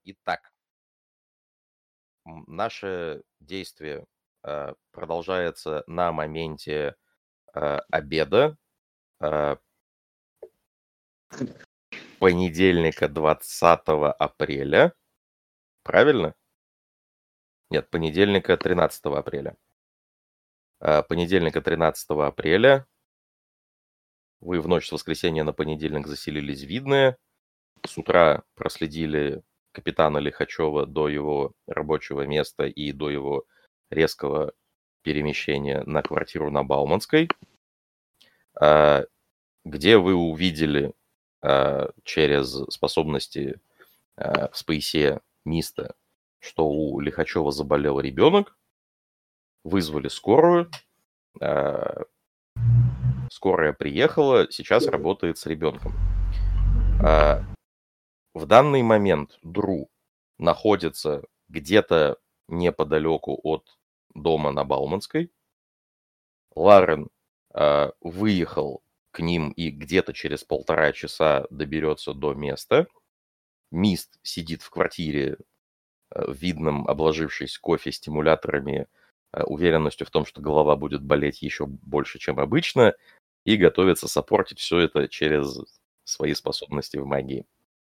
Итак, наше действие продолжается на моменте обеда э, понедельника 20 апреля. Правильно? Нет, понедельника 13 апреля. Понедельника 13 апреля вы в ночь с воскресенья на понедельник заселились в Видное. С утра проследили капитана Лихачева до его рабочего места и до его резкого перемещения на квартиру на Бауманской, где вы увидели через способности в спейсе Миста, что у Лихачева заболел ребенок, вызвали скорую, скорая приехала, сейчас работает с ребенком. В данный момент Дру находится где-то неподалеку от дома на Бауманской. Ларен выехал к ним и где-то через 1,5 часа доберется до места. Мист сидит в квартире, в Видном, обложившись кофе-стимуляторами, уверенностью в том, что голова будет болеть еще больше, чем обычно, и готовится саппортить все это через свои способности в магии.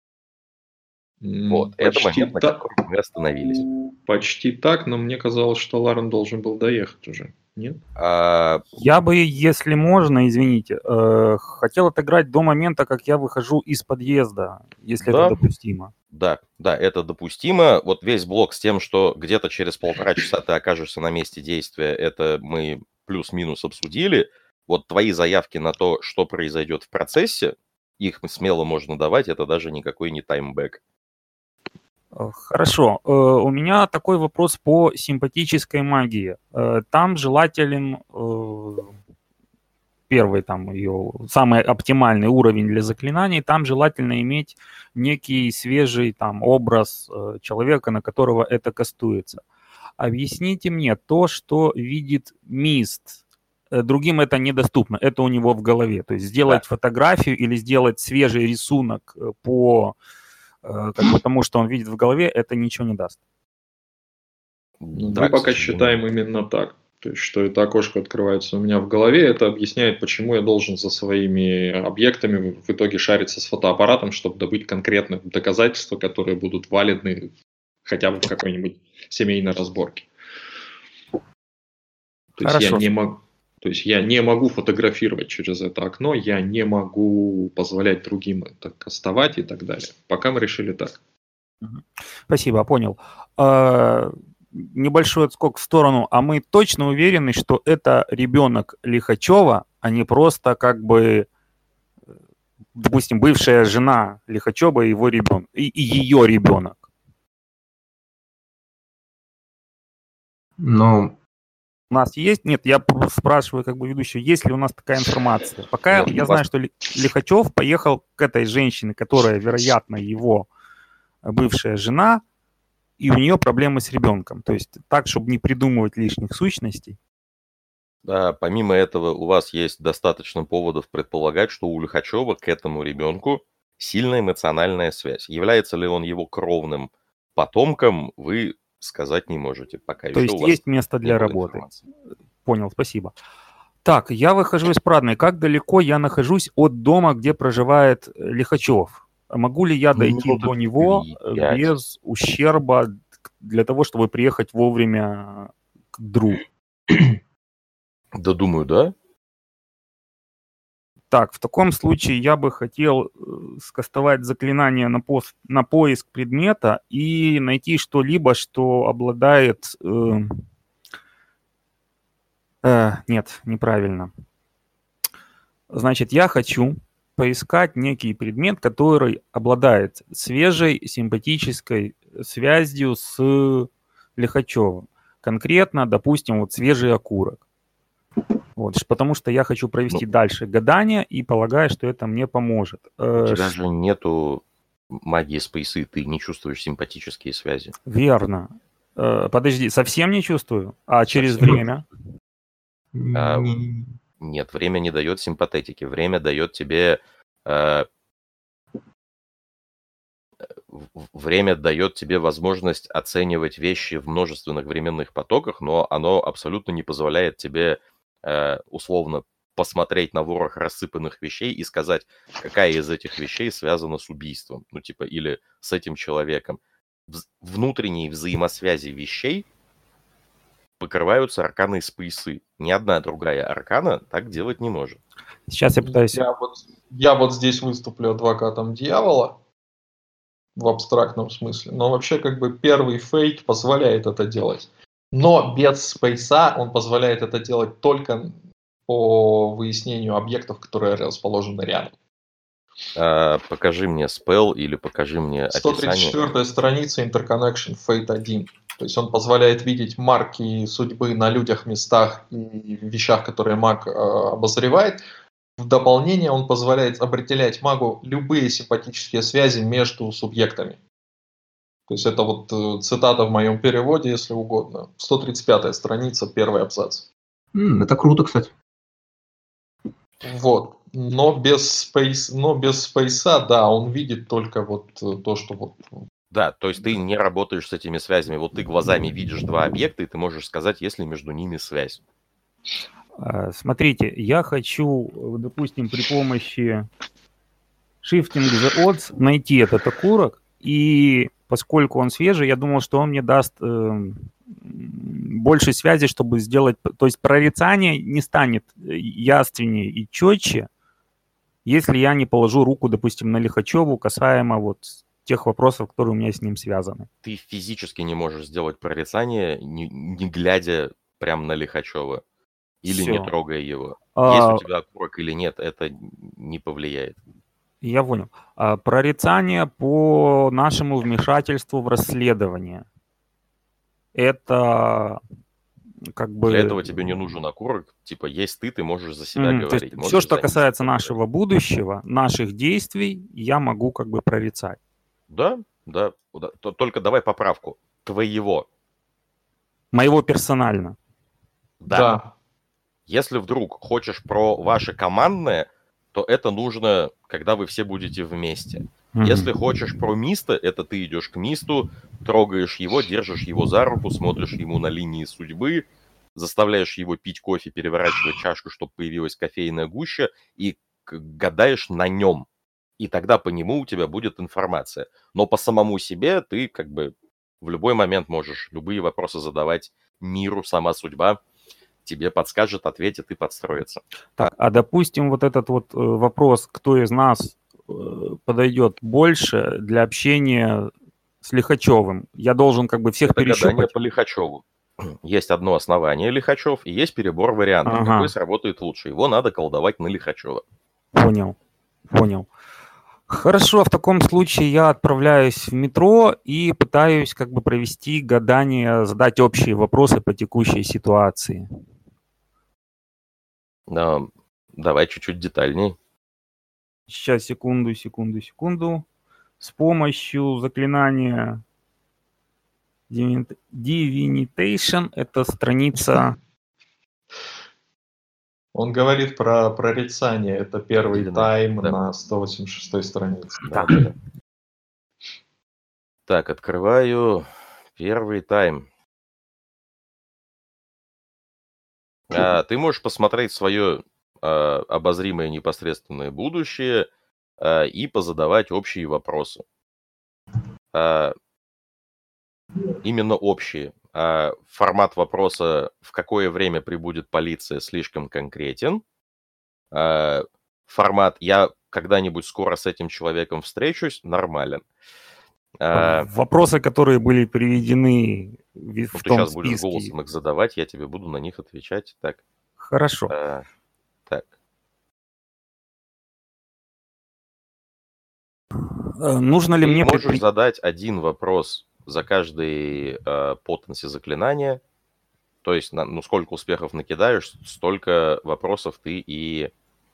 Вот, это момент, на котором мы остановились. Почти так, но мне казалось, что Ларен должен был доехать уже. Нет? Я бы, если можно, извините, хотел отыграть до момента, как я выхожу из подъезда, если Да. это допустимо. Да, это допустимо. Вот весь блок с тем, что где-то через 1,5 часа ты окажешься на месте действия, это мы плюс-минус обсудили. Вот твои заявки на то, что произойдет в процессе, их смело можно давать, это даже никакой не таймбэк. Хорошо. У меня такой вопрос по симпатической магии. Там желателен первый там ее самый оптимальный уровень для заклинаний, там желательно иметь некий свежий там образ человека, на которого это кастуется. Объясните мне то, что видит Мист. Другим это недоступно, это у него в голове. То есть сделать фотографию или сделать свежий рисунок по тому, что он видит в голове, это ничего не даст. Мы пока считаем именно так. То есть, что это окошко открывается у меня в голове, это объясняет, почему я должен за своими объектами в итоге шариться с фотоаппаратом, чтобы добыть конкретные доказательства, которые будут валидны хотя бы в какой-нибудь семейной разборке. То есть я не могу фотографировать через это окно, я не могу позволять другим это кастовать и так далее. Пока мы решили так. Спасибо, понял. Небольшой отскок в сторону. А мы точно уверены, что это ребенок Лихачева, а не просто как бы, допустим, бывшая жена Лихачева и его ребенок, и ее ребенок? Ну, у нас есть? Нет, я спрашиваю как бы ведущего, есть ли у нас такая информация. Пока я знаю, что Лихачев поехал к этой женщине, которая, вероятно, его бывшая жена, и у нее проблемы с ребенком. То есть так, чтобы не придумывать лишних сущностей. Да, помимо этого, у вас есть достаточно поводов предполагать, что у Лихачева к этому ребенку сильная эмоциональная связь. Является ли он его кровным потомком, вы сказать не можете. Пока То еще есть есть место для работы. Информации. Понял, спасибо. Так, я выхожу из Прадной. Как далеко я нахожусь от дома, где проживает Лихачев? Могу ли я дойти до него без ущерба для того, чтобы приехать вовремя к Дру? Да, думаю, да. Так, в таком случае я бы хотел скастовать заклинание на поиск предмета и найти что-либо, что обладает... Нет, неправильно. Значит, я хочу поискать некий предмет, который обладает свежей симпатической связью с Лихачевым. Конкретно, допустим, вот свежий окурок. Вот, потому что я хочу провести дальше гадание и полагаю, что это мне поможет. У тебя же нету магии спейсы, ты не чувствуешь симпатические связи. Верно. Подожди, совсем не чувствую? А через время? Нет, время не дает симпатетики. Время дает тебе время дает тебе возможность оценивать вещи в множественных временных потоках, но оно абсолютно не позволяет тебе условно посмотреть на ворох рассыпанных вещей и сказать, какая из этих вещей связана с убийством, ну типа, или с этим человеком. Внутренние взаимосвязи вещей покрываются арканой спейсы. Ни одна другая аркана так делать не может. Сейчас я пытаюсь... Я вот здесь выступлю адвокатом дьявола в абстрактном смысле, но вообще как бы первый фейк позволяет это делать. Но без спейса он позволяет это делать только по выяснению объектов, которые расположены рядом. Покажи мне спелл или покажи мне описание. 134-я страница Interconnection Fate 1. То есть он позволяет видеть марки судьбы на людях, местах и вещах, которые маг обозревает. В дополнение он позволяет определять магу любые симпатические связи между субъектами. То есть это вот цитата в моем переводе, если угодно. 135-я страница, первый абзац. Это круто, кстати. Вот. Но без спейса, да, он видит только вот то, что вот... Да, то есть ты не работаешь с этими связями. Вот ты глазами видишь два объекта, и ты можешь сказать, есть ли между ними связь. Смотрите, я хочу, допустим, при помощи Shifting the Odds найти этот окурок, и поскольку он свежий, я думал, что он мне даст больше связи, чтобы сделать... То есть прорицание не станет яственнее и четче, если я не положу руку, допустим, на Лихачеву касаемо вот тех вопросов, которые у меня с ним связаны. Ты физически не можешь сделать прорицание, не глядя прямо на Лихачева. Или Всё. не трогая его. Есть у тебя окурок или нет, это не повлияет. Я понял. Прорицание по нашему вмешательству в расследование. Это как бы... Для этого тебе не нужен окурок. Типа, есть ты можешь за себя говорить. Все, что касается нашего будущего, наших действий, я могу как бы прорицать. Да. Только давай поправку. Твоего. Моего персонально. Да. Если вдруг хочешь про ваше командное, то это нужно, когда вы все будете вместе. Если хочешь про Миста, это ты идешь к Мисту, трогаешь его, держишь его за руку, смотришь ему на линии судьбы, заставляешь его пить кофе, переворачивать чашку, чтобы появилась кофейная гуща, и гадаешь на нем. И тогда по нему у тебя будет информация. Но по самому себе ты как бы в любой момент можешь любые вопросы задавать миру, сама судьба тебе подскажет, ответит и подстроится. Так, а допустим, вот этот вот вопрос, кто из нас подойдет больше для общения с Лихачевым? Я должен как бы всех перещупать. Это гадание по Лихачеву. Есть одно основание Лихачев и есть перебор вариантов. Какой сработает лучше? Его надо колдовать на Лихачева. Понял. Хорошо, в таком случае я отправляюсь в метро и пытаюсь как бы провести гадание, задать общие вопросы по текущей ситуации. Давай чуть-чуть детальней. Сейчас, секунду. С помощью заклинания Divination, это страница... Он говорит про прорицание. Это первый тайм на 186 странице. Да. Так, открываю первый тайм. Ты можешь посмотреть свое обозримое непосредственное будущее и позадавать общие вопросы. Именно общие. Формат вопроса, в какое время прибудет полиция, слишком конкретен. Формат, я когда-нибудь скоро с этим человеком встречусь, нормален. Вопросы, которые были приведены в том ты сейчас списке. Будешь голосом их задавать, я тебе буду на них отвечать. Так. Хорошо. Так. Нужно ли мне... Ты можешь задать один вопрос за каждый потенси заклинания. То есть, сколько успехов накидаешь, столько вопросов ты и...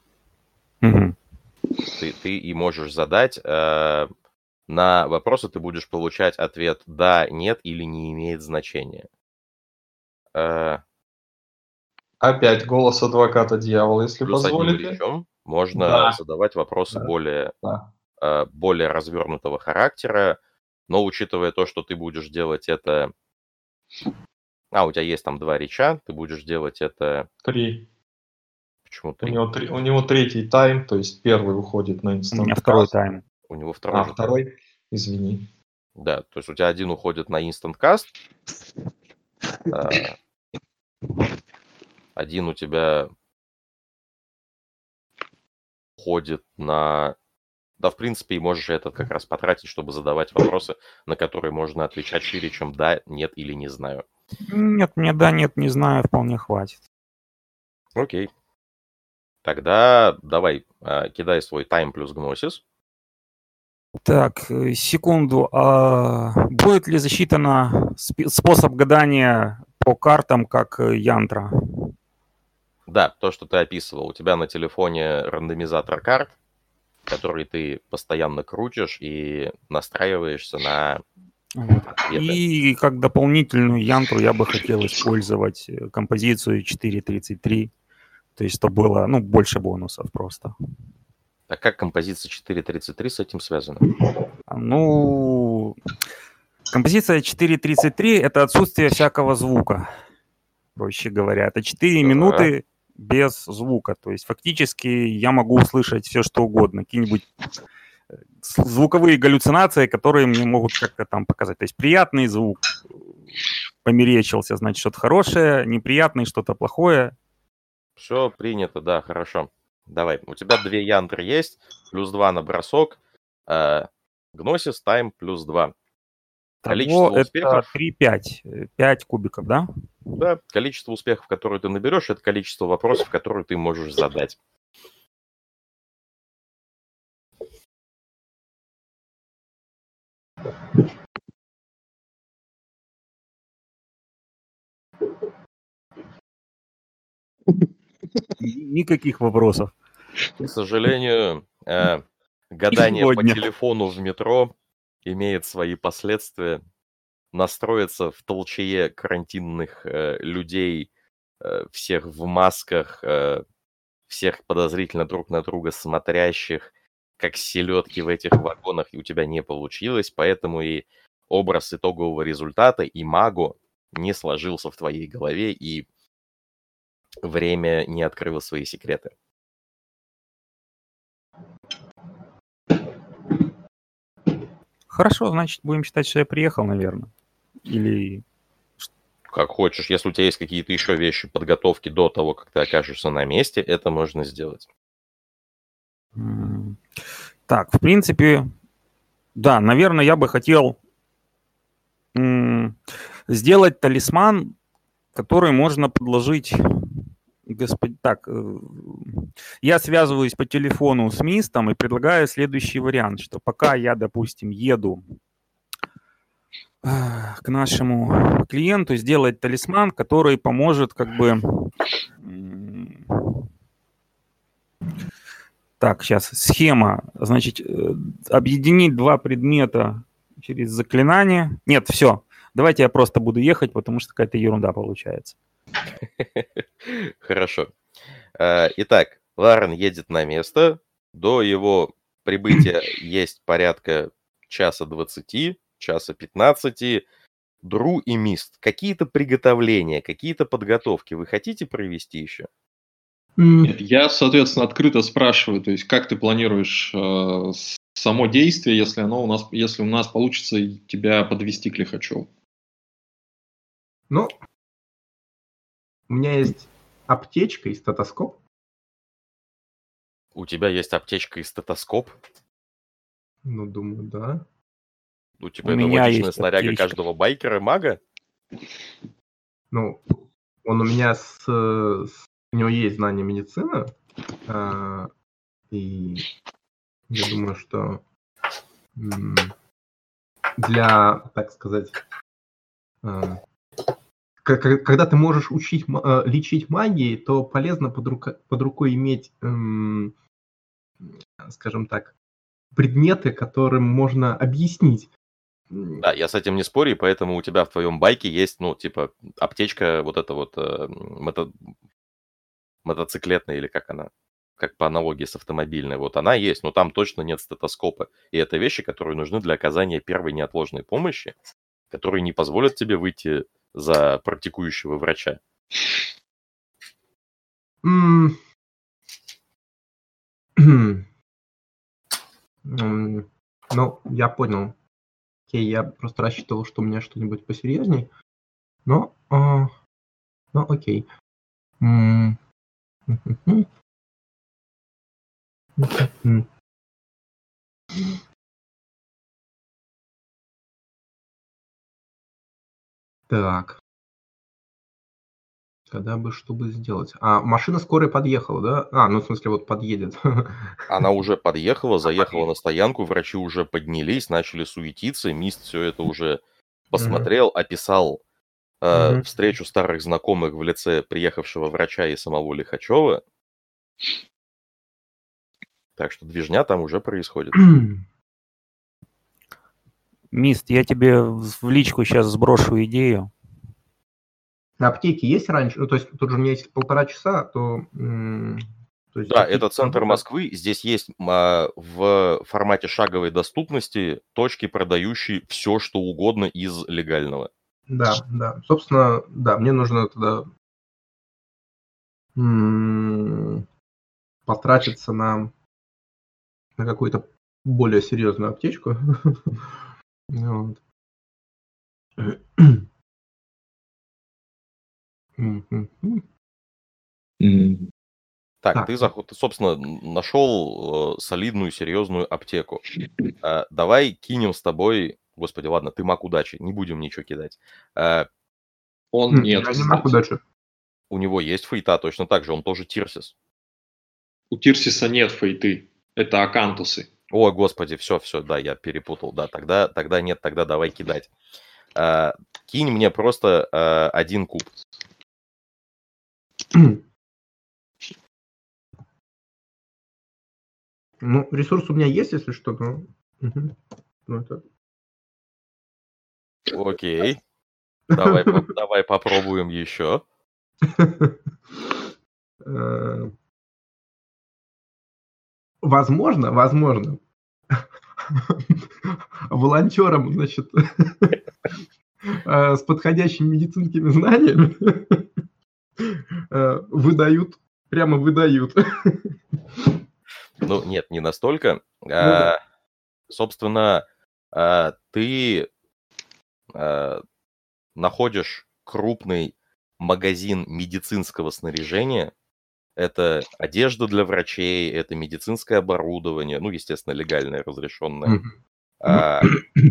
Ты и можешь задать. На вопросы ты будешь получать ответ «да», «нет» или «не имеет значения». Опять голос адвоката дьявола, если Плюс позволите. одним плечом можно задавать вопросы более развернутого характера. Но учитывая то, что ты будешь делать это... у тебя есть там 2 реча, ты будешь делать это... 3. Почему У 3? него третий тайм, то есть первый уходит на У меня инстант второй каст, тайм. У него второй же тайм. второй, извини. Да, то есть у тебя один уходит на instant cast, один у тебя уходит на... Да, в принципе, и можешь этот как раз потратить, чтобы задавать вопросы, на которые можно отвечать шире, чем да, нет или не знаю. Нет, мне да, нет, не знаю, вполне хватит. Окей. Тогда давай, кидай свой тайм плюс гносис. Так, секунду. Будет ли засчитано способ гадания по картам, как янтра? Да, то, что ты описывал. У тебя на телефоне рандомизатор карт, который ты постоянно крутишь и настраиваешься на Вот. ответы. И как дополнительную янтру я бы хотел использовать композицию 4.33, то есть чтобы было, больше бонусов просто. А как композиция 4.33 с этим связана? Композиция 4.33 – это отсутствие всякого звука, проще говоря. Это 4 Да. минуты без звука. То есть фактически я могу услышать все, что угодно. Какие-нибудь звуковые галлюцинации, которые мне могут как-то там показать. То есть приятный звук померещился, значит, что-то хорошее, неприятный, что-то плохое. Все принято, да, хорошо. Давай, у тебя 2 янтры есть, плюс 2 на бросок, гносис, тайм плюс 2. Количество Того это успехов... 3-5. 5 кубиков, да? Да, количество успехов, которые ты наберешь, это количество вопросов, которые ты можешь задать. Никаких вопросов. К сожалению, гадание по сегодня. телефону в метро имеет свои последствия. Настроиться в толчее карантинных людей, всех в масках, всех подозрительно друг на друга смотрящих, как селедки в этих вагонах, и у тебя не получилось, поэтому и образ итогового результата имаго не сложился в твоей голове, и время не открыло свои секреты. Хорошо, значит, будем считать, что я приехал, наверное. Или... Как хочешь, если у тебя есть какие-то еще вещи подготовки до того, как ты окажешься на месте, это можно сделать. Так, в принципе, да, наверное, я бы хотел сделать талисман, который можно подложить... Так, я связываюсь по телефону с Мистом и предлагаю следующий вариант, что пока я, допустим, еду к нашему клиенту, сделать талисман, который поможет как бы... Так, сейчас схема. Значит, объединить 2 предмета через заклинание. Нет, все. Давайте я просто буду ехать, потому что какая-то ерунда получается. Хорошо. Итак, Ларен едет на место. До его прибытия есть порядка часа 20, часа 15. Дру и Мист, какие-то приготовления, какие-то подготовки вы хотите провести еще? Нет, я, соответственно, открыто спрашиваю, то есть как ты планируешь само действие, если у нас получится тебя подвести к Лихачеву? Ну, у меня есть аптечка и стетоскоп. У тебя есть аптечка и стетоскоп? Ну, думаю, да. У тебя У это меня логичная есть снаряга аптечка. каждого байкера-мага? Ну, он у меня у него есть знание медицины. И я думаю, что для, так сказать, когда ты можешь лечить магией, то полезно под рукой иметь, скажем так, предметы, которым можно объяснить. Да, я с этим не спорю, и поэтому у тебя в твоем байке есть, аптечка вот эта вот мотоциклетная, или как она? как по аналогии с автомобильной, вот она есть, но там точно нет стетоскопа. И это вещи, которые нужны для оказания первой неотложной помощи, которые не позволят тебе выйти за практикующего врача. М, Ну, я понял. Окей, я просто рассчитывал, что у меня что-нибудь посерьезней. Но, ну, окей. М, мгм, мгм. Так, тогда бы что бы сделать? Машина скорой подъехала, да? Ну, в смысле, вот подъедет. Она уже подъехала, заехала на стоянку, врачи уже поднялись, начали суетиться, Мист все это уже Мгм, посмотрел, описал мгм. встречу старых знакомых в лице приехавшего врача и самого Лихачева, так что движня там уже происходит. Мист, я тебе в личку сейчас сброшу идею. Аптеки есть раньше? Ну, то есть тут же у меня есть 1,5 часа, то есть Да, аптеки это центр работают? Москвы. Здесь есть в формате шаговой доступности точки, продающие все, что угодно из легального. Да, да. Собственно, да, мне нужно тогда потратиться на какую-то более серьезную аптечку. Вот. Мгм. Так, Так, ты, собственно, нашел солидную, серьезную аптеку. Давай кинем с тобой... Господи, ладно, ты маг удачи, не будем ничего кидать. Он нет, я не могу кстати. дальше. У него есть фейта точно так же, он тоже Тирсис. У Тирсиса нет фейты. Это акантусы. О, господи, все, да, я перепутал. Да, тогда нет, тогда давай кидать. Кинь мне просто 1 куб. Ну, ресурс у меня есть, если что, но... Мгм. Ну, это... Окей. Давай попробуем еще. Э, Возможно, волонтерам, значит, с подходящими медицинскими знаниями прямо выдают. Ну, нет, не настолько. Ну да. Собственно, ты находишь крупный магазин медицинского снаряжения. Это одежда для врачей, это медицинское оборудование, ну, естественно, легальное, разрешенное, Мгм. в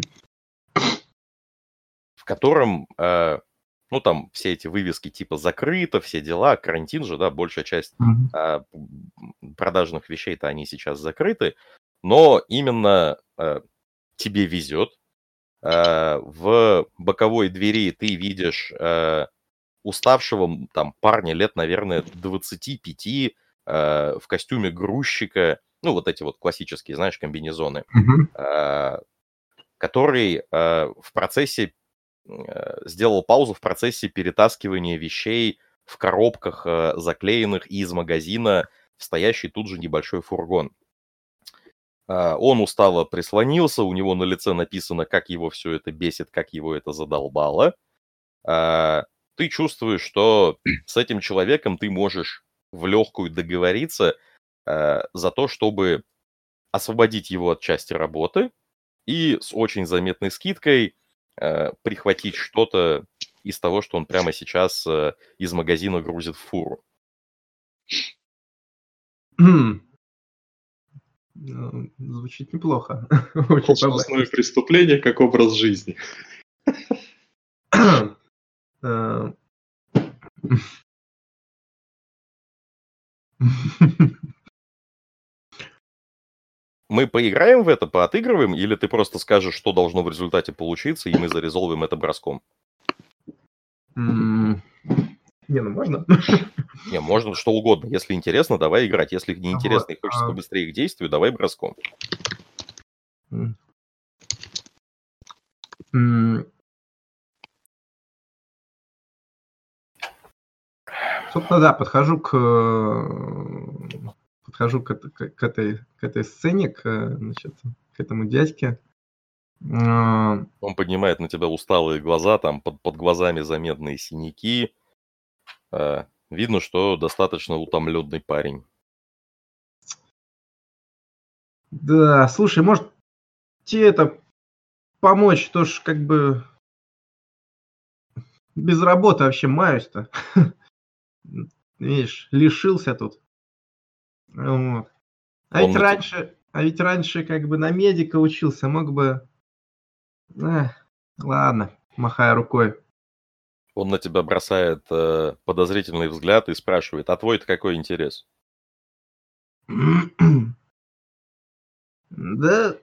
котором, ну, там все эти вывески типа закрыто, все дела, карантин же, да, большая часть Мгм. продажных вещей-то они сейчас закрыты, но именно тебе везет. В боковой двери ты видишь уставшего там парня лет, наверное, 25 в костюме грузчика, ну, вот эти вот классические, знаешь, комбинезоны, Мгм. э, который в процессе сделал паузу в процессе перетаскивания вещей в коробках, заклеенных из магазина в стоящий тут же небольшой фургон. Он устало прислонился, у него на лице написано, как его все это бесит, как его это задолбало. Ты чувствуешь, что с этим человеком ты можешь в легкую договориться за то, чтобы освободить его от части работы и с очень заметной скидкой прихватить что-то из того, что он прямо сейчас из магазина грузит в фуру. Звучит неплохо. Очень Должностное преступление как образ жизни. Э, Мы поиграем в это, поотыгрываем, или ты просто скажешь, что должно в результате получиться, и мы зарезолвим это броском? Не, ну можно. Не, можно что угодно. Если интересно, давай играть. Если не Вот, интересно и хочется побыстрее к действию, давай броском. м, м. Собственно, да, подхожу к подхожу к этой сцене, значит, к этому дядьке. Он поднимает на тебя усталые глаза, там под глазами заметные синяки. Видно, что достаточно утомленный парень. Да, слушай, может, тебе это помочь? Тоже как бы без работы вообще маюсь-то. Видишь, лишился тут. Вот. А ведь раньше как бы на медика учился, мог бы... ладно, махая рукой. Он на тебя бросает подозрительный взгляд и спрашивает, а твой-то какой интерес? Да,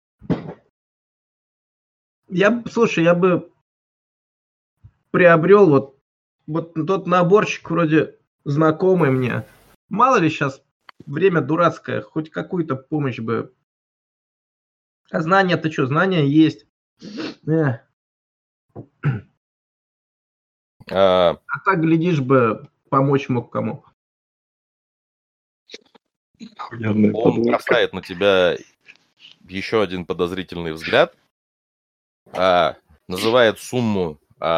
слушай, я бы приобрел вот тот наборчик вроде знакомый мне. Мало ли сейчас время дурацкое, хоть какую-то помощь бы. А знания-то что, знания есть. А так, глядишь бы, помочь мог кому. Он бросает на тебя еще один подозрительный взгляд, называет сумму,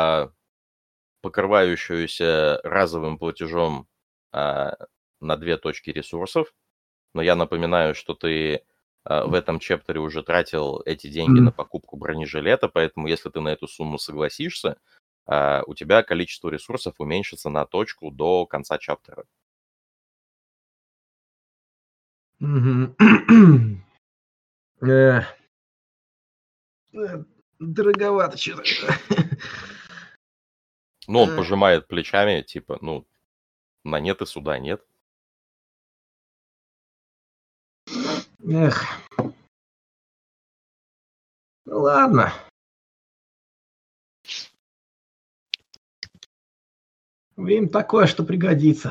покрывающуюся разовым платежом на 2 точки ресурсов. Но я напоминаю, что ты в этом чептере уже тратил эти деньги на покупку бронежилета, поэтому если ты на эту сумму согласишься, у тебя количество ресурсов уменьшится на точку до конца чаптера. Дороговато что-то. Ну, он пожимает плечами, типа, на нет и суда нет. Эх. Ну ладно. Время такое, что пригодится.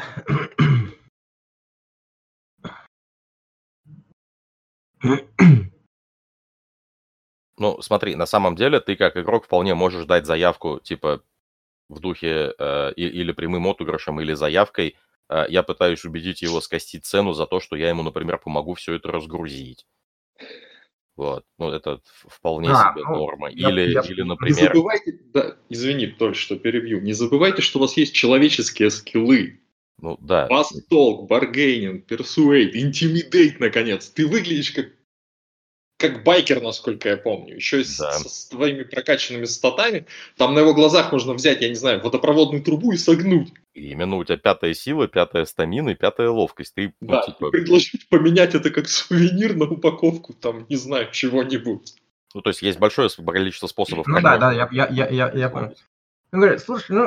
Ну, смотри, на самом деле ты как игрок вполне можешь дать заявку, типа, в духе или прямым отыгрышем, или заявкой. Я пытаюсь убедить его скостить цену за то, что я ему, например, помогу все это разгрузить. Вот. Ну, это вполне себе норма. Или, например... Не забывайте, да, извини, Толь, что перебью. Не забывайте, что у вас есть человеческие скиллы. Ну, да. Фаст-толк, баргейнинг, персуэйд, интимидейт, наконец. Ты выглядишь как байкер, насколько я помню. Еще и с твоими прокачанными статами. Там на его глазах можно взять, я не знаю, водопроводную трубу и согнуть. Именно у тебя 5-я сила, 5-я стамина и 5-я ловкость. Ты, предложить поменять это как сувенир на упаковку, там, не знаю, чего-нибудь. Ну, то есть есть большое количество способов. Ну да, я понял. Он говорит, слушай,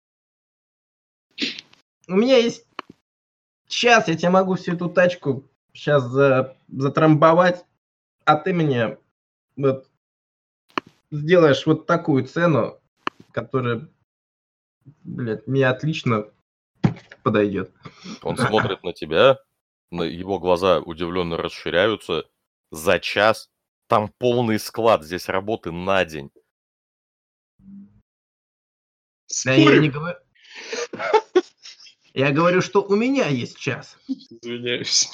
у меня есть час, я тебе могу всю эту тачку сейчас затрамбовать, а ты мне вот сделаешь вот такую цену, которая, блядь, мне отлично подойдет. Он смотрит на тебя, его глаза удивленно расширяются. За час там полный склад, здесь работы на день. Я говорю, что у меня есть час. Извиняюсь.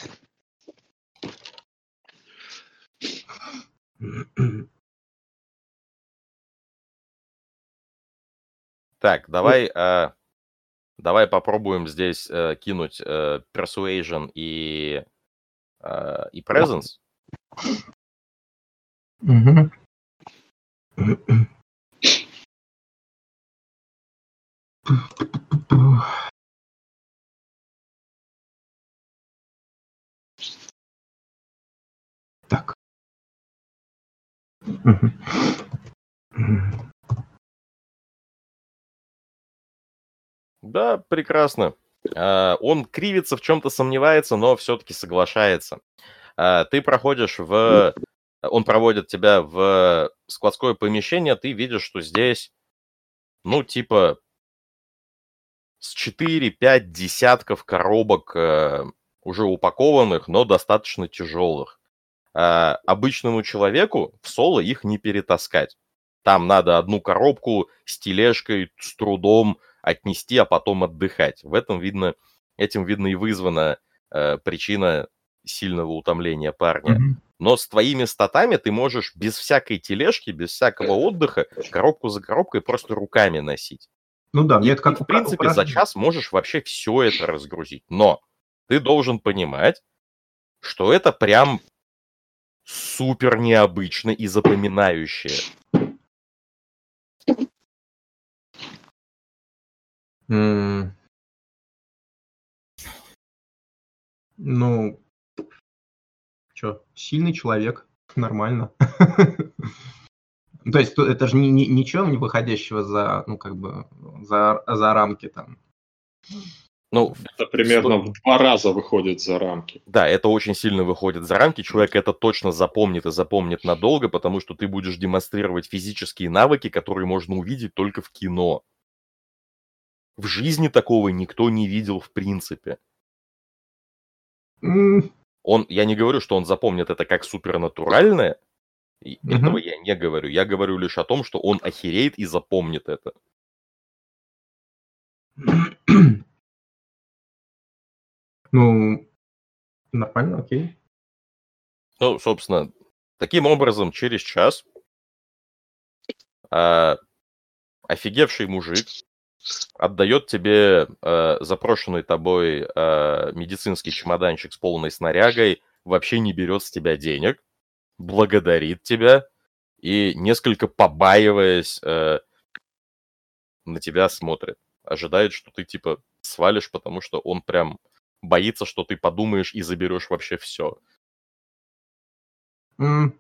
Так, давай попробуем здесь кинуть Persuasion и Presence. Так. Да, прекрасно. Он кривится, в чем-то сомневается, но все-таки соглашается. Ты проходишь Он проводит тебя в складское помещение, ты видишь, что здесь, типа, с 4-5 десятков коробок уже упакованных, но достаточно тяжелых. Обычному человеку в соло их не перетаскать. Там надо одну коробку с тележкой, с трудом отнести, а потом отдыхать. Этим видно и вызвана причина сильного утомления парня. Мгм. Но с твоими статами ты можешь без всякой тележки, без всякого отдыха, коробку за коробкой просто руками носить. Ну да, мне И это ты, как в принципе, за упражнение. час можешь вообще все это разгрузить. Но ты должен понимать, что это прям супер необычно и запоминающее. М, Ну, что, сильный человек, нормально. То есть это же ничего не выходящего за, ну, как бы, за рамки там. Ну, Это примерно в 2 раза выходит за рамки. да, это очень сильно выходит за рамки. Человек это точно запомнит и запомнит надолго, потому что ты будешь демонстрировать физические навыки, которые можно увидеть только в кино. В жизни такого никто не видел в принципе. М, Я не говорю, что он запомнит это как супернатуральное. Этого мгм. я не говорю. Я говорю лишь о том, что он охереет и запомнит это. Ну, нормально, окей. Ну, собственно, таким образом, через час а, офигевший мужик отдает тебе запрошенный тобой медицинский чемоданчик с полной снарягой, вообще не берет с тебя денег, благодарит тебя и, несколько побаиваясь, на тебя смотрит. Ожидает, что ты, типа, свалишь, потому что он прям боится, что ты подумаешь и заберешь вообще все. М,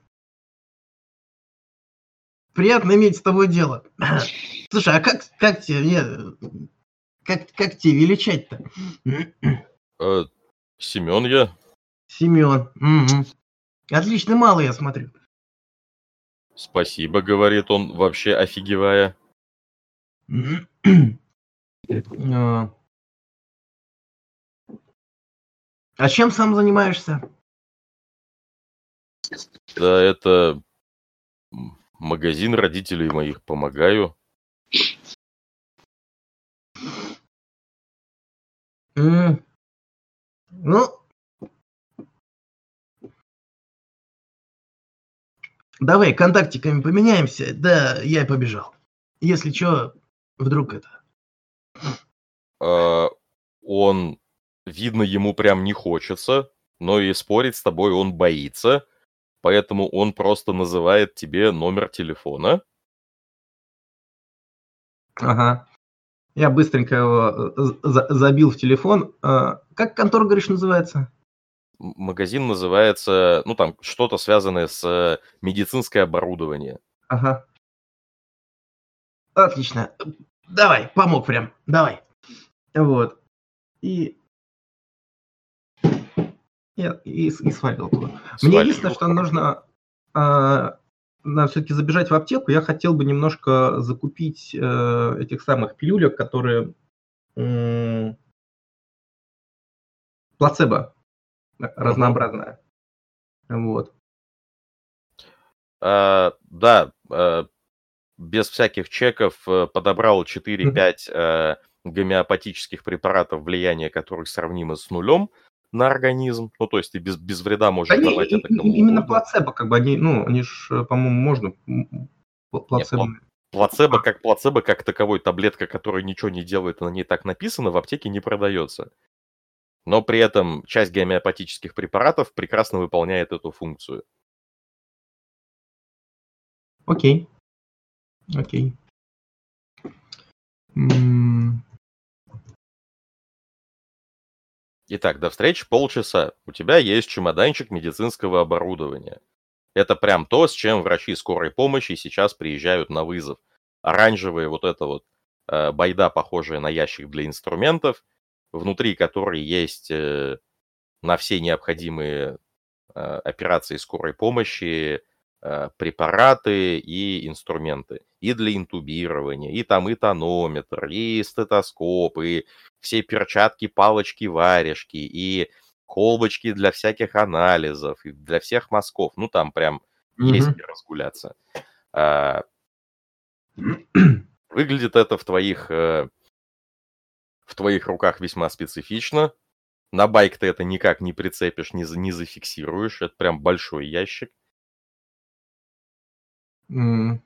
Приятно иметь с тобой дело. Слушай, а как тебе, как тебе величать-то? Семен я. Семен. Отличный малый, я смотрю. Спасибо, говорит он, вообще офигевая. А а чем сам занимаешься? Да, это магазин родителей моих, помогаю. М, Ну, давай контактиками поменяемся. Да, я и побежал. Если что, вдруг это. А, Он, видно, ему прям не хочется, но и спорить с тобой он боится, поэтому он просто называет тебе номер телефона. Ага. Я быстренько его забил в телефон. Как контора, говоришь, называется? Магазин называется, ну там что-то связанное с медицинское оборудование. Ага. Отлично. Давай, помог прям. Давай. Вот. И и свалил туда. Мне Свалил. единственное, что нужно, надо все-таки забежать в аптеку. Я хотел бы немножко закупить этих самых пилюлек, которые плацебо разнообразное. Вот. Да, без всяких чеков подобрал 4-5 гомеопатических препаратов, влияние которых сравнимо с нулем на организм. Ну, то есть ты без вреда Да можешь не, давать это кому именно угодно. плацебо, как бы они ж, по-моему, можно плацебо. Плацебо как таковой, таблетка, которая ничего не делает, на ней так написано, в аптеке не продается. Но при этом часть гомеопатических препаратов прекрасно выполняет эту функцию. Окей. Окей. Итак, до встречи полчаса. У тебя есть чемоданчик медицинского оборудования. Это прям то, с чем врачи скорой помощи сейчас приезжают на вызов. Оранжевая вот эта вот байда, похожая на ящик для инструментов, внутри которой есть на все необходимые операции скорой помощи препараты и инструменты. И для интубирования, и там и тонометр, и стетоскоп, и все перчатки, палочки, варежки, и колбочки для всяких анализов, и для всех мазков. Ну, там прям есть где разгуляться. Выглядит это в твоих руках весьма специфично. На байк ты это никак не прицепишь, не зафиксируешь. Это прям большой ящик. М,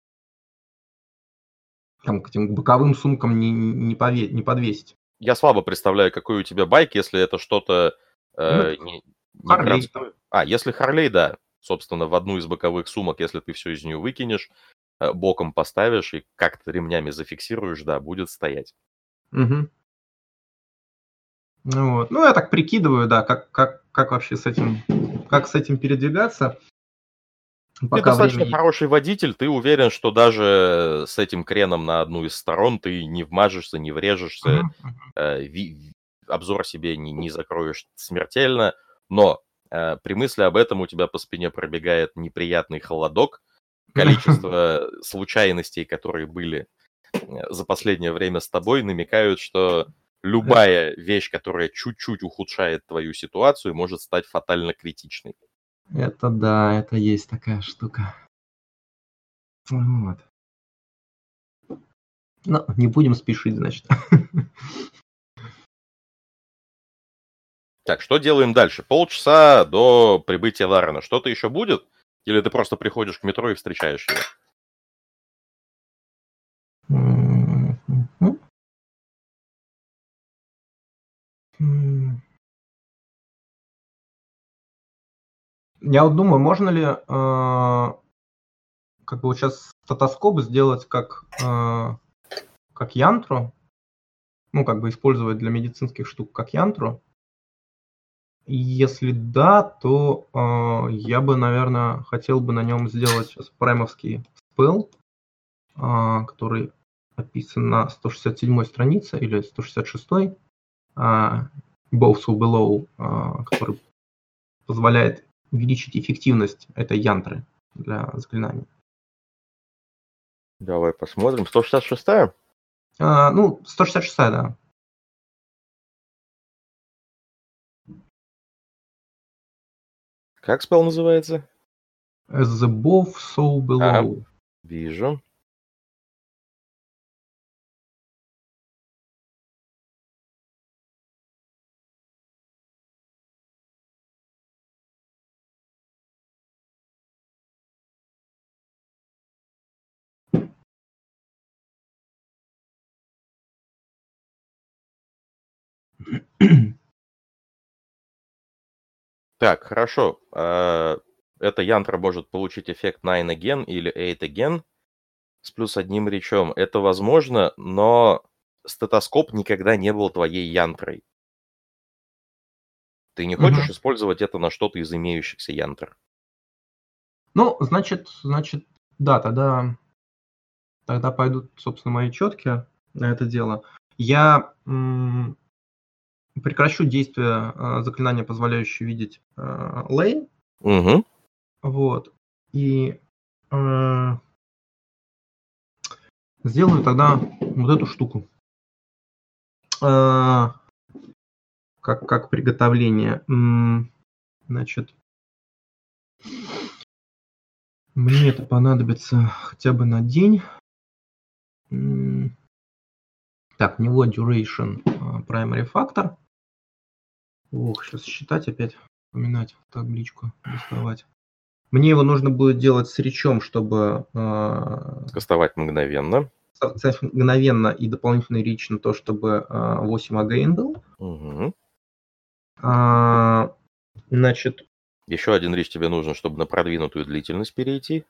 Там к этим боковым сумкам не подвесить. Я слабо представляю, какой у тебя байк, если это что-то Ну, не Харлей. городское. Если Харлей, да. Собственно, в одну из боковых сумок, если ты все из нее выкинешь, боком поставишь и как-то ремнями зафиксируешь, да, будет стоять. Мгм. Ну вот. Ну, я так прикидываю, да, как вообще с этим передвигаться, Ты пока время достаточно есть. хороший водитель, ты уверен, что даже с этим креном на одну из сторон ты не вмажешься, не врежешься, Мгм, мгм. обзор себе не закроешь смертельно, но при мысли об этом у тебя по спине пробегает неприятный холодок. Количество случайностей, которые были за последнее время с тобой, намекают, что любая вещь, которая чуть-чуть ухудшает твою ситуацию, может стать фатально критичной. Это да, это есть такая штука. Вот. Ну, не будем спешить, значит. Так, что делаем дальше? Полчаса до прибытия Ларена. Что-то еще будет? Или ты просто приходишь к метро и встречаешь его? Мгм. М. Я вот думаю, можно ли, как бы вот сейчас стетоскоп сделать как янтру, ну, как бы использовать для медицинских штук как янтру. И если да, то, я бы, наверное, хотел бы на нем сделать сейчас праймовский спел, который описан на 167 странице или 166, Both So Below, который позволяет увеличить эффективность этой янтры для заклинаний. Давай посмотрим. 166-я? Ну, 166, да. Как спел называется? As above, so Ага, below. вижу. Так, хорошо. Эта янтра может получить эффект 9 again или 8 again с плюс одним речом. Это возможно, но стетоскоп никогда не был твоей янтрой. Ты не хочешь Мгм. использовать это на что-то из имеющихся янтр? Ну, значит, да, тогда пойдут, собственно, мои четки на это дело. Я прекращу действие заклинания, позволяющего видеть лейн, Угу. вот, и сделаю тогда вот эту штуку. Как приготовление. Значит, мне это понадобится хотя бы на день. Так, у него duration primary factor. Ох, сейчас считать опять, вспоминать, табличку доставать. Мне его нужно будет делать с речом, чтобы Скастовать мгновенно. создать мгновенно и дополнительный речь на то, чтобы 8 again был. Угу. Значит, Еще один речь тебе нужен, чтобы на продвинутую длительность перейти.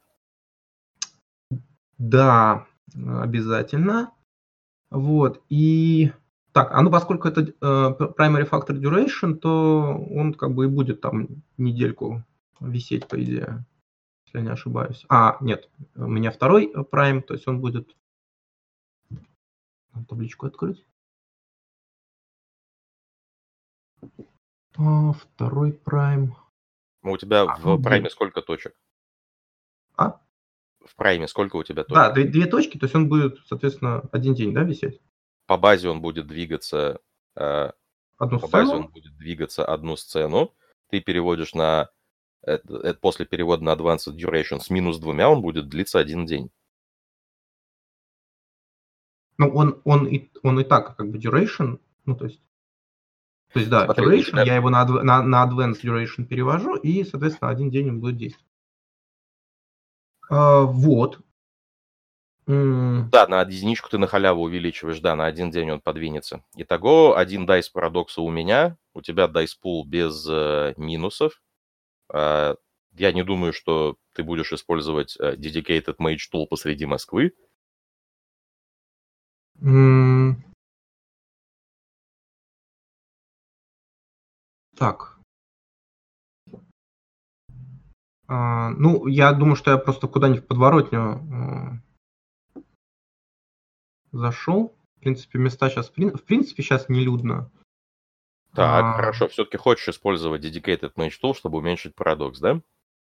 да, обязательно. Вот, и так, ну поскольку это primary factor duration, то он как бы и будет там недельку висеть, по идее, если я не ошибаюсь. Нет, у меня второй prime, то есть он будет... Табличку открыть. Второй prime. У тебя в прайме сколько точек? В прайме сколько у тебя Да, точек? две точки, то есть он будет, соответственно, один день, да, висеть? По базе он будет двигаться... Одну По базе сцену? он будет двигаться одну сцену. Ты переводишь на... Это после перевода на Advanced Duration с минус 2 он будет длиться один день. Ну, он и так как бы duration, ну, то есть То есть, да, Смотри, у duration, тебя- я его на advanced duration перевожу, и, соответственно, один день он будет действовать. Вот. Да, на единичку ты на халяву увеличиваешь, да, на один день он подвинется. Итого, один дайс парадокса у меня, у тебя дайс-пул без минусов. Я не думаю, что ты будешь использовать dedicated mage tool посреди Москвы. Так. Ну, я думаю, что я просто куда-нибудь в подворотню зашел. В принципе, места сейчас, в принципе, сейчас нелюдно. Так, хорошо, все-таки хочешь использовать dedicated mage tool, чтобы уменьшить парадокс, да?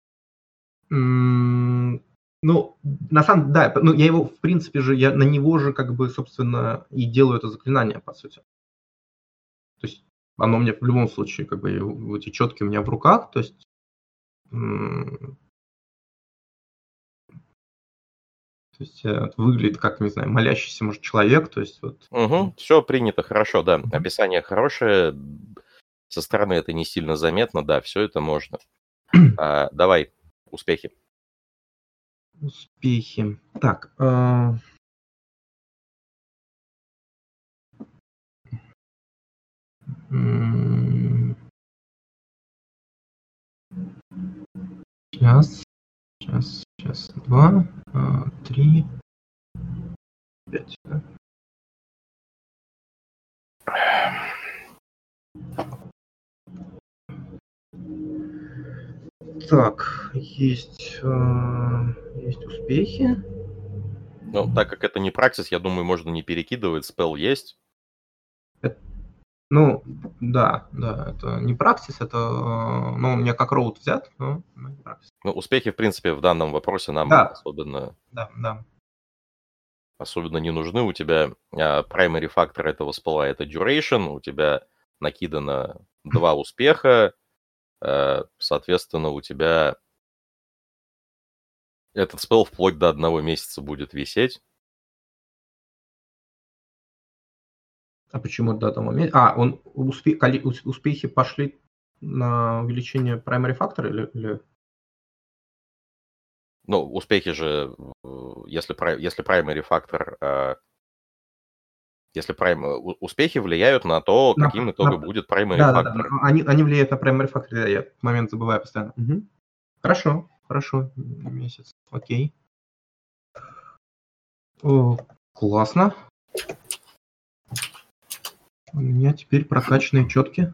Ну, на самом деле, да, ну, я его, в принципе же, я на него же, как бы, собственно, и делаю это заклинание, по сути. То есть оно мне в любом случае, как бы, эти четки у меня в руках, то есть выглядит как, не знаю, молящийся, может, человек, то есть вот. Все принято, хорошо, да. Описание хорошее, со стороны это не сильно заметно, да, все это можно. Давай, успехи. Успехи. Так. Сейчас. 2, 3, 5. Да? Так, есть успехи. Ну, так как это не праксис, я думаю, можно не перекидывать, спелл есть. Ну, да, это не праксис, это, ну, у меня как роут взят, но не праксис. Ну, успехи, в принципе, в данном вопросе нам Да. особенно не нужны. У тебя primary фактор этого спелла — это duration, у тебя накидано 2 успеха, соответственно, у тебя этот спелл вплоть до 1 месяца будет висеть. А почему до того момента? Успехи пошли на увеличение primary фактора или... Ну, успехи же, если primary фактор... успехи влияют на то, каким итогом будет primary фактор. Да. Они влияют на primary фактор, я этот момент забываю постоянно. Угу. Хорошо. Месяц. Окей. Классно. У меня теперь прокачанные четки.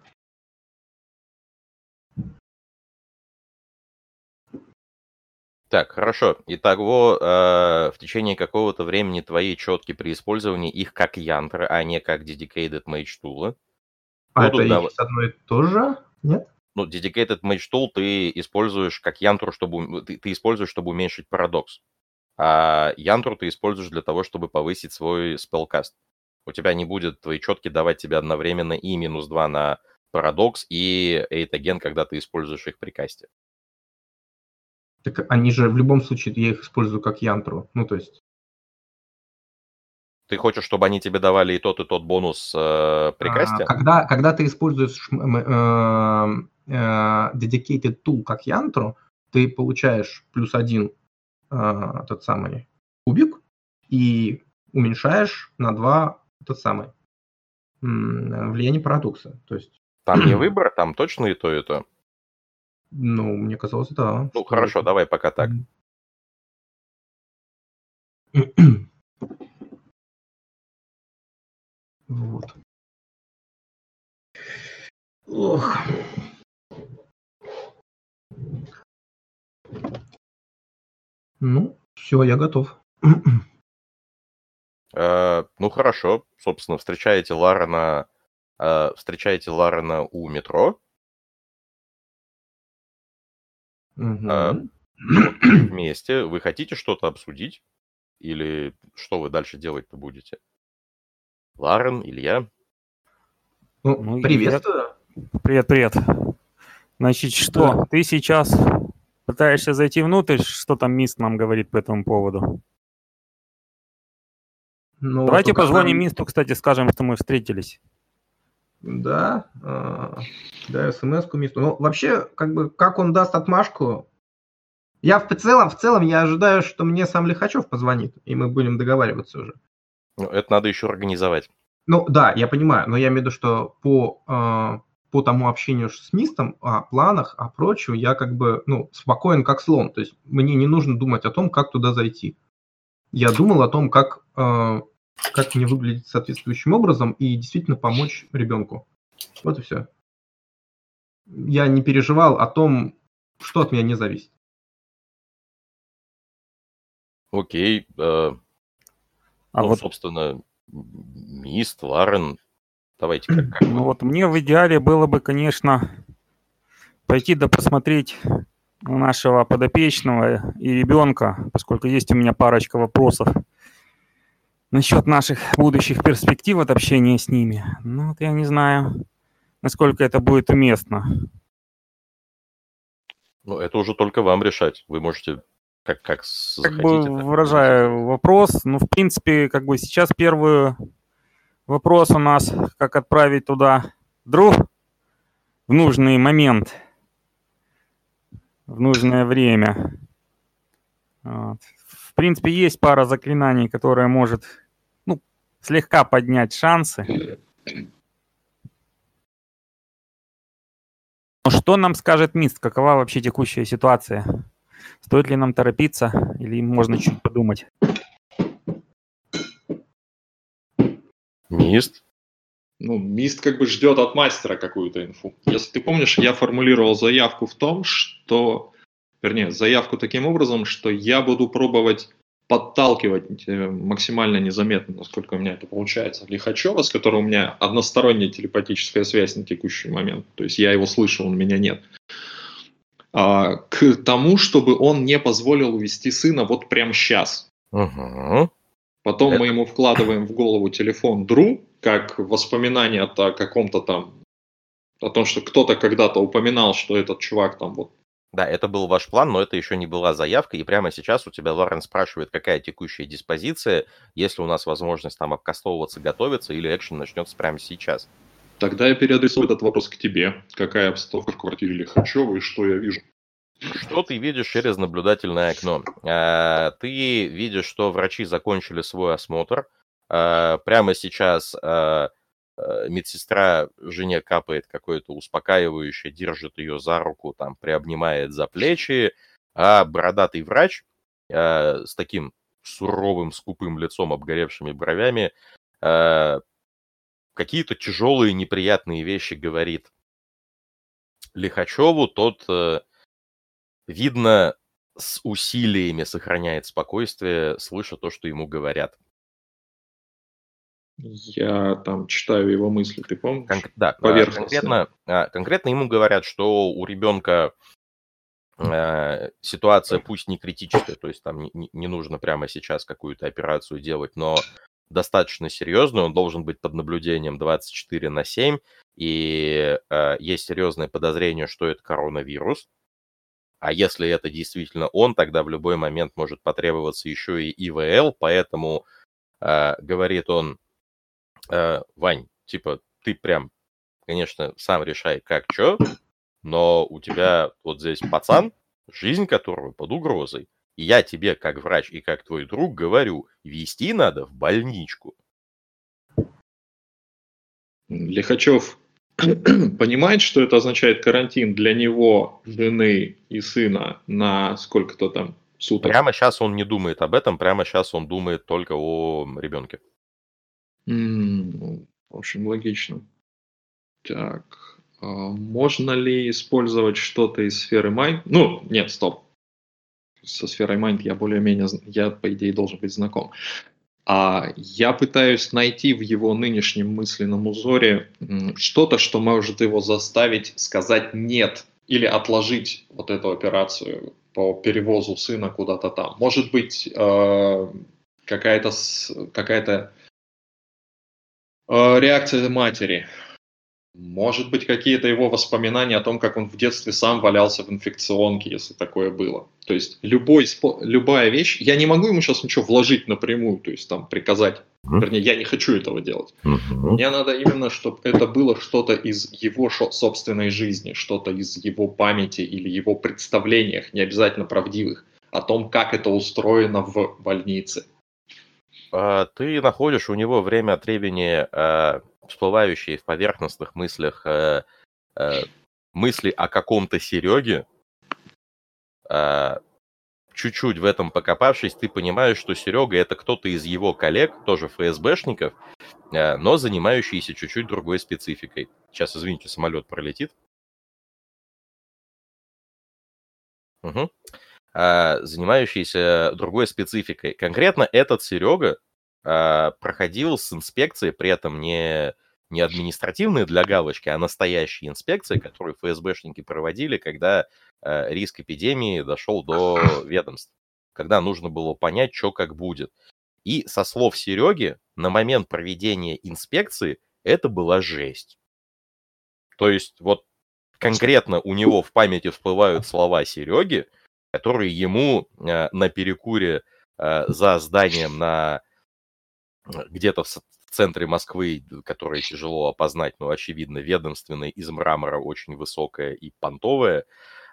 Так, хорошо. Итого, в течение какого-то времени твои четки при использовании их как янтры, а не как dedicated mage tool. Это их одно и то же? Нет? Ну, dedicated mage tool ты используешь как янтру, чтобы ты используешь, чтобы уменьшить парадокс. А янтру ты используешь для того, чтобы повысить свой спеллкаст. У тебя не будет твои четки давать тебе одновременно и -2 на парадокс, и эйтаген, когда ты используешь их при касте. Так они же в любом случае, я их использую как янтру. Ну, то есть... Ты хочешь, чтобы они тебе давали и тот бонус при касте? Когда ты используешь dedicated tool как янтру, ты получаешь +1 тот самый кубик и уменьшаешь на 2 тот самый влияние парадокса. То есть... Там не выбор, там точно и то, и то. Ну, мне казалось, да. Ну, хорошо, это... давай пока так. Вот. Ох. Ну, все, я готов. Ну, хорошо. Собственно, встречаете Ларена у метро. Вместе. Вы хотите что-то обсудить? Или что вы дальше делать-то будете? Ларен, Илья? Ну, приветствую. Привет. Значит, что? Ты сейчас пытаешься зайти внутрь? Что там Мист нам говорит по этому поводу? Ну, давайте позвоним Мисту, кстати, скажем, что мы встретились. Да, да, смс-ку месту. Ну, вообще, как он даст отмашку, я в целом я ожидаю, что мне сам Лихачев позвонит, и мы будем договариваться уже. Ну, это надо еще организовать. Ну, да, я понимаю, но я имею в виду, что по тому общению с Мистом, о планах, о прочем, я спокоен как слон. То есть мне не нужно думать о том, как туда зайти. Я думал о том, как мне выглядеть соответствующим образом и действительно помочь ребенку. Вот и все. Я не переживал о том, что от меня не зависит. Окей. Собственно, Мист, Ларен, давайте как вы. Ну вот мне в идеале было бы, конечно, пойти да посмотреть у нашего подопечного и ребенка, поскольку есть у меня парочка вопросов насчет наших будущих перспектив от общения с ними. Ну вот я не знаю, насколько это будет уместно. Ну, это уже только вам решать. Вы можете как захотите. Выражаю вопрос. Ну, в принципе, сейчас первый вопрос у нас, как отправить туда друг в нужный момент, в нужное время. Вот. В принципе, есть пара заклинаний, которые может слегка поднять шансы. Но что нам скажет Мист? Какова вообще текущая ситуация? Стоит ли нам торопиться или можно чуть подумать? Мист? Ну, Мист ждет от мастера какую-то инфу. Если ты помнишь, я формулировал заявку в том, заявку таким образом, что я буду пробовать подталкивать максимально незаметно, насколько у меня это получается, Лихачева, с которым у меня односторонняя телепатическая связь на текущий момент. То есть я его слышу, он меня нет. К тому, чтобы он не позволил увести сына вот прямо сейчас. Угу. Потом мы ему вкладываем в голову телефон Дру, как воспоминание о каком-то там, о том, что кто-то когда-то упоминал, что этот чувак там вот. Да, это был ваш план, но это еще не была заявка, и прямо сейчас у тебя Лорен спрашивает, какая текущая диспозиция, есть ли у нас возможность там обкастовываться, готовиться, или экшен начнется прямо сейчас. Тогда я переадресую этот вопрос к тебе. Какая обстановка в квартире Лихачева и что я вижу? Что ты видишь через наблюдательное окно? Ты видишь, что врачи закончили свой осмотр. Прямо сейчас медсестра жене капает какое-то успокаивающее, держит ее за руку, там, приобнимает за плечи, а бородатый врач с таким суровым, скупым лицом, обгоревшими бровями какие-то тяжелые, неприятные вещи говорит Лихачеву. Тот, видно, с усилиями сохраняет спокойствие, слыша то, что ему говорят. Я там читаю его мысли, ты помнишь? Да, конкретно ему говорят, что у ребенка ситуация пусть не критическая, то есть там не нужно прямо сейчас какую-то операцию делать, но достаточно серьезную, он должен быть под наблюдением 24/7, и есть серьезное подозрение, что это коронавирус. А если это действительно он, тогда в любой момент может потребоваться еще и ИВЛ, поэтому, говорит он, Вань, типа, ты прям, конечно, сам решай, как, что, но у тебя вот здесь пацан, жизнь которого под угрозой, и я тебе, как врач и как твой друг, говорю, везти надо в больничку. Лихачев понимает, что это означает карантин для него, жены и сына на сколько-то там суток? Прямо сейчас он не думает об этом, прямо сейчас он думает только о ребенке. В общем, логично. Так, можно ли использовать что-то из сферы Mind? Ну, нет, стоп. Со сферой Mind я более-менее, я, по идее, должен быть знаком. Я пытаюсь найти в его нынешнем мысленном узоре что-то, что может его заставить сказать «нет» или отложить вот эту операцию по перевозу сына куда-то там. Может быть, какая-то реакция матери. Может быть, какие-то его воспоминания о том, как он в детстве сам валялся в инфекционке, если такое было. То есть любая вещь, я не могу ему сейчас ничего вложить напрямую, то есть там приказать, вернее, я не хочу этого делать. Мне надо именно, чтобы это было что-то из его собственной жизни, что-то из его памяти или его представлениях, не обязательно правдивых, о том, как это устроено в больнице. Ты находишь у него время от времени всплывающие в поверхностных мыслях мысли о каком-то Сереге. Чуть-чуть в этом покопавшись, ты понимаешь, что Серега — это кто-то из его коллег, тоже ФСБшников, но занимающийся чуть-чуть другой спецификой. Сейчас, извините, самолет пролетит. Угу. Занимающийся другой спецификой. Конкретно этот Серега проходил с инспекцией, при этом не административные для галочки, а настоящие инспекции, которые ФСБшники проводили, когда риск эпидемии дошел до ведомств, когда нужно было понять, что как будет. И со слов Сереги, на момент проведения инспекции это была жесть. То есть вот конкретно у него в памяти всплывают слова Сереги, которые ему на перекуре за зданием где-то в центре Москвы, которое тяжело опознать, но, очевидно, ведомственное, из мрамора, очень высокое и понтовое,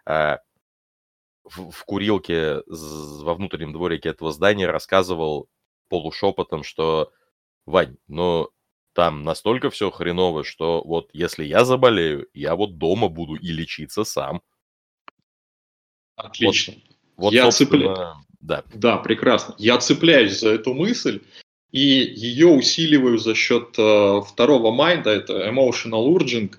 в курилке во внутреннем дворике этого здания рассказывал полушепотом, что «Вань, ну там настолько все хреново, что вот если я заболею, я вот дома буду и лечиться сам». Отлично. Вот Я собственно, да. Да, прекрасно. Я цепляюсь за эту мысль и ее усиливаю за счет второго майнда, это Emotional Urging,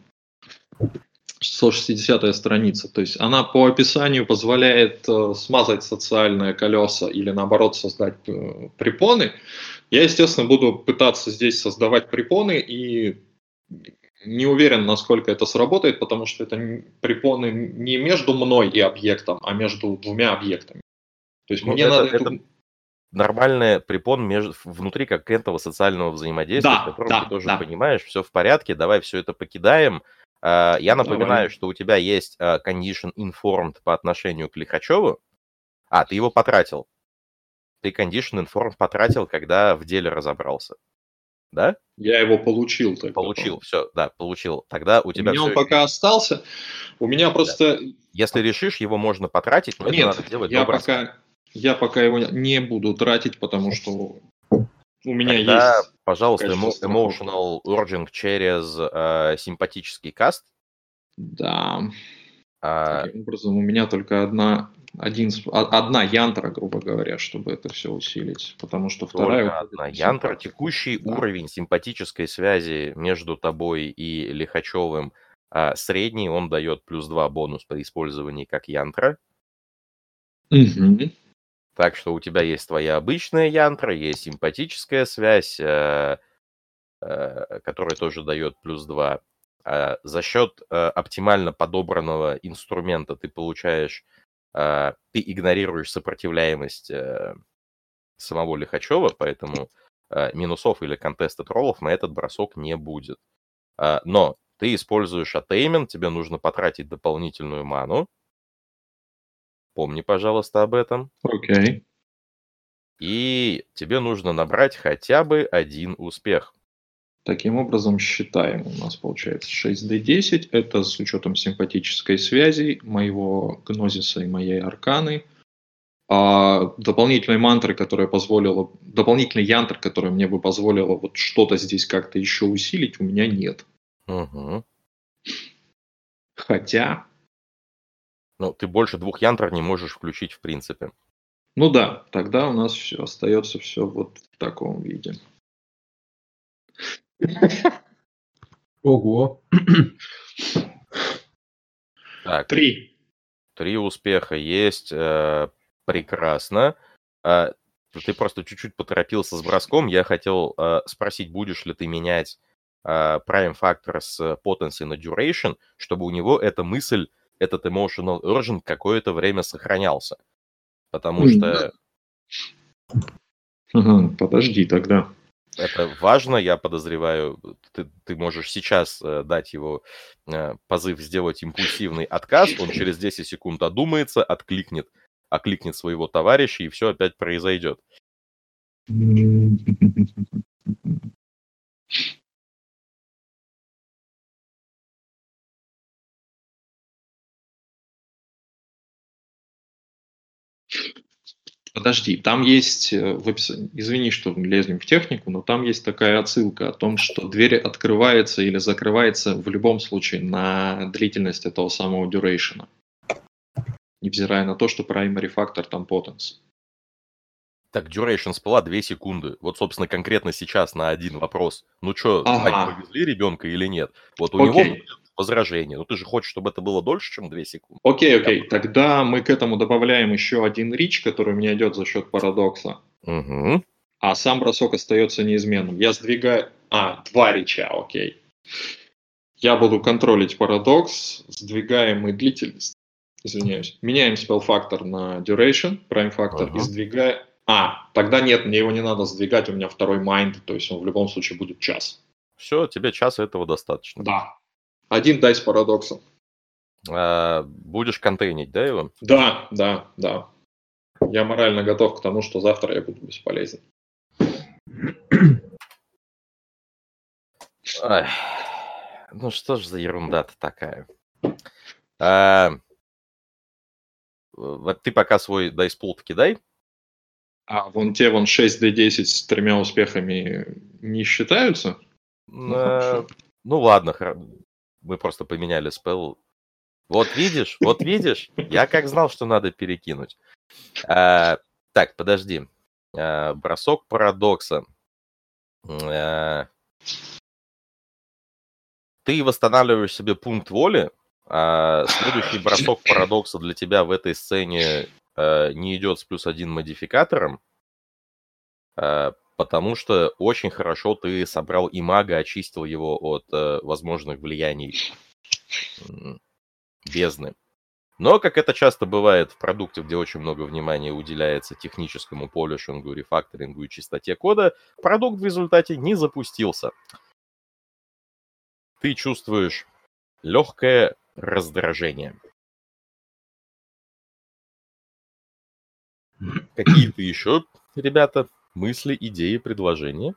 160-я страница. То есть она по описанию позволяет смазать социальные колеса или наоборот создать препоны. Я, естественно, буду пытаться здесь создавать препоны и не уверен, насколько это сработает, потому что это препоны не между мной и объектом, а между двумя объектами. То есть мне надо это нормальный препон внутри конкретного социального взаимодействия, в котором ты тоже понимаешь, все в порядке, давай все это покидаем. Я напоминаю, что у тебя есть condition informed по отношению к Лихачеву. Ты его потратил. Ты condition informed потратил, когда в деле разобрался. Да? Я его получил. Тогда, получил, все, да, получил. Тогда у тебя все... У меня он пока остался. У меня просто... Да. Если решишь, его можно потратить, но Нет, это надо делать я пока его не буду тратить, потому что у меня тогда, есть... пожалуйста, emotional urging через симпатический каст. Да. Таким образом, у меня только одна янтра, грубо говоря, чтобы это все усилить, потому что вторая... Одна янтра. Текущий уровень симпатической связи между тобой и Лихачевым средний, он дает +2 бонус при использовании как янтра. Угу. Так что у тебя есть твоя обычная янтра, есть симпатическая связь, которая тоже дает +2. За счет оптимально подобранного инструмента ты получаешь, ты игнорируешь сопротивляемость самого Лихачева, поэтому минусов или контеста троллов на этот бросок не будет. Но ты используешь attainment, тебе нужно потратить дополнительную ману. Помни, пожалуйста, об этом. Окей. И тебе нужно набрать хотя бы 1 успех. Таким образом, считаем. У нас получается 6d10. Это с учетом симпатической связи, моего гнозиса и моей арканы. А дополнительной мантры, которая позволила... Дополнительный янтр, который мне бы позволило вот что-то здесь как-то еще усилить, у меня нет. Угу. Хотя... Ну, ты больше 2 янтр не можешь включить в принципе. Ну да, тогда у нас все остается все вот в таком виде. Ого. Так, 3. 3 успеха есть. Прекрасно. Ты просто чуть-чуть поторопился с броском. Я хотел спросить, будешь ли ты менять Prime Factor с Potency на Duration, чтобы у него эта мысль, этот Emotional Urgent какое-то время сохранялся. Потому что... Ага, подожди тогда. Это важно, я подозреваю. Ты можешь сейчас дать его позыв сделать импульсивный отказ, он через 10 секунд одумается, окликнет своего товарища, и все опять произойдет. Подожди, там есть, извини, что лезем в технику, но там есть такая отсылка о том, что дверь открывается или закрывается в любом случае на длительность этого самого duration, невзирая на то, что primary фактор там potence. Так, duration спала 2 секунды. Вот, собственно, конкретно сейчас на один вопрос. Ну что, Ага. повезли ребенка или нет? Вот у него Окей. будет возражение. Ну ты же хочешь, чтобы это было дольше, чем 2 секунды. Окей. Тогда мы к этому добавляем еще один reach, который у меня идет за счет парадокса. Угу. А сам бросок остается неизменным. Я сдвигаю... 2 рича, окей. Я буду контролить парадокс, сдвигаемый длительность. Извиняюсь. Меняем spell фактор на duration, prime фактор, и сдвигаем... тогда нет, мне его не надо сдвигать, у меня второй mind, то есть он в любом случае будет час. Все, тебе часа этого достаточно. Да. 1 дай с парадоксом. Будешь контейнить, да, его? Да. Я морально готов к тому, что завтра я буду бесполезен. Ай, ну что ж за ерунда-то такая. Вот ты пока свой дайспул кидай. Вон 6D10 с 3 успехами не считаются? Ну ладно, мы просто поменяли спелл. Вот видишь, я как знал, что надо перекинуть. Так, подожди. Бросок парадокса. Ты восстанавливаешь себе пункт воли, а следующий бросок парадокса для тебя в этой сцене не идет с +1 модификатором, потому что очень хорошо ты собрал имага, очистил его от возможных влияний бездны. Но, как это часто бывает в продукте, где очень много внимания уделяется техническому полишингу, рефакторингу и чистоте кода, продукт в результате не запустился. Ты чувствуешь легкое раздражение. Какие-то еще, ребята, мысли, идеи, предложения?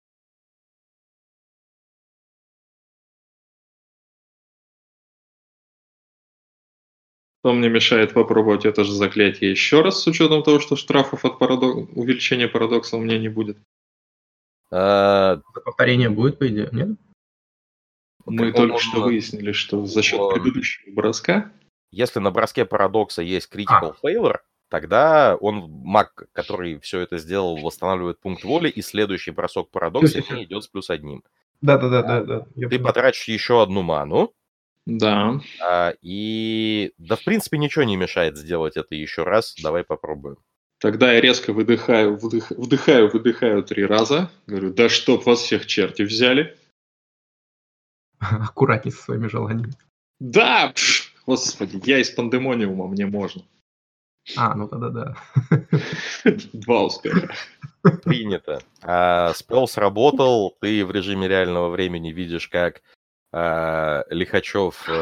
Что мне мешает попробовать это же заклятие еще раз, с учетом того, что штрафов от увеличения парадокса у меня не будет? Повторение будет, по идее, нет? Мы только что выяснили, что за счет предыдущего броска... Если на броске парадокса есть critical failure, тогда он, маг, который все это сделал, восстанавливает пункт воли, и следующий бросок парадокса не идет с +1. Да. Ты потратишь еще 1 ману. Да. И, в принципе, ничего не мешает сделать это еще раз. Давай попробуем. Тогда я резко выдыхаю 3 раза. Говорю, да чтоб вас всех черти взяли. Аккуратней со своими желаниями. Да! Господи, я из пандемониума, мне можно. Ну тогда да. 2 успеха. Принято. Спелл сработал. Ты в режиме реального времени видишь, как Лихачев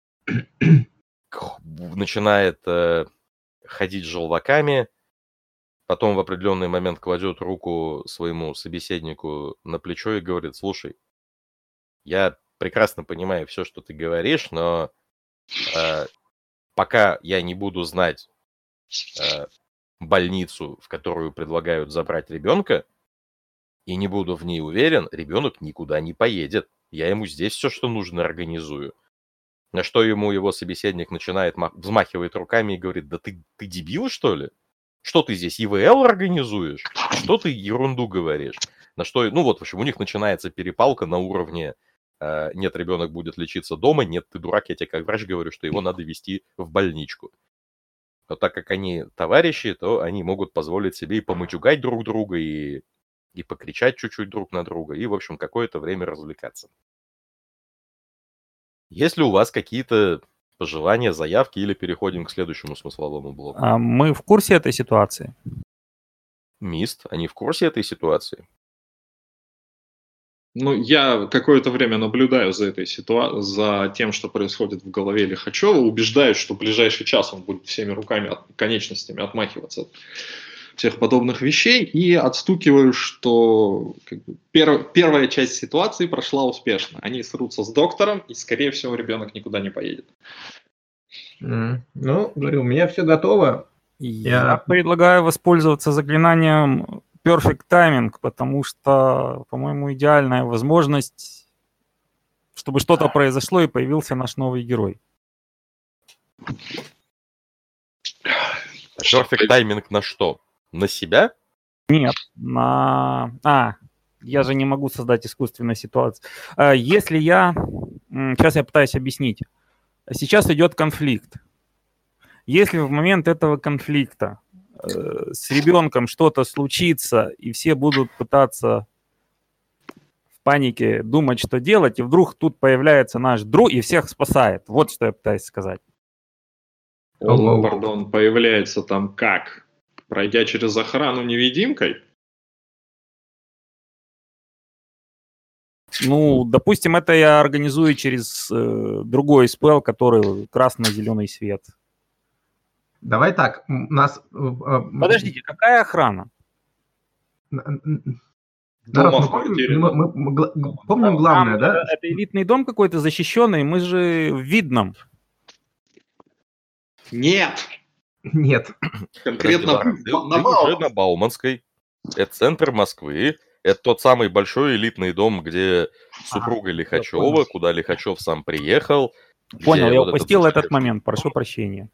начинает ходить желваками, потом в определенный момент кладет руку своему собеседнику на плечо и говорит: слушай, я прекрасно понимаю все, что ты говоришь, но пока я не буду знать больницу, в которую предлагают забрать ребенка, и не буду в ней уверен, ребенок никуда не поедет. Я ему здесь все, что нужно, организую. На что ему его собеседник начинает взмахивает руками и говорит: да ты дебил, что ли? Что ты здесь ИВЛ организуешь? Что ты ерунду говоришь? На что, в общем, у них начинается перепалка на уровне нет, ребенок будет лечиться дома, нет, ты дурак, я тебе как врач говорю, что его надо везти в больничку. Но так как они товарищи, то они могут позволить себе и поматюгать друг друга, и покричать чуть-чуть друг на друга, и, в общем, какое-то время развлекаться. Есть ли у вас какие-то пожелания, заявки, или переходим к следующему смысловому блоку? Мы в курсе этой ситуации? Мист, они в курсе этой ситуации? Ну, я какое-то время наблюдаю за этой ситуацией, за тем, что происходит в голове Лихачева, убеждаюсь, что в ближайший час он будет всеми руками, конечностями отмахиваться от всех подобных вещей, и отстукиваю, что как бы, первая часть ситуации прошла успешно. Они срутся с доктором, и, скорее всего, ребенок никуда не поедет. Ну, говорю, у меня все готово. Я предлагаю воспользоваться заклинанием Perfect Timing, потому что, по-моему, идеальная возможность, чтобы что-то произошло и появился наш новый герой. Perfect тайминг на что? На себя? Нет, на... я же не могу создать искусственную ситуацию. Если я... Сейчас я пытаюсь объяснить. Сейчас идет конфликт. Если в момент этого конфликта с ребенком что-то случится, и все будут пытаться в панике думать, что делать, и вдруг тут появляется наш друг и всех спасает. Вот что я пытаюсь сказать. Он, пардон, появляется там как? Пройдя через охрану невидимкой? Ну, допустим, это я организую через другой спел, который красно-зеленый свет. Давай так, у нас... Подождите, какая охрана? Народ, мы помним главное, да? Это элитный дом какой-то защищенный, мы же в Видном. Нет! Нет. Конкретно ты уже на Бауманской. Это центр Москвы. Это тот самый большой элитный дом, где супруга Лихачева, куда Лихачев сам приехал. Понял, я упустил этот момент, прошу прощения.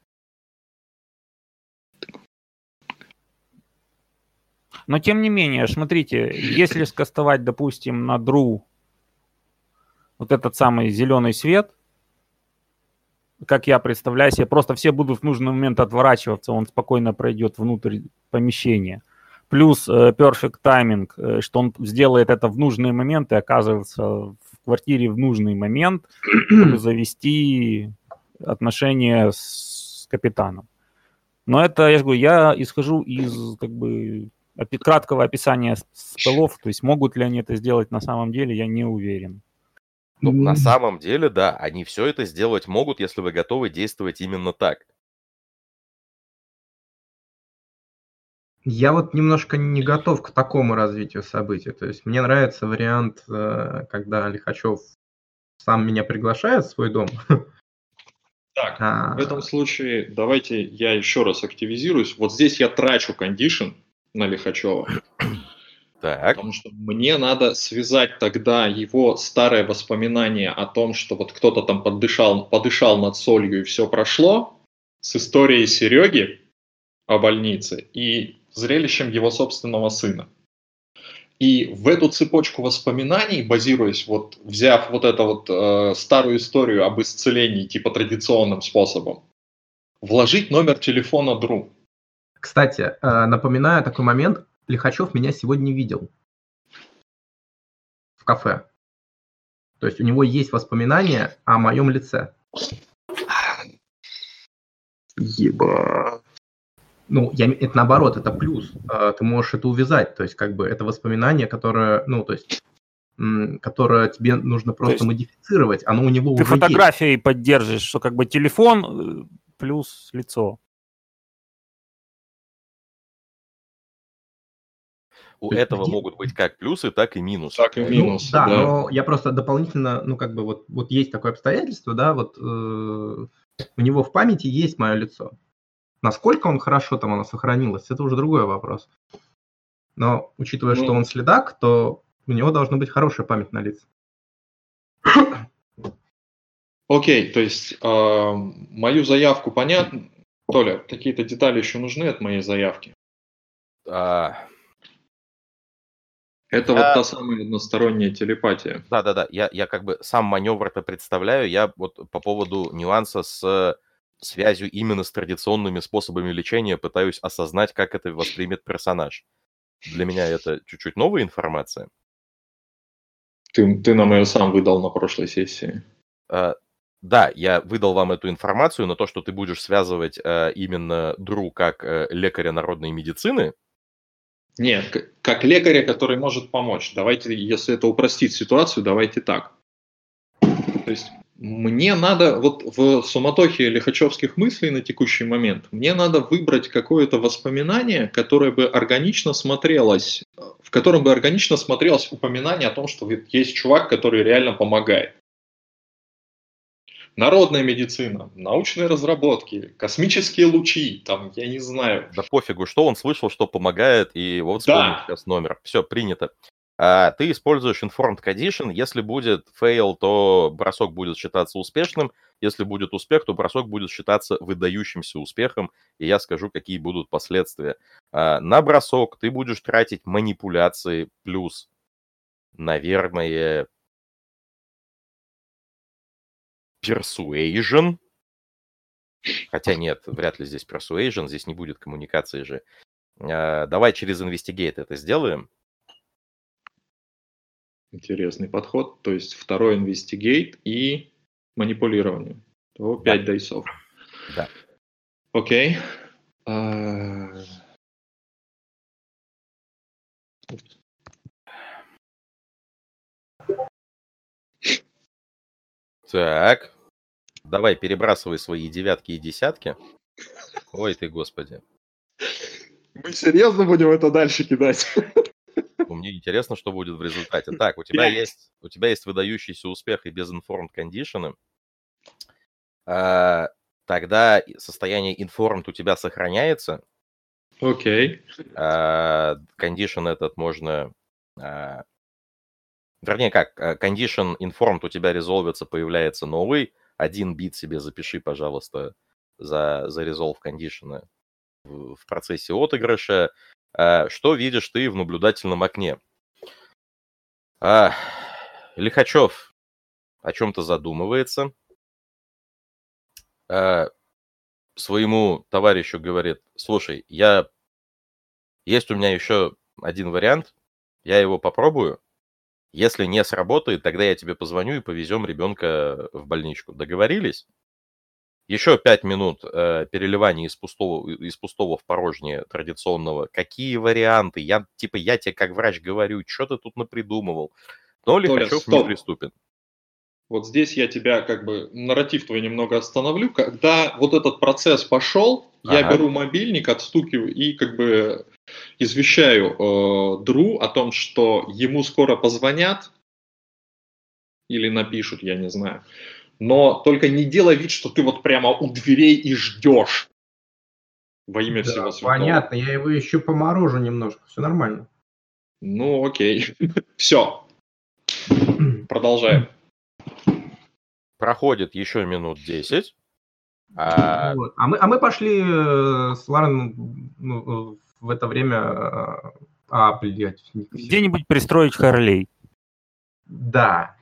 Но тем не менее, смотрите, если скастовать, допустим, на Дру вот этот самый зеленый свет, как я представляю себе, просто все будут в нужный момент отворачиваться, он спокойно пройдет внутрь помещения. Плюс perfect timing, что он сделает это в нужный момент и оказывается в квартире в нужный момент, чтобы завести отношения с капитаном. Но это, я же говорю, я исхожу из как бы краткого описания спелов, то есть могут ли они это сделать на самом деле, я не уверен. Ну, на самом деле, да, они все это сделать могут, если вы готовы действовать именно так. Я вот немножко не готов к такому развитию событий. То есть мне нравится вариант, когда Лихачев сам меня приглашает в свой дом. Так, в этом случае давайте я еще раз активизируюсь. Вот здесь я трачу кондишн на Лихачева. Так. Потому что мне надо связать тогда его старое воспоминание о том, что вот кто-то там подышал над солью и все прошло, с историей Сереги о больнице и зрелищем его собственного сына. И в эту цепочку воспоминаний, базируясь, вот взяв вот эту вот старую историю об исцелении типа традиционным способом, вложить номер телефона Дру. Кстати, напоминаю такой момент, Лихачев меня сегодня видел в кафе. То есть у него есть воспоминания о моем лице. Еба. Ну, это наоборот, это плюс. Ты можешь это увязать. То есть, как бы, это воспоминание, которое, ну, то есть, которое тебе нужно просто модифицировать. Оно у него уже есть. Ты фотографией поддержишь, что как бы телефон плюс лицо. У этого могут быть как плюсы, так и минусы. Так и минусы, да. Но я просто дополнительно, ну, как бы, вот есть такое обстоятельство, да, вот у него в памяти есть мое лицо. Насколько он хорошо там оно сохранилось, это уже другой вопрос. Но, учитывая, что он следак, то у него должна быть хорошая память на лица. Окей, то есть мою заявку понятно. Толя, какие-то детали еще нужны от моей заявки? Это вот та самая односторонняя телепатия. Да. Я как бы сам маневр-то представляю. Я вот по поводу нюанса с связью именно с традиционными способами лечения пытаюсь осознать, как это воспримет персонаж. Для меня это чуть-чуть новая информация. Ты нам ее сам выдал на прошлой сессии. Да, я выдал вам эту информацию, но то, что ты будешь связывать именно Дру как лекаря народной медицины, Нет, как лекаря, который может помочь. Давайте, если это упростить ситуацию, давайте так. То есть мне надо, вот в суматохе лихачевских мыслей на текущий момент, мне надо выбрать какое-то воспоминание, которое бы органично смотрелось, в котором бы органично смотрелось упоминание о том, что есть чувак, который реально помогает. Народная медицина, научные разработки, космические лучи, там, я не знаю. Да пофигу, что он слышал, что помогает, и вот вспомнил Да. сейчас номер. Все, принято. Ты используешь Informed Condition. Если будет fail, то бросок будет считаться успешным. Если будет успех, то бросок будет считаться выдающимся успехом. И я скажу, какие будут последствия. На бросок ты будешь тратить манипуляции плюс, наверное, Persuasion. Хотя нет, вряд ли здесь Persuasion, здесь не будет коммуникации же. Давай через Investigate это сделаем. Интересный подход. То есть второй Investigate и манипулирование. То 5 дайсов. Да. Окей. Так. Давай, перебрасывай свои девятки и десятки. Ой ты, господи. Мы серьезно будем это дальше кидать? Мне интересно, что будет в результате. Так, у тебя есть выдающийся успех и без Informed Condition. Тогда состояние Informed у тебя сохраняется. Окей. Condition этот можно... Вернее, как, Condition Informed у тебя резолвится, появляется новый. 1 бит себе запиши, пожалуйста, за Resolve Condition в процессе отыгрыша. Что видишь ты в наблюдательном окне? Лихачев о чем-то задумывается. Своему товарищу говорит: слушай, есть у меня еще один вариант, я его попробую. Если не сработает, тогда я тебе позвоню и повезем ребенка в больничку. Договорились? Еще 5 минут переливания из пустого в порожнее традиционного. Какие варианты? Я тебе как врач говорю, что ты тут напридумывал? Но Лихачев не приступен. Вот здесь я тебя нарратив твой немного остановлю. Когда вот этот процесс пошел, я беру мобильник, отстукиваю и извещаю Дру о том, что ему скоро позвонят или напишут, я не знаю. Но только не делай вид, что ты вот прямо у дверей и ждешь. Во имя всего святого. Понятно, я его еще поморожу немножко, все нормально. Ну, окей. Все. Продолжаем. Проходит еще минут 10. Вот. А мы пошли с Ларен в это время... Где-нибудь пристроить Харлей. Да.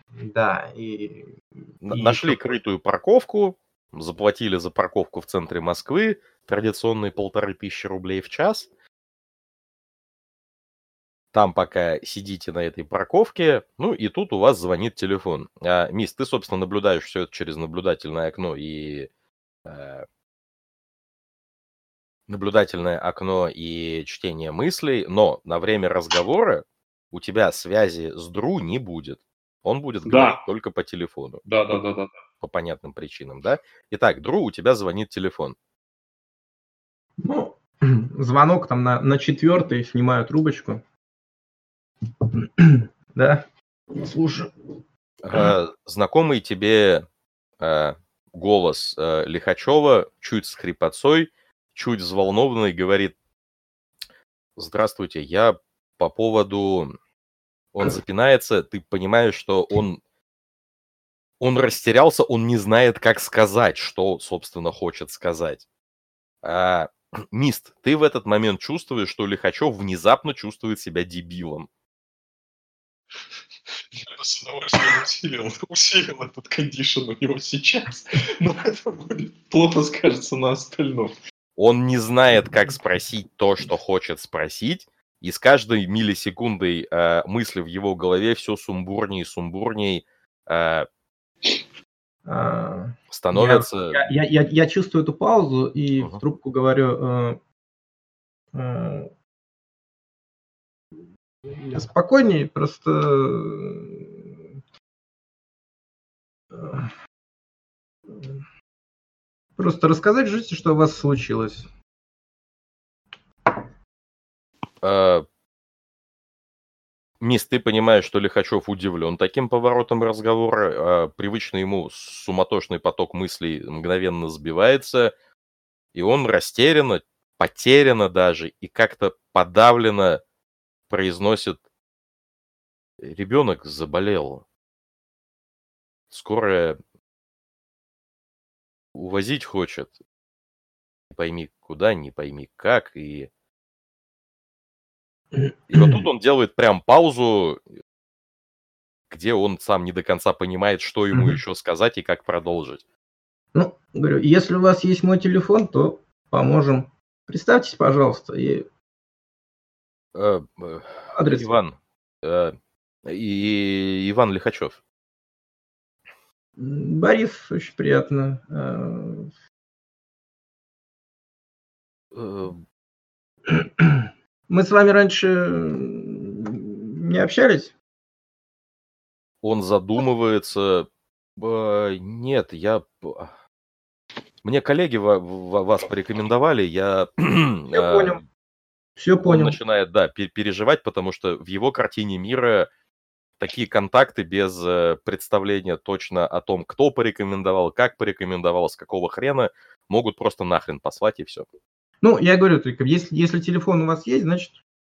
Нашли крытую парковку, заплатили за парковку в центре Москвы, традиционные 1500 рублей в час. Там пока сидите на этой парковке, ну и тут у вас звонит телефон. Мисс, ты, собственно, наблюдаешь все это через наблюдательное окно и чтение мыслей, но на время разговора у тебя связи с Дру не будет. Он будет говорить только по телефону. Да. По понятным причинам, да? Итак, Дру, у тебя звонит телефон. Ну, звонок там на 4-й, снимаю трубочку. Да, слушай. Знакомый тебе голос Лихачева, чуть с хрипотцой, чуть взволнованный, говорит: здравствуйте, я по поводу... Он запинается, ты понимаешь, что он растерялся, он не знает, как сказать, что, собственно, хочет сказать. Мист, ты в этот момент чувствуешь, что Лихачев внезапно чувствует себя дебилом. Я с удовольствием усилил этот кондишн у него сейчас, но это будет плохо скажется на остальном. Он не знает, как спросить то, что хочет спросить, и с каждой миллисекундой мысли в его голове все сумбурнее и сумбурнее становятся... Я чувствую эту паузу и в трубку говорю: спокойнее, просто рассказать жителям, что у вас случилось. Мисс, ты понимаешь, что Лихачев удивлен таким поворотом разговора, привычный ему суматошный поток мыслей мгновенно сбивается, и он растерянно, потерянно даже, и как-то подавленно произносит: ребенок заболел. Скорая увозить хочет. Не пойми куда, не пойми как. И вот тут он делает прям паузу, где он сам не до конца понимает, что ему еще сказать и как продолжить. Ну, говорю, если у вас есть мой телефон, то поможем. Представьтесь, пожалуйста, и адрес. Иван. Иван Лихачев. Борис, очень приятно. Мы с вами раньше не общались? Он задумывается. Нет, мне коллеги вас порекомендовали, я... Все понял. Все Он понял. начинает, да, переживать, потому что в его картине мира такие контакты без представления точно о том, кто порекомендовал, как порекомендовал, с какого хрена, могут просто нахрен послать и все. Ну, я говорю, только если телефон у вас есть, значит...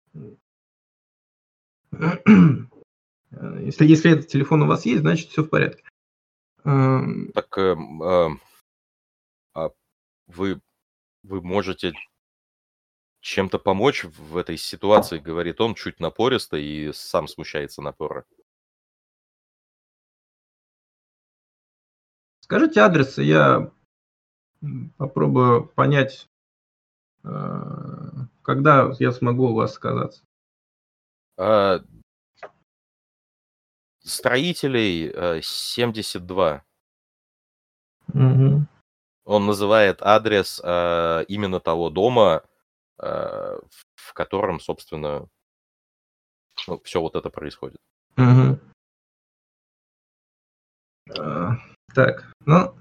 Если этот телефон у вас есть, значит все в порядке. Так вы можете чем-то помочь в этой ситуации, говорит он, чуть напористо, и сам смущается напора. Скажите адрес, и я попробую понять, когда я смогу у вас оказаться. Строителей 72. Угу. Он называет адрес именно того дома, в котором, собственно, все вот это происходит. Угу. Так, ну...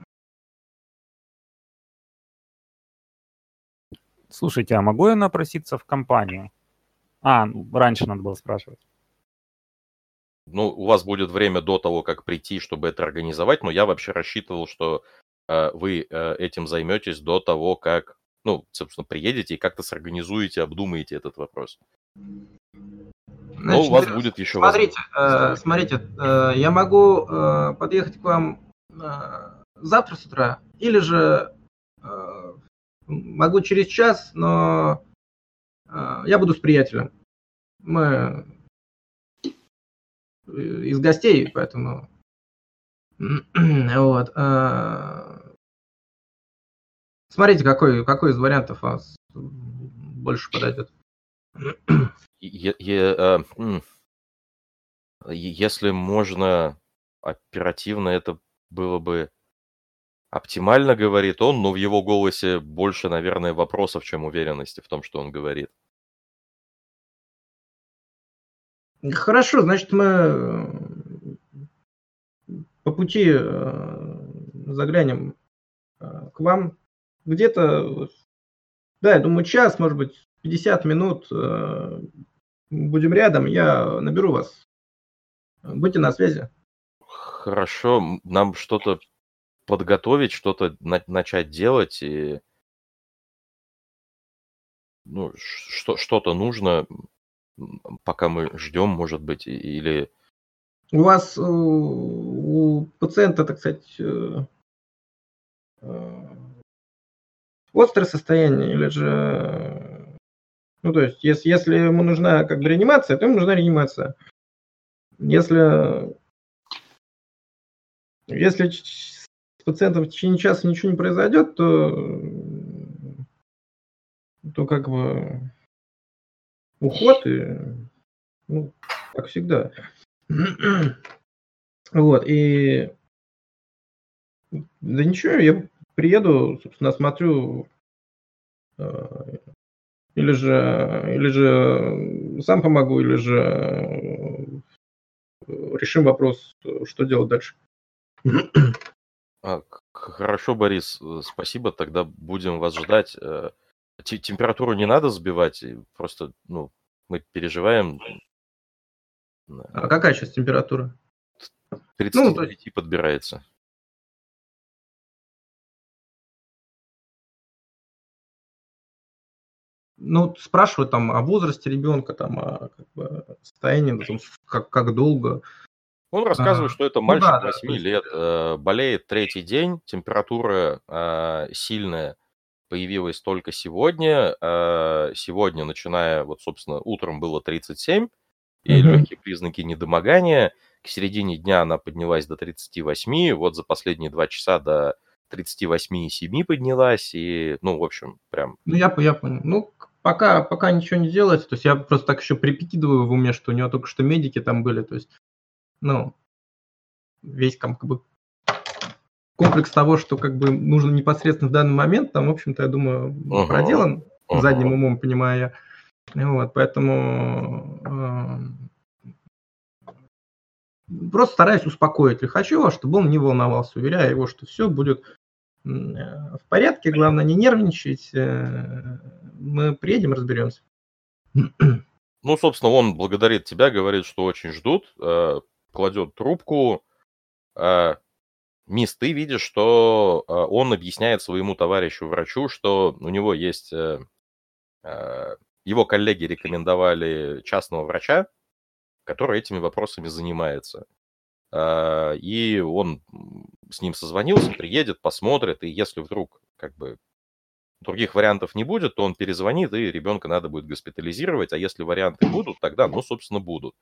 Слушайте, а могу я напроситься в компанию? Раньше надо было спрашивать. Ну, у вас будет время до того, как прийти, чтобы это организовать, но я вообще рассчитывал, что вы этим займетесь до того, как, собственно, приедете и как-то сорганизуете, обдумаете этот вопрос. Но у вас будет еще возможность. Смотрите, я могу подъехать к вам завтра с утра, или же могу через час, но я буду с приятелем. Мы из гостей, поэтому... Вот. Смотрите, какой из вариантов вас больше подойдет. Если можно оперативно, это было бы оптимально, говорит он, но в его голосе больше, наверное, вопросов, чем уверенности в том, что он говорит. Хорошо, значит, мы по пути заглянем к вам где-то, да, я думаю, час, может быть, 50 минут будем рядом, я наберу вас. Будьте на связи. Хорошо, нам что-то подготовить, что-то начать делать, и что-то нужно, пока мы ждем, может быть, или... У вас у пациента, так сказать, острое состояние, или же... Ну, то есть, если ему нужна как бы реанимация, то ему нужна реанимация. Если с пациентом в течение часа ничего не произойдет, то как бы уход, и, как всегда. Вот, и да ничего, я приеду, собственно, осмотрю или же сам помогу, или же решим вопрос, что делать дальше. Хорошо, Борис, спасибо. Тогда будем вас ждать. Температуру не надо сбивать, просто, мы переживаем. А какая сейчас температура? 39 подбирается. Спрашивают там о возрасте ребенка, там, о состоянии, там, как долго. Он рассказывает, что это мальчик да, 8 то есть- лет, болеет 3-й день, температура сильная появилась только сегодня. Сегодня, начиная, собственно, утром было 37, и легкие признаки недомогания. К середине дня она поднялась до 38, вот за последние 2 часа до 38,7 поднялась, и, в общем, прям... Я понял. Пока ничего не делается, то есть я просто так еще прикидываю в уме, что у него только что медики там были, то есть, весь комплекс того, что нужно непосредственно в данный момент, там, в общем-то, я думаю, проделан задним умом, понимаю я. Поэтому просто стараюсь успокоить Лихачева, чтобы он не волновался, уверяя его, что все будет в порядке, главное не нервничать, мы приедем, разберемся. Собственно, он благодарит тебя, говорит, что очень ждут, кладет трубку. Мисс, ты видишь, что он объясняет своему товарищу-врачу, что у него есть... Его коллеги рекомендовали частного врача, который этими вопросами занимается. И он с ним созвонился, приедет, посмотрит, и если вдруг других вариантов не будет, то он перезвонит, и ребенка надо будет госпитализировать, а если варианты будут, тогда, собственно, будут.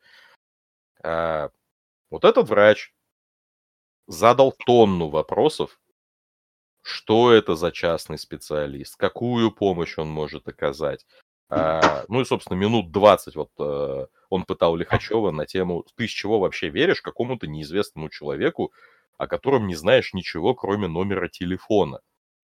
Вот этот врач задал тонну вопросов, что это за частный специалист, какую помощь он может оказать. И, собственно, минут 20 он пытал Лихачева на тему, ты с чего вообще веришь какому-то неизвестному человеку, о котором не знаешь ничего, кроме номера телефона.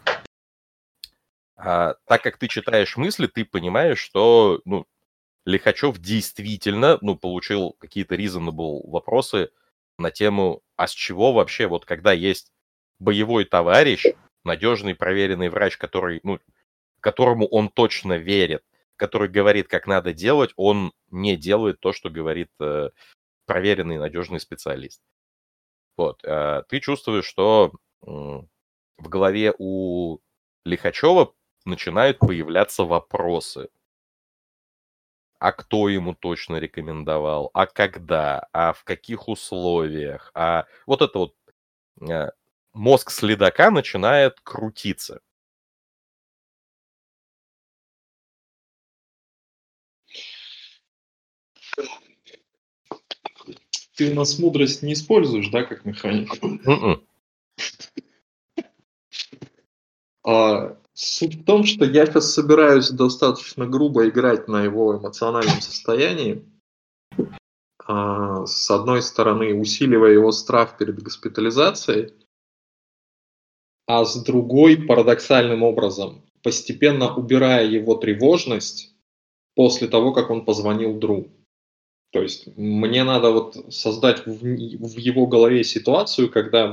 Так как ты читаешь мысли, ты понимаешь, что Лихачев действительно получил какие-то reasonable вопросы на тему, а с чего вообще, когда есть боевой товарищ, надежный проверенный врач, которому он точно верит, который говорит, как надо делать, он не делает то, что говорит проверенный надежный специалист. Ты чувствуешь, что в голове у Лихачева начинают появляться вопросы. А кто ему точно рекомендовал? А когда? А в каких условиях? А мозг следака начинает крутиться. Ты у нас мудрость не используешь, да, как механик? Суть в том, что я сейчас собираюсь достаточно грубо играть на его эмоциональном состоянии. С одной стороны, усиливая его страх перед госпитализацией, а с другой, парадоксальным образом, постепенно убирая его тревожность после того, как он позвонил другу. То есть мне надо создать в его голове ситуацию, когда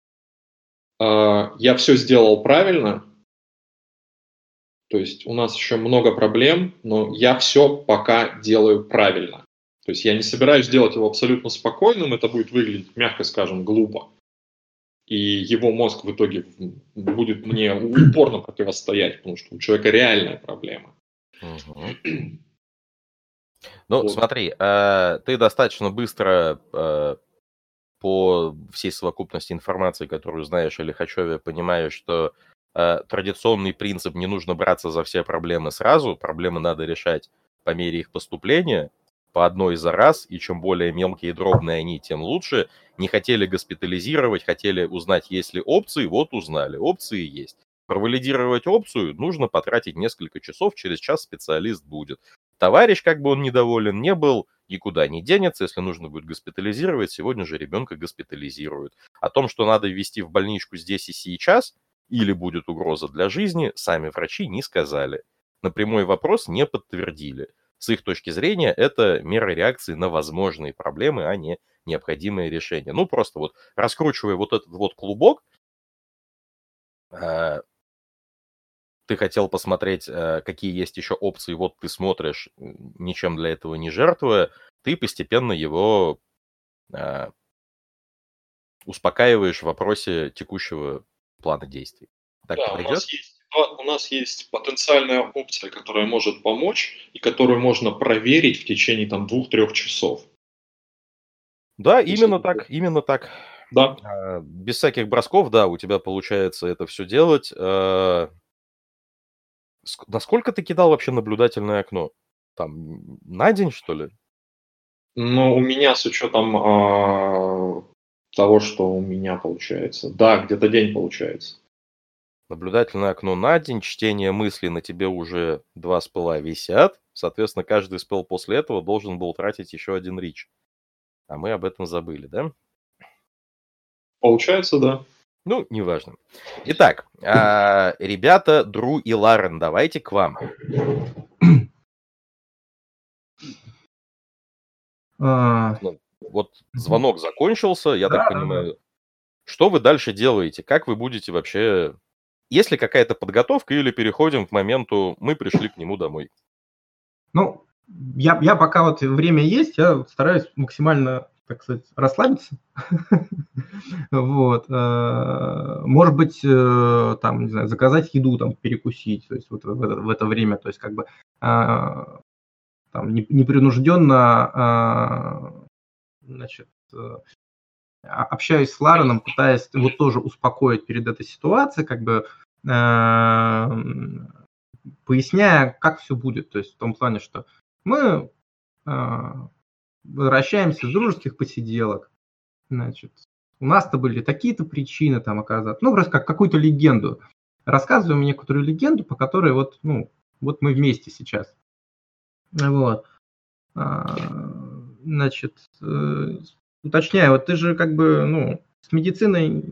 я все сделал правильно, то есть у нас еще много проблем, но я все пока делаю правильно. То есть я не собираюсь делать его абсолютно спокойным, это будет выглядеть, мягко скажем, глупо. И его мозг в итоге будет мне упорно противостоять, потому что у человека реальная проблема. Смотри, ты достаточно быстро по всей совокупности информации, которую знаешь о Лихачеве, понимаешь, что традиционный принцип не нужно браться за все проблемы сразу, проблемы надо решать по мере их поступления, по одной за раз, и чем более мелкие и дробные они, тем лучше. Не хотели госпитализировать, хотели узнать, есть ли опции, узнали, опции есть. Провалидировать опцию нужно потратить несколько часов, через час специалист будет. Товарищ, как бы он недоволен не был, никуда не денется, если нужно будет госпитализировать, сегодня же ребенка госпитализируют. О том, что надо ввести в больничку здесь и сейчас, или будет угроза для жизни, сами врачи не сказали. на прямой вопрос не подтвердили. С их точки зрения, это мера реакции на возможные проблемы, а не необходимое решение. Ну, просто вот раскручивая вот этот вот клубок, ты хотел посмотреть, какие есть еще опции, вот ты смотришь, ничем для этого не жертвуя, ты постепенно его успокаиваешь в вопросе текущего плана действий. Так Да, подойдет? у нас есть потенциальная опция, которая может помочь и которую можно проверить в течение там 2-3 часов. Да, Если именно это- так, именно так. Да. Без всяких бросков, да, у тебя получается это все делать. Насколько ты кидал вообще наблюдательное окно? Там на день, что ли? Но у меня с учетом того, что у меня получается. Да, где-то день получается. Наблюдательное окно на день, чтение мыслей на тебе уже 2 спела висят. Соответственно, каждый спел после этого должен был тратить еще 1 рич. А мы об этом забыли, да? Получается, да. Ну, неважно. Итак, ребята, Дру и Ларен, давайте к вам. Вот звонок закончился, я так понимаю. Что вы дальше делаете? Как вы будете вообще... Есть ли какая-то подготовка или переходим к моменту «мы пришли к нему домой»? Ну, я пока вот время есть, я стараюсь максимально, так сказать, расслабиться. Вот. Может быть, там, не знаю, заказать еду, там, перекусить, то есть вот в это время, то есть как бы там непринужденно, значит, общаюсь с Лареном, пытаясь его тоже успокоить перед этой ситуацией, как бы поясняя, как все будет. То есть в том плане, что мы возвращаемся с дружеских посиделок, значит, у нас-то были такие-то причины там оказаться. Ну, просто как какую-то легенду. Рассказываем некоторую легенду, по которой вот, ну, вот мы вместе сейчас. Вот. Значит, уточняю, вот ты же как бы, ну, с медициной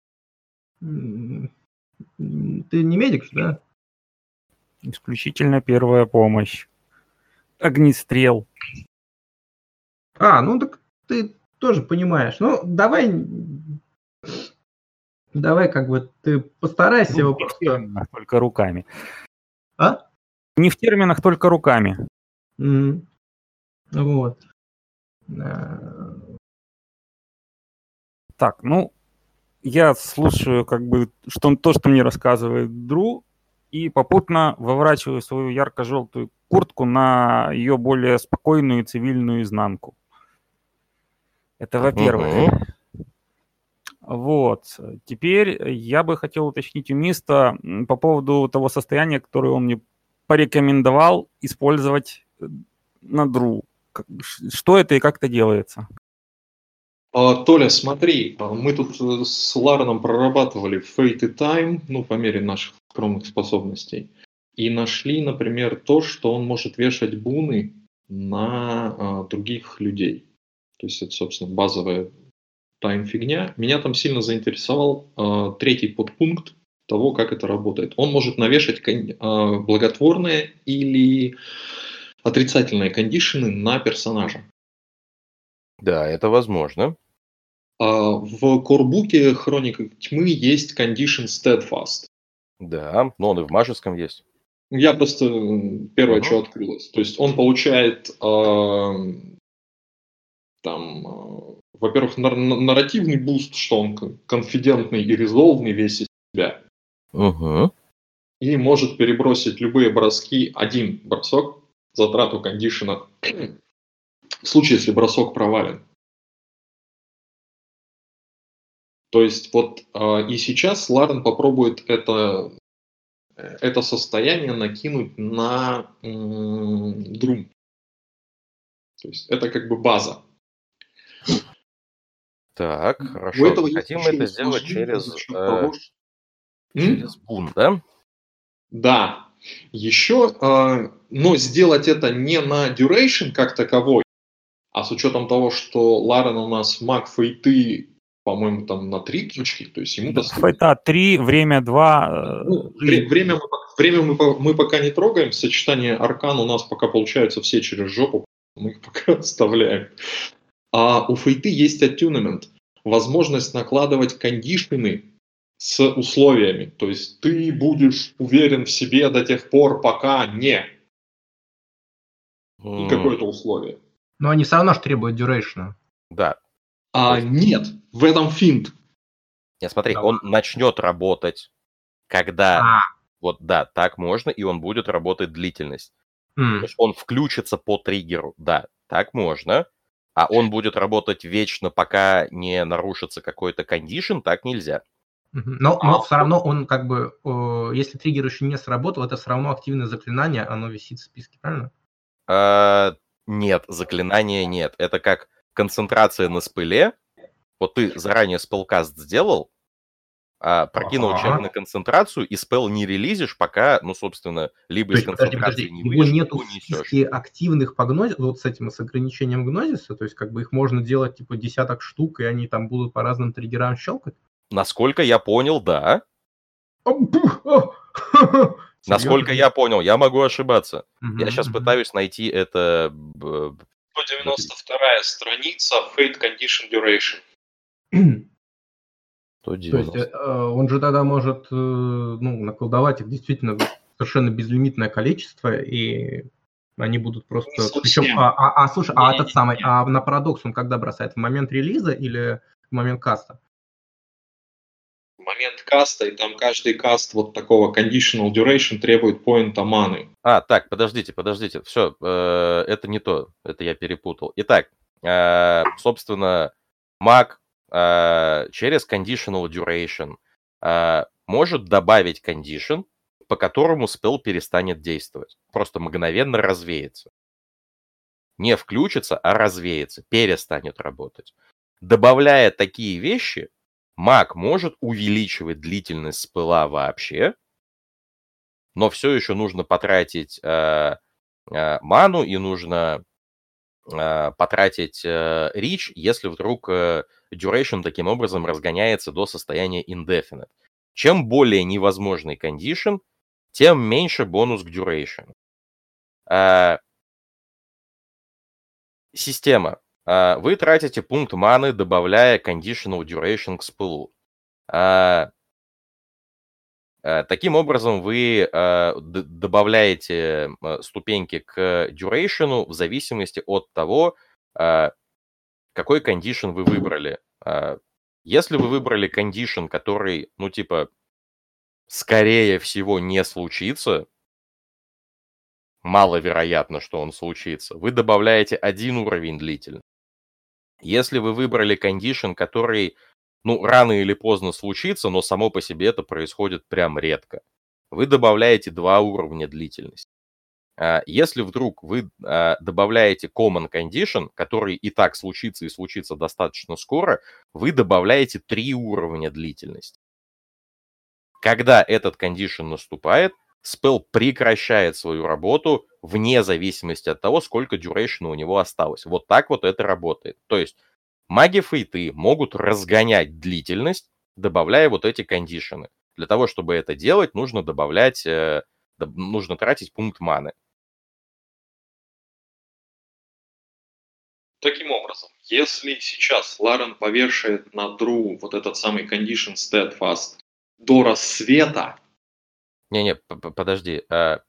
ты не медик же, да? Исключительно первая помощь. Огнестрел. Ну так ты тоже понимаешь. Ну, давай как бы ты постарайся его Не в просто... терминах, только руками. А? Не в терминах, только руками. Вот. Так, ну, я слушаю как бы то, что мне рассказывает Дру, и попутно выворачиваю свою ярко-желтую куртку на ее более спокойную цивильную изнанку. Это во-первых. Вот. Теперь я бы хотел уточнить у Миста по поводу того состояния, которое он мне порекомендовал использовать на Дру. Что это и как это делается? Толя, смотри, мы тут с Лареном прорабатывали Fate и Time, ну, по мере наших скромных способностей, и нашли, например, то, что он может вешать буны на других людей. То есть это, собственно, базовая тайм-фигня. Меня там сильно заинтересовал третий подпункт того, как это работает. Он может навешать благотворные или отрицательные кондишены на персонажа. Да, это возможно. В корбуке Хроника Тьмы есть Condition Steadfast. Да, но он и в Мажеском есть. Я просто первое, что открылось. То есть он получает во-первых, нарративный буст, что он конфидентный и резолвный весь из себя. И может перебросить любые броски, один бросок, затрату кондишена, в случае, если бросок провален. То есть вот и сейчас Ларен попробует это состояние накинуть на Друм. То есть это как бы база. Так, хорошо. Хотим это сделать через бун, да? Да. Еще, но сделать это не на duration как таковой, а с учетом того, что Ларен у нас маг фейты по-моему, там на 3 точки, то есть ему доступно. Фейта 3, время 2. Время мы пока не трогаем, сочетание аркан у нас пока получаются все через жопу, мы их пока оставляем. А у фейты есть аттюнмент, возможность накладывать кондишены с условиями, то есть ты будешь уверен в себе до тех пор, пока не и какое-то условие. Но они все равно же требуют duration. Да. Нет, в этом финт. Не, смотри, Да он начнет работать, когда... А, Вот да, так можно, и он будет работать длительность. То м, есть он включится по триггеру, да, так можно. А он будет работать вечно, пока не нарушится какой-то кондишн, так нельзя. мгм. Но все равно он как бы, если триггер еще не сработал, это все равно активное заклинание, оно висит в списке, правильно? Нет, заклинания нет. Это как концентрация на спыле. Вот ты заранее спелкаст сделал, прокинул Ага. чек на концентрацию, и спел не релизишь, пока, ну, собственно, либо То из есть, подожди, концентрации не его выйдешь, нету либо в несешь. списке активных по гнозису, вот с этим, с ограничением гнозиса, то есть как бы их можно делать типа десяток штук, и они там будут по разным триггерам щелкать? Насколько я понял, да. Серьезно? Насколько я понял, я могу ошибаться. Я Мгм, сейчас мгм. пытаюсь найти это... 192 страница Fate Condition Duration. То есть он же тогда может наколдовать их действительно совершенно безлимитное количество, и они будут просто... совсем. Причем, слушай, Не-не-не-не. этот самый, на парадокс он когда бросает? В момент релиза или в момент каста? Момент каста, и там каждый каст вот такого conditional duration требует поинта маны. Так, подождите. Все, это не то. Это я перепутал. Итак, собственно, маг через conditional duration может добавить condition, по которому спелл перестанет действовать. Просто мгновенно развеется. Не включится, а развеется, перестанет работать. Добавляя такие вещи, маг может увеличивать длительность спыла вообще, но все еще нужно потратить ману и нужно потратить рич, если вдруг duration таким образом разгоняется до состояния indefinite. Чем более невозможный кондишн, тем меньше бонус к duration. Система. Вы тратите пункт маны, добавляя conditional duration к спылу. Таким образом, вы добавляете ступеньки к duration в зависимости от того, какой condition вы выбрали. Если вы выбрали condition, который, ну, типа, скорее всего, не случится, маловероятно, что он случится, вы добавляете 1 уровень длительности. Если вы выбрали condition, который, ну, рано или поздно случится, но само по себе это происходит прям редко, вы добавляете 2 уровня длительности. Если вдруг вы добавляете common condition, который и так случится и случится достаточно скоро, вы добавляете 3 уровня длительности. Когда этот condition наступает, спелл прекращает свою работу вне зависимости от того, сколько duration у него осталось. Вот так вот это работает. То есть маги фейты могут разгонять длительность, добавляя вот эти кондишены. Для того, чтобы это делать, нужно добавлять, нужно тратить пункт маны. Таким образом, если сейчас Ларен повешает на Дру вот этот самый condition steadfast до рассвета... Не-не, подожди.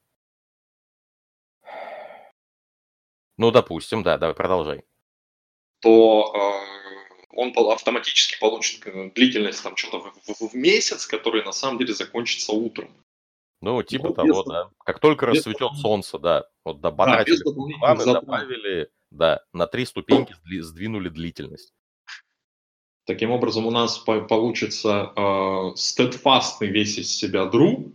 Ну, допустим, да, давай, продолжай. То он автоматически получит длительность там что-то в месяц, который на самом деле закончится утром. Ну, типа Ну, того, без- да. Как только без рассветет дополнительных- солнце, да. Вот Да, потратили без дополнительных маны, затрат. добавили, да, на 3 ступеньки сдвинули длительность. Таким образом, у нас получится стедфастный весь из себя Дру,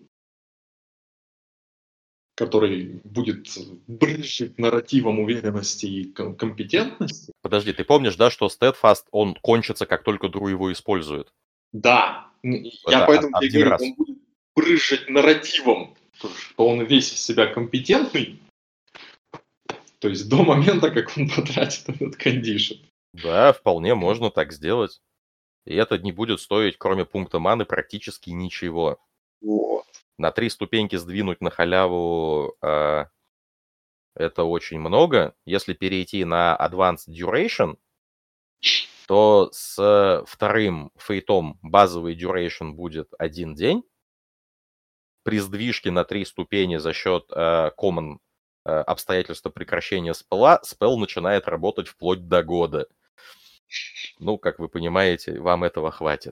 который будет брызжить нарративом уверенности и компетентности. Подожди, ты помнишь, да, что Steadfast, он кончится, как только Дру его использует? Да, я Это поэтому тебе один говорю, раз. он будет брызжить нарративом, что он весь из себя компетентный, то есть до момента, как он потратит этот кондишн. Да, вполне можно так сделать. И это не будет стоить, кроме пункта маны, практически ничего. Вот. На 3 ступеньки сдвинуть на халяву это очень много. Если перейти на Advanced Duration, то с вторым фейтом базовый duration будет 1 день. При сдвижке на 3 ступени за счет common обстоятельства прекращения спелла, спелл начинает работать вплоть до года. Ну, как вы понимаете, вам этого хватит.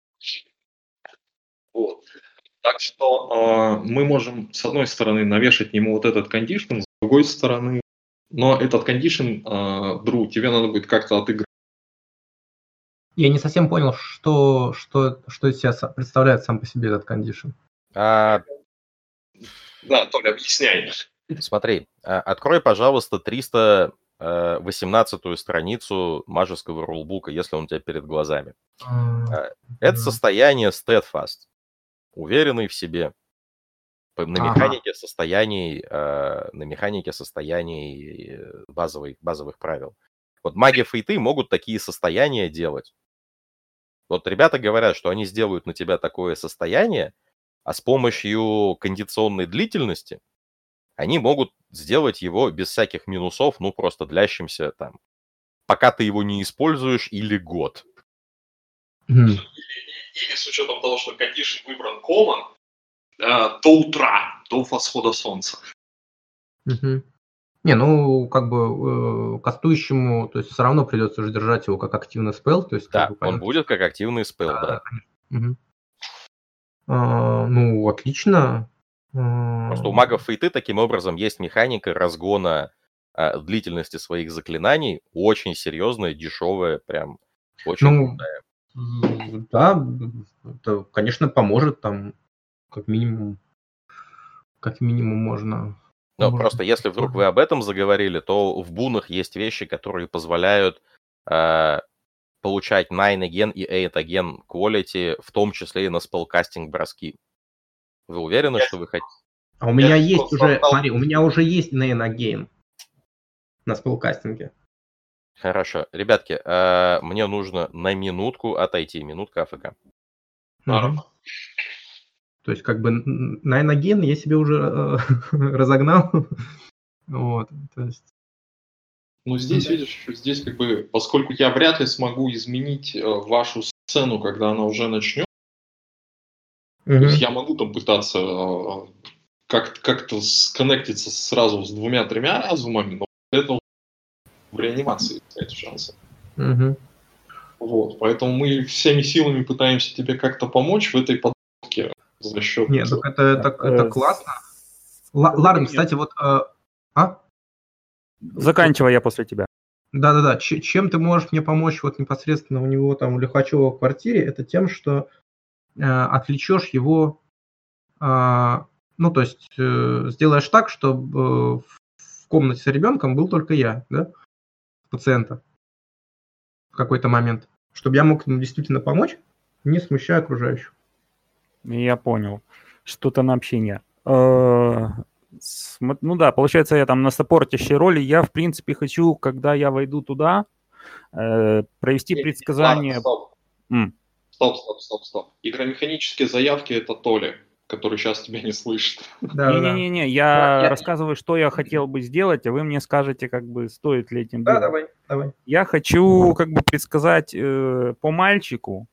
Вот. Так что мы можем, с одной стороны, навешать ему вот этот кондишн, с другой стороны, но этот кондишн, Дру, тебе надо будет как-то отыграть. Я не совсем понял, что из себя представляет сам по себе этот кондишн. Да, Толя, объясняй. Смотри, открой, пожалуйста, 318-ю страницу мажеского рулбука, если он у тебя перед глазами. Это состояние steadfast, уверенный в себе. На механике состояний базовых правил. Вот маги-фейты могут такие состояния делать. Вот ребята говорят, что они сделают на тебя такое состояние, а с помощью кондиционной длительности они могут сделать его без всяких минусов, ну, просто длящимся там, пока ты его не используешь, или год. Или с учетом того, что кондишн выбран common, до утра, до восхода солнца. Не, ну, как бы кастующему, то есть все равно придется же держать его как активный спелл. То есть, Да, как бы, он будет как активный спелл, да. Ну, отлично. Просто у магов фейты таким образом есть механика разгона длительности своих заклинаний, очень серьезная, дешевая, прям очень крутая. Да, это, конечно, поможет там, как минимум можно. Но просто если вдруг вы об этом заговорили, то в бунах есть вещи, которые позволяют получать 9 again и 8 again quality, в том числе и на спеллкастинг броски. Вы уверены, что вы хотите? А у меня есть уже, смотри, у меня уже есть Name Again на спеллкастинге. Хорошо. Ребятки, мне нужно на минутку отойти. Минутка АФК. То есть, как бы, Name Again я себе уже разогнал. Вот, то есть... Ну, здесь, видишь, здесь как бы, поскольку я вряд ли смогу изменить вашу сцену, когда она уже начнет, то есть я могу там пытаться как-то сконнектиться сразу с 2-3 разумами, но это в реанимации, кстати, шансы. Вот, поэтому мы всеми силами пытаемся тебе как-то помочь в этой подготовке за счет... Нет, так это классно. Ларен, кстати, вот... Заканчивай, я после тебя. Да-да-да. Чем ты можешь мне помочь вот непосредственно у него там у Лихачева в квартире, это тем, что отвлечешь его, ну, то есть сделаешь так, чтобы в комнате с ребенком был только я, да, пациента в какой-то момент, чтобы я мог ему действительно помочь, не смущая окружающих. Я понял. Что-то на общение. Ну да, получается, я там на саппортящей роли. Я, в принципе, хочу, когда я войду туда, провести предсказание... Стоп. Игромеханические заявки — это Толя, который сейчас тебя не слышит. Не-не-не, я рассказываю, что я хотел бы сделать, а вы мне скажете, как бы, стоит ли этим делать. Да, давай. Я хочу, как бы, предсказать по мальчику,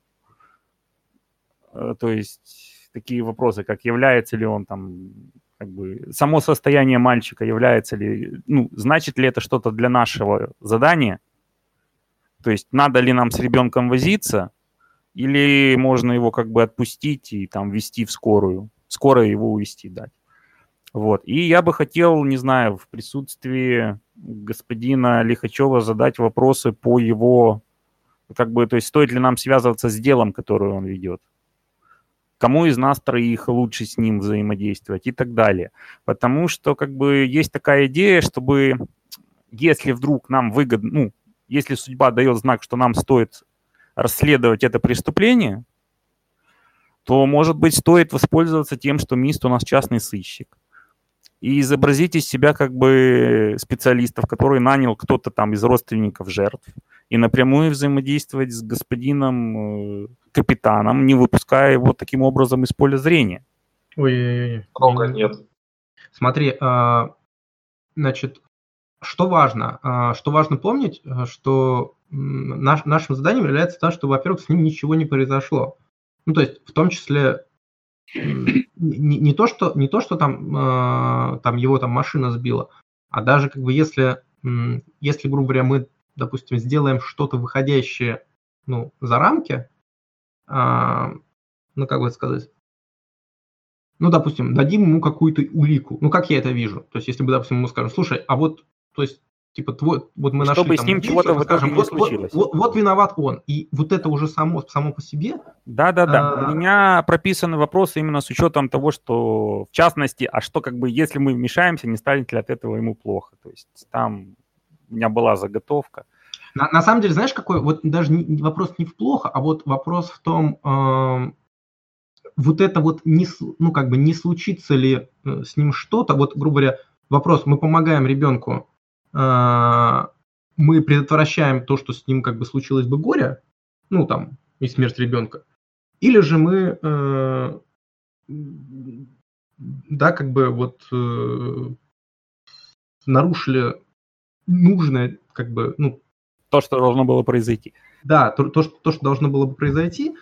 то есть такие вопросы, как является ли он там, как бы, само состояние мальчика, является ли, ну, значит ли это что-то для нашего задания, то есть надо ли нам с ребенком возиться, или можно его как бы отпустить и там везти в скорую, скоро его увезти дать. Вот. И я бы хотел, не знаю, в присутствии господина Лихачева задать вопросы по его, как бы, то есть стоит ли нам связываться с делом, которое он ведет. Кому из нас троих лучше с ним взаимодействовать и так далее. Потому что, как бы, есть такая идея, чтобы, если вдруг нам выгодно, ну, если судьба дает знак, что нам стоит расследовать это преступление, то, может быть, стоит воспользоваться тем, что Мист у нас частный сыщик. И изобразить из себя как бы специалистов, которые нанял кто-то там из родственников жертв. и напрямую взаимодействовать с господином капитаном, не выпуская его таким образом из поля зрения. Ой-ой-ой. Срока нет. Смотри, значит, что важно? Что важно помнить, что нашим заданием является то, что, во-первых, с ним ничего не произошло. Ну, то есть, в том числе, не то, что там его там машина сбила, а даже как бы если, грубо говоря, мы, допустим, сделаем что-то выходящее, ну, за рамки, ну, как бы сказать, ну, допустим, дадим ему какую-то улику. Ну, как я это вижу? То есть, если мы, допустим, ему скажем, слушай, а вот, то есть, типа, вот мы нашли Чтобы с там ним вещи, чего-то мы в итоге скажем, не случилось. вот виноват он. И вот это уже само по себе. Да. У меня прописаны вопросы именно с учетом того, что, в частности, а что как бы, если мы вмешаемся, не станет ли от этого ему плохо. То есть там у меня была заготовка. На самом деле, знаешь, какой? Вот даже вопрос не в плохо, а вот вопрос в том, вот это вот, ну, как бы не случится ли с ним что-то. Вот, грубо говоря, вопрос, мы помогаем ребенку, мы предотвращаем то, что с ним как бы случилось бы горе, ну, там, и смерть ребенка. Или же мы, да, как бы вот нарушили нужное, как бы, ну... То, что должно было произойти. Да, то, что должно было бы произойти,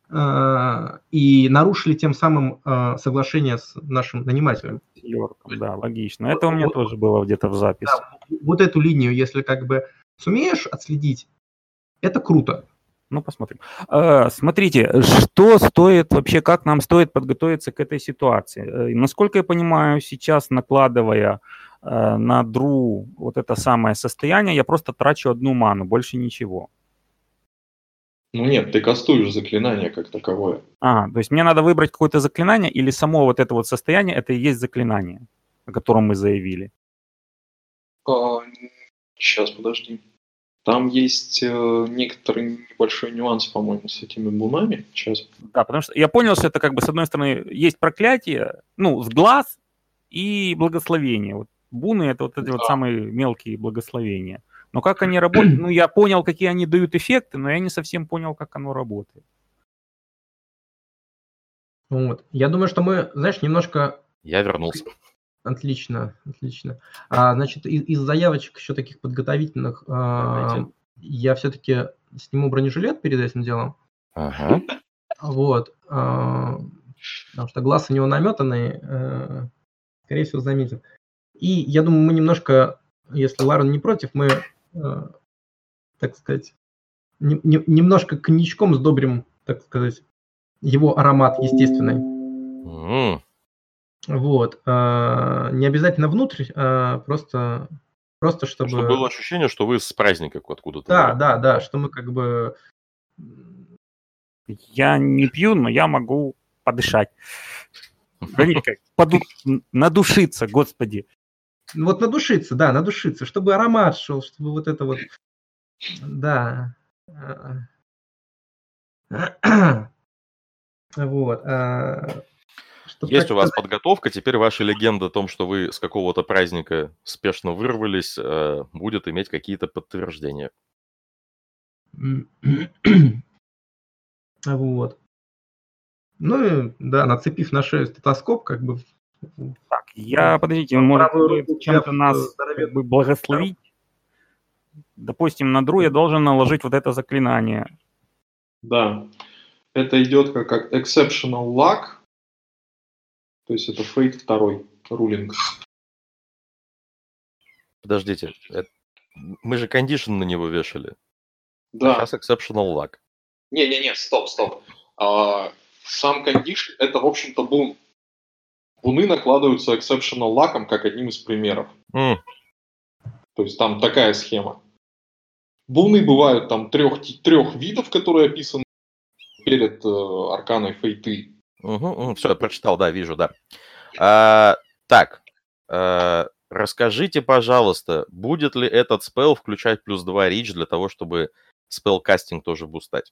и нарушили тем самым соглашение с нашим нанимателем. Йорком, да, логично. Это у меня тоже было где-то в записи. Да, вот эту линию, если как бы сумеешь отследить, это круто. Ну, посмотрим. Смотрите, что стоит вообще, как нам стоит подготовиться к этой ситуации? Насколько я понимаю, сейчас накладывая на Дру вот это самое состояние, я просто трачу одну ману, больше ничего. Ну нет, ты кастуешь заклинание как таковое. То есть мне надо выбрать какое-то заклинание или само вот это вот состояние, это и есть заклинание, о котором мы заявили? Сейчас, подожди. Там есть некоторый небольшой нюанс, по-моему, с этими бунами. Сейчас. Да, потому что я понял, что это как бы с одной стороны есть проклятие, ну, с глаз и благословение. Вот буны это вот эти вот самые мелкие благословения. Но как они работают, ну, я понял, какие они дают эффекты, но я не совсем понял, как оно работает. Вот. Я думаю, что мы, знаешь, немножко... Я вернулся. Отлично. Значит, из заявочек еще таких подготовительных я все-таки сниму бронежилет перед этим делом. Ага. Вот. Потому что глаз у него наметанный, скорее всего, заметен. И я думаю, мы немножко, если Ларен не против, мы, так сказать, немножко коньячком сдобрим, так сказать, его аромат естественный. Вот. Не обязательно внутрь, просто чтобы... Чтобы было ощущение, что вы с праздника откуда-то. Да, что мы как бы... Я не пью, но я могу подышать. Надушиться, господи. Вот надушиться, чтобы аромат шел, чтобы вот это вот... Да. Вот. Есть у вас подготовка, теперь ваша легенда о том, что вы с какого-то праздника спешно вырвались, будет иметь какие-то подтверждения. Вот. Ну и, да, нацепив на шею стетоскоп, как бы... Так, подождите, может чем-то нас как бы благословить? Допустим, на Дру я должен наложить вот это заклинание. Да. Это идет как exceptional luck. То есть это фейт 2, рулинг. Подождите, мы же кондишн на него вешали. Да. А сейчас exceptional luck. Не, стоп. Сам кондишн это, в общем-то, бун. Буны накладываются exceptional luck'ом как одним из примеров. То есть там такая схема. Буны бывают там трех видов, которые описаны перед арканой фейты. Все, я прочитал, да, вижу, да. Так, расскажите, пожалуйста, будет ли этот спелл включать +2 рич для того, чтобы спелл-кастинг тоже бустать?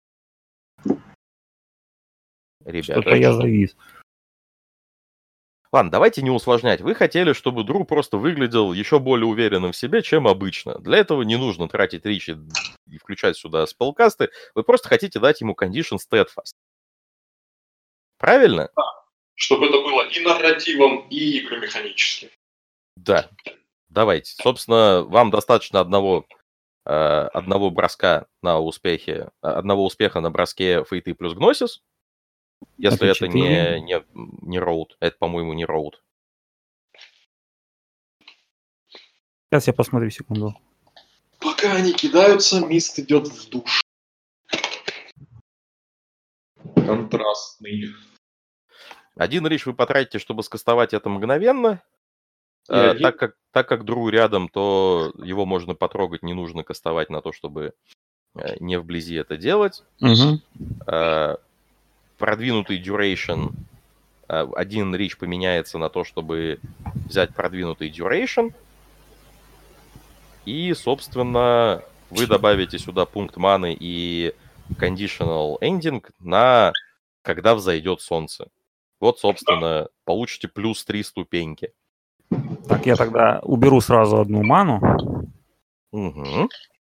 Ребята. Что-то я завис. Ладно, давайте не усложнять. Вы хотели, чтобы Дру просто выглядел еще более уверенным в себе, чем обычно. Для этого не нужно тратить речи и включать сюда спелкасты. Вы просто хотите дать ему condition steadfast. Правильно? Чтобы это было и нарративом, и игромеханическим. Да. Давайте. Собственно, вам достаточно одного броска на успехе, одного успеха на броске Фейты плюс Гносис. Если это не роуд. Это, по-моему, не роуд. Сейчас я посмотрю, секунду. Пока они кидаются, Мист идет в душ. Контрастный. Один рич вы потратите, чтобы скастовать это мгновенно. Так как Дру рядом, то его можно потрогать, не нужно кастовать на то, чтобы не вблизи это делать. Продвинутый duration. Один рич поменяется на то, чтобы взять продвинутый duration. И, собственно, вы добавите сюда пункт маны и conditional ending на когда взойдет солнце. Вот, собственно, получите плюс 3 ступеньки. Так, я тогда уберу сразу одну ману. Угу.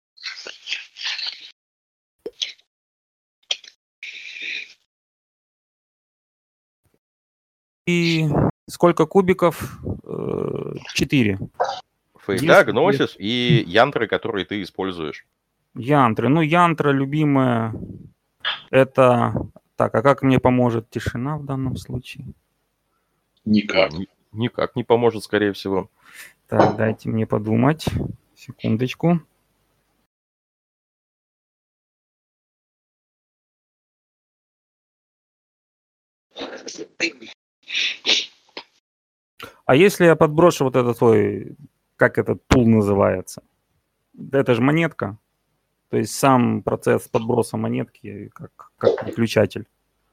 И сколько кубиков? 4. Фейда, Гносис и янтры, которые ты используешь. Янтры. Ну, янтра любимая. Это... Так, а как мне поможет тишина в данном случае? Никак. Никак не поможет, скорее всего. Так, дайте мне подумать. Секундочку. А если я подброшу вот этот твой, как этот пул называется? Это же монетка. То есть сам процесс подброса монетки как переключатель.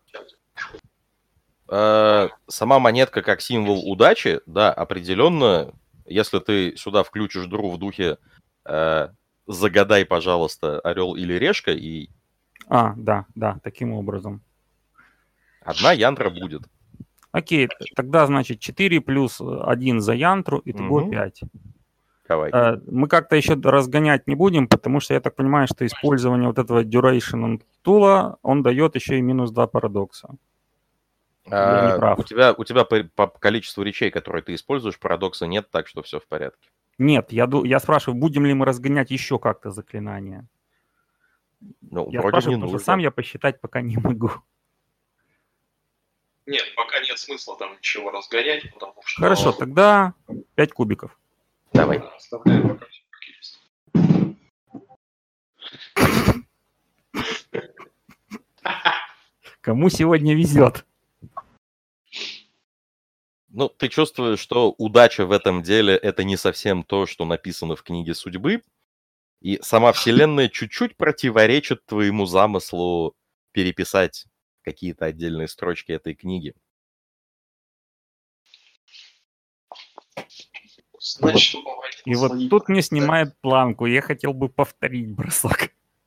Сама монетка как символ удачи, да, определенно, если ты сюда включишь Дру в духе загадай, пожалуйста, орел или решка, и... Да, таким образом. Одна янтра будет. Окей, тогда, значит, 4 плюс 1 за янтру, итого 5. Давай. Мы как-то еще разгонять не будем, потому что я так понимаю, что использование вот этого duration тула, он дает еще и минус 2 парадокса. Я не прав. У тебя по количеству речей, которые ты используешь, парадокса нет, так что все в порядке. Нет, я спрашиваю, будем ли мы разгонять еще как-то заклинания. Ну, я вроде спрашиваю, не потому нужно. что сам я посчитать пока не могу. Нет, пока нет смысла там ничего разгонять, потому что... Хорошо, тогда 5 кубиков. Давай. Оставляем пока все как есть. Кому сегодня везет? Ну, ты чувствуешь, что удача в этом деле — это не совсем то, что написано в книге судьбы, и сама вселенная чуть-чуть противоречит твоему замыслу переписать какие-то отдельные строчки этой книги. Значит, И вот тут мне снимает планку. Я хотел бы повторить бросок.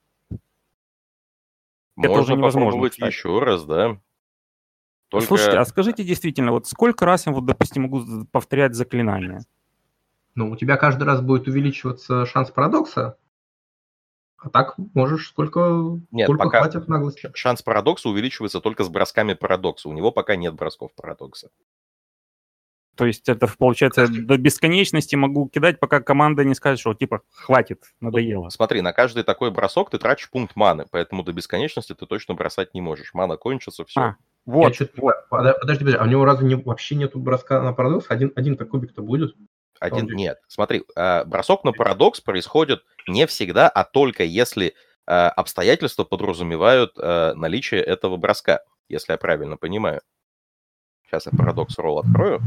Можно уже невозможно, попробовать кстати. еще раз, да? Только... Слушайте, а скажите действительно, вот сколько раз я, вот, допустим, могу повторять заклинание? Ну, у тебя каждый раз будет увеличиваться шанс парадокса, а так можешь сколько пока хватит наглости. шанс парадокса увеличивается только с бросками парадокса. У него пока нет бросков парадокса. То есть это, получается, до бесконечности могу кидать, пока команда не скажет, что типа хватит, надоело. Смотри, на каждый такой бросок ты тратишь пункт маны, поэтому до бесконечности ты точно бросать не можешь. Мана кончится, все. Вот. Подожди, а у него разве вообще нету броска на парадокс? Один-то кубик-то будет? Нет, смотри, бросок на парадокс происходит не всегда, а только если обстоятельства подразумевают наличие этого броска, если я правильно понимаю. Сейчас я парадокс ролл открою.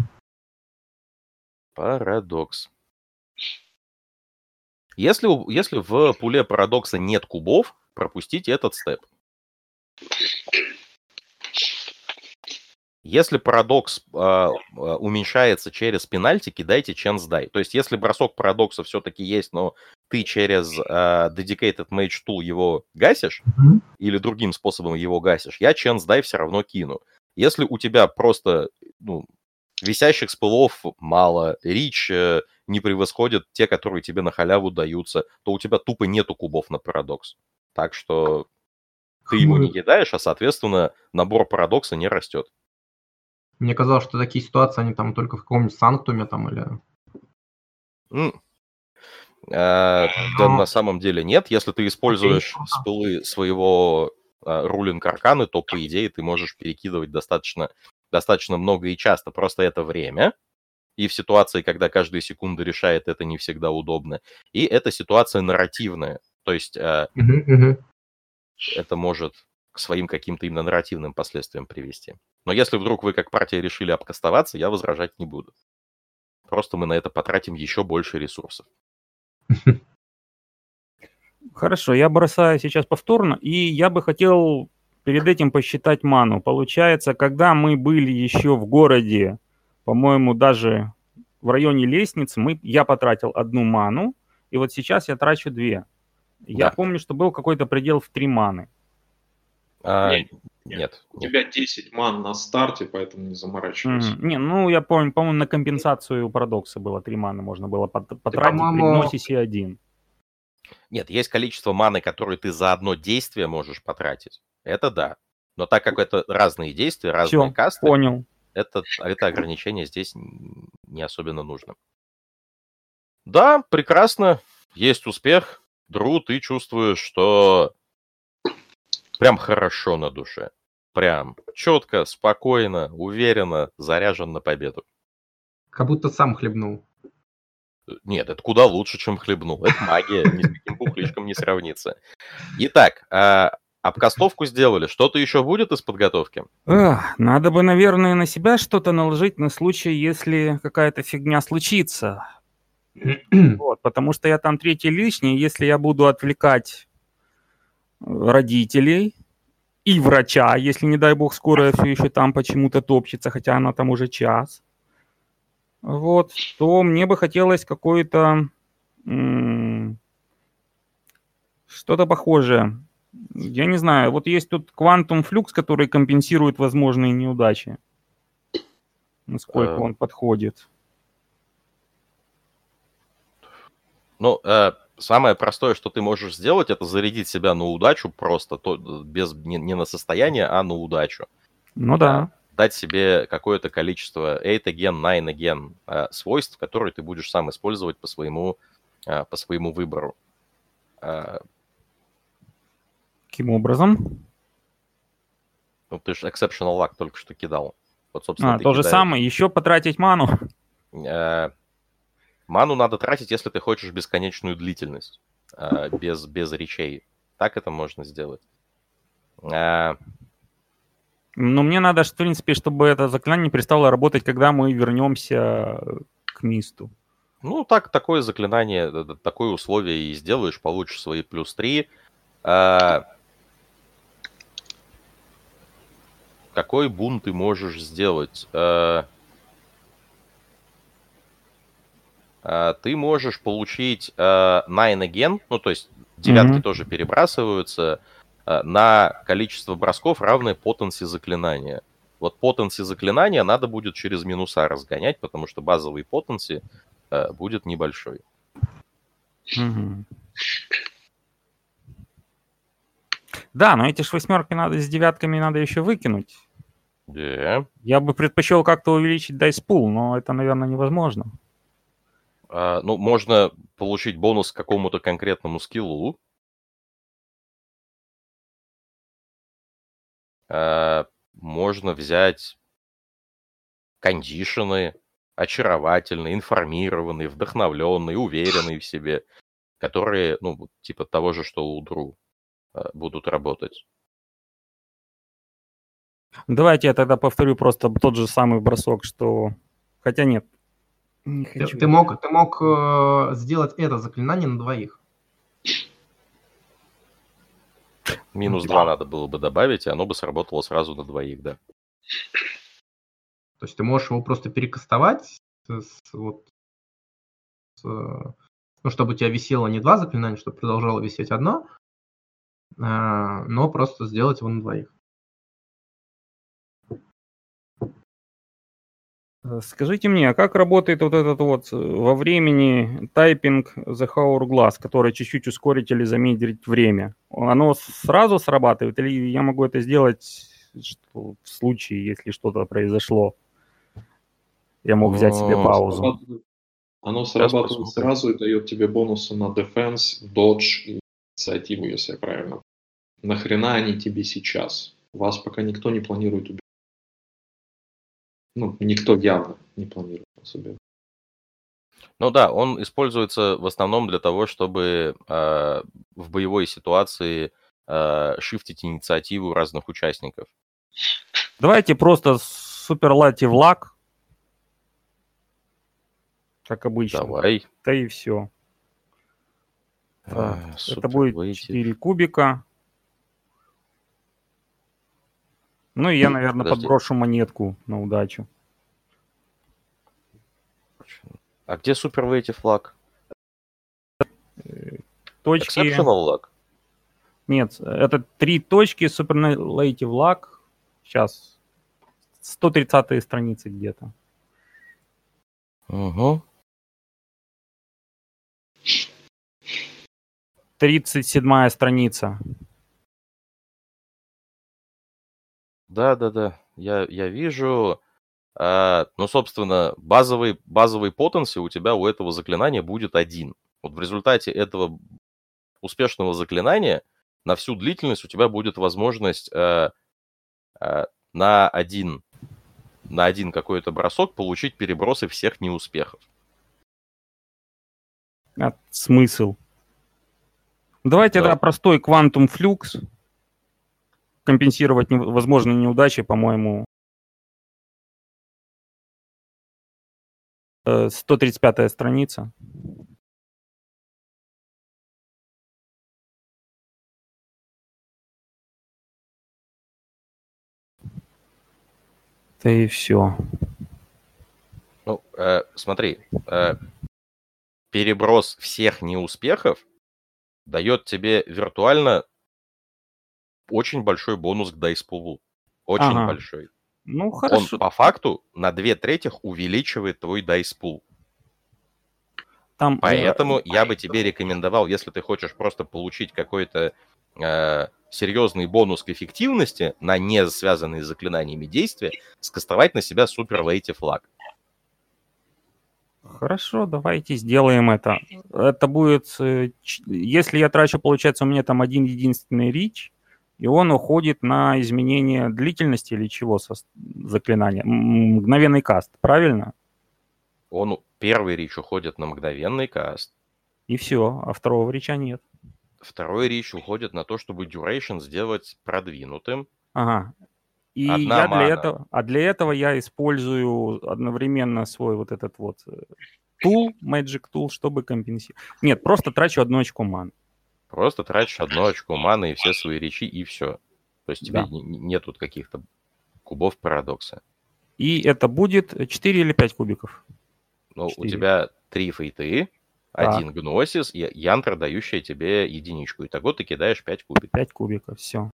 Парадокс. Если в пуле парадокса нет кубов, пропустите этот степ. Если парадокс уменьшается через пенальти, кидайте chance die. То есть, если бросок парадокса все-таки есть, но ты через dedicated mage tool его гасишь, или другим способом его гасишь, я chance die все равно кину. Если у тебя просто Висящих спылов мало, рич не превосходят те, которые тебе на халяву даются, то у тебя тупо нету кубов на парадокс. Так что ты ему не кидаешь, а, соответственно, набор парадокса не растет. Мне казалось, что такие ситуации, они там только в каком-нибудь санктуме там или... Да на самом деле нет. Если ты используешь спылы своего рулинг арканы, то, по идее, ты можешь перекидывать достаточно много и часто. Просто это время. И в ситуации, когда каждая секунда решает, это не всегда удобно. И это ситуация нарративная. То есть это может к своим каким-то именно нарративным последствиям привести. Но если вдруг вы как партия решили обкастоваться, я возражать не буду. Просто мы на это потратим еще больше ресурсов. Хорошо, я бросаю сейчас повторно, и я бы хотел перед этим посчитать ману. Получается, когда мы были еще в городе, по-моему, даже в районе лестницы, я потратил 1 ману, и вот сейчас я трачу 2. Я Да. помню, что был какой-то предел в 3 маны. Нет. У тебя 10 ман на старте, поэтому не заморачивайся. Я помню, по-моему, на компенсацию парадокса было 3 маны, можно было потратить при гносисе 1. Нет, есть количество маны, которые ты за одно действие можешь потратить. Это да. Но так как это разные действия, разные касты, понял. Это ограничение здесь не особенно нужно. Да, прекрасно. Есть успех. Дру, ты чувствуешь, что прям хорошо на душе. Прям четко, спокойно, уверенно, заряжен на победу. Как будто сам хлебнул. Нет, это куда лучше, чем хлебнул. Это магия, ни с каким бухлишком не сравнится. Итак, обкастовку сделали. Что-то еще будет из подготовки? Надо бы, наверное, на себя что-то наложить на случай, если какая-то фигня случится. Вот, потому что я там 3-й лишний, если я буду отвлекать родителей и врача, если, не дай бог, скорая все еще там почему-то топчется, хотя она там уже час, вот, то мне бы хотелось какое-то что-то похожее. Я не знаю, вот есть тут Quantum Flux, который компенсирует возможные неудачи. Насколько он подходит. Ну, самое простое, что ты можешь сделать, это зарядить себя на удачу просто, не на состояние, а на удачу. Ну да. Дать себе какое-то количество 8 again, 9 again свойств, которые ты будешь сам использовать по своему выбору. Каким образом? Ну, ты же Exceptional Luck только что кидал. Вот, собственно, то же самое, еще потратить ману. Ману надо тратить, если ты хочешь бесконечную длительность, без речей. Так это можно сделать. Но мне надо, в принципе, чтобы это заклинание перестало работать, когда мы вернемся к мисту. Ну, такое заклинание, такое условие и сделаешь, получишь свои +3. Какой бун ты можешь сделать? Ты можешь получить 9 again, ну, то есть девятки тоже перебрасываются, на количество бросков, равное потенси заклинания. Вот потенси заклинания надо будет через минуса разгонять, потому что базовый потенси будет небольшой. Да, но эти ж 8 надо с 9 надо еще выкинуть. Да. Я бы предпочел как-то увеличить dice pool, но это, наверное, невозможно. Ну, можно получить бонус к какому-то конкретному скиллу. Можно взять кондишены, очаровательные, информированные, вдохновленные, уверенные в себе, которые, ну, типа того же, что у Дру, будут работать. Давайте я тогда повторю просто тот же самый бросок, что... Хотя нет. Не хочу. Ты мог сделать это заклинание на 2. -2 надо было бы добавить, и оно бы сработало сразу на 2, да. То есть ты можешь его просто перекастовать, чтобы у тебя висело не 2 заклинания, чтобы продолжало висеть 1, но просто сделать его на 2. Скажите мне, а как работает вот этот вот во времени тайпинг The Hourglass, который чуть-чуть ускорить или замедлить время? Оно сразу срабатывает или я могу это сделать в случае, если что-то произошло? Я мог взять себе паузу. Оно Сейчас срабатывает посмотрим. сразу и дает тебе бонусы на Defense, Dodge и инициативу, если я правильно. Нахрена они тебе сейчас? Вас пока никто не планирует убить. Ну, никто явно не планирует вас убить. Ну да, он используется в основном для того, чтобы в боевой ситуации шифтить инициативу разных участников. Давайте просто Superlative Luck, как обычно. Давай. Да и все. Так, это будет Superlative. 4 кубика. Ну и я, наверное, Подожди. подброшу монетку на удачу. А где Superlative Luck? Точки. Exceptional Luck? Нет, это 3 точки Superlative Luck. Сейчас. 130-е страницы где-то. Угу. 37-я страница. Да, я вижу. Ну, собственно, базовый потенси у тебя у этого заклинания будет 1. Вот в результате этого успешного заклинания на всю длительность у тебя будет возможность на один какой-то бросок получить перебросы всех неуспехов. Смысл. Давайте Да. тогда простой Quantum Flux. Компенсировать возможные неудачи, по-моему. 135-я страница. Да и все. Ну, смотри, переброс всех неуспехов дает тебе виртуально очень большой бонус к дайспулу. Очень Ага. большой. Ну, хорошо. Он по факту на 2/3 увеличивает твой дайспул. Там, Поэтому я бы тебе рекомендовал, если ты хочешь просто получить какой-то серьезный бонус к эффективности на не связанные с заклинаниями действия, скастовать на себя Superlative Luck. Хорошо, давайте сделаем это. Это будет, если я трачу, получается, у меня там один единственный рич, и он уходит на изменение длительности или чего заклинания? Мгновенный каст, правильно? Первый рич уходит на мгновенный каст. И все, а второго рича нет. Второй рич уходит на то, чтобы duration сделать продвинутым. Ага. И Одна я мана. для этого я использую одновременно свой вот этот вот tool, Magic Tool, чтобы компенсировать. Нет, просто трачу 1 очко маны. Просто тратишь 1 очко маны и все свои речи, и все. То есть тебе Да. нет тут каких-то кубов парадокса. И это будет 4 или 5 кубиков? Ну, 4. у тебя 3 фейты, Так. 1 гносис и янтра, дающая тебе единичку. Итого ты кидаешь 5 кубиков. 5 кубиков, все.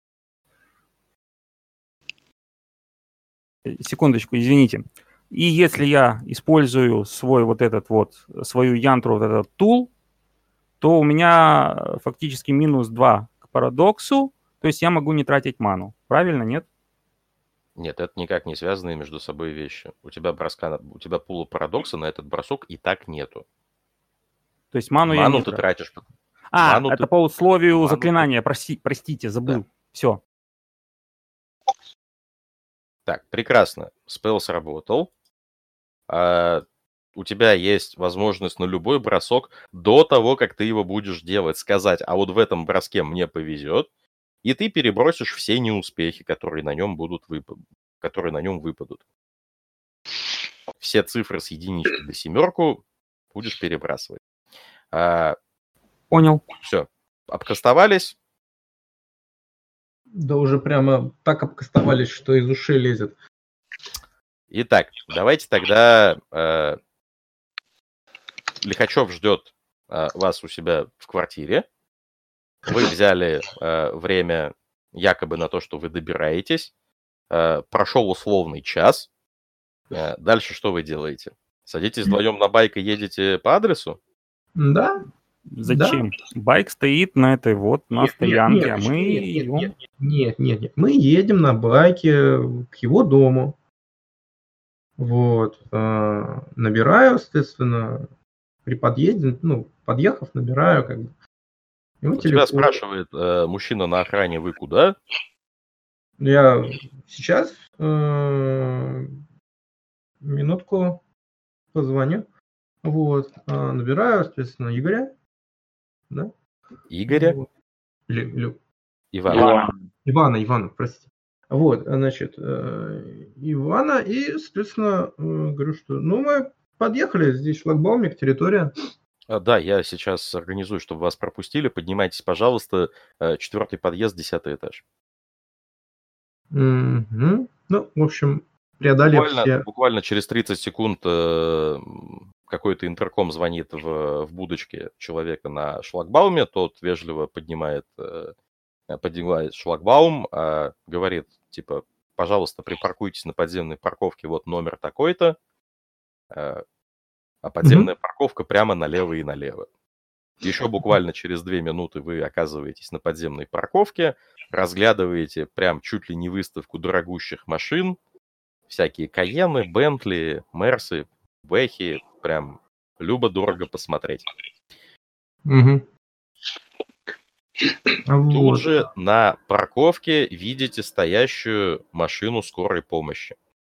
Секундочку, извините. И если я использую свой вот этот вот, свою янтру, вот этот тул, то у меня фактически минус 2 к парадоксу, то есть я могу не тратить ману. Правильно, нет? Нет, это никак не связанные между собой вещи. У тебя пула парадокса на этот бросок и так нету. То есть ману я не ты трачу. тратишь. Это по условию ману заклинания, простите, забыл. Да. Все. Так, прекрасно. Спелл сработал. У тебя есть возможность на любой бросок до того, как ты его будешь делать, сказать, а вот в этом броске мне повезет, и ты перебросишь все неуспехи, которые на нем выпадут. Все цифры с единички до 7 будешь перебрасывать. Понял. Все, обкастовались. Да уже прямо так обкастовались, что из ушей лезет. Итак, давайте тогда Лихачев ждет вас у себя в квартире. Вы взяли время якобы на то, что вы добираетесь. Прошел условный час. Дальше что вы делаете? Садитесь вдвоем на байк и едете по адресу? Да, Зачем? Байк стоит на этой вот, на стоянке, а мы идем. Нет. Мы едем на байке к его дому. Вот. Набираю, соответственно, при подъезде, подъехав, набираю как бы. Его У тебя телефон. спрашивает мужчина на охране, вы куда? Я сейчас минутку позвоню. Вот. Набираю, соответственно, Игоря. Да? Игоря? Вот. Ивана. Ивана, простите. Вот, значит, Ивана, и, соответственно, говорю, что, мы подъехали, здесь шлагбаумик, территория. Да, я сейчас организую, чтобы вас пропустили. Поднимайтесь, пожалуйста, 4-й подъезд, 10-й этаж. Мгм. Ну, в общем, преодолев все... Буквально через 30 секунд какой-то интерком звонит в будочке человека на шлагбауме, тот вежливо поднимает шлагбаум, говорит, типа, пожалуйста, припаркуйтесь на подземной парковке, вот номер такой-то, а подземная парковка прямо налево и налево. Еще буквально через 2 минуты вы оказываетесь на подземной парковке, разглядываете прям чуть ли не выставку дорогущих машин, всякие Каены, Бентли, Мерсы, Бэхи, прям любо-дорого посмотреть. Мгм. Тут Вот. же на парковке видите стоящую машину скорой помощи.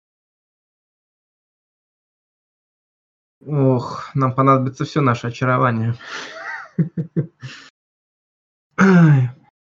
Ох, нам понадобится все наше очарование. Ай.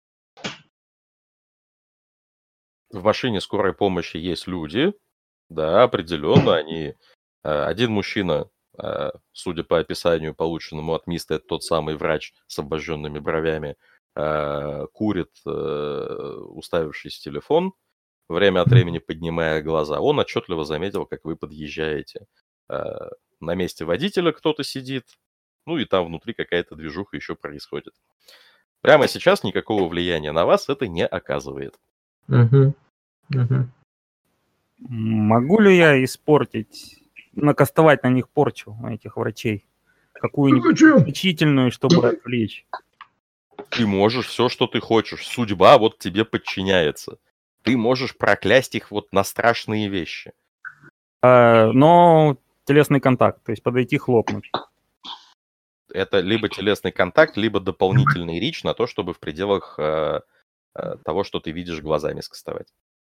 В машине скорой помощи есть люди, да, определенно, они... Один мужчина, судя по описанию, полученному от Миста, это тот самый врач с обожженными бровями, курит, уставившись в телефон, время от времени поднимая глаза. Он отчетливо заметил, как вы подъезжаете. На месте водителя кто-то сидит, ну и там внутри какая-то движуха еще происходит. Прямо сейчас никакого влияния на вас это не оказывает. Мгм. Мгм. Могу ли я испортить, накастовать на них порчу, на этих врачей? Какую-нибудь Зачем? значительную, чтобы отвлечь? Ты можешь все, что ты хочешь. Судьба вот тебе подчиняется. Ты можешь проклясть их вот на страшные вещи. Но телесный контакт, то есть подойти хлопнуть. Это либо телесный контакт, либо дополнительный рич на то, чтобы в пределах того, что ты видишь, глазами скастовать.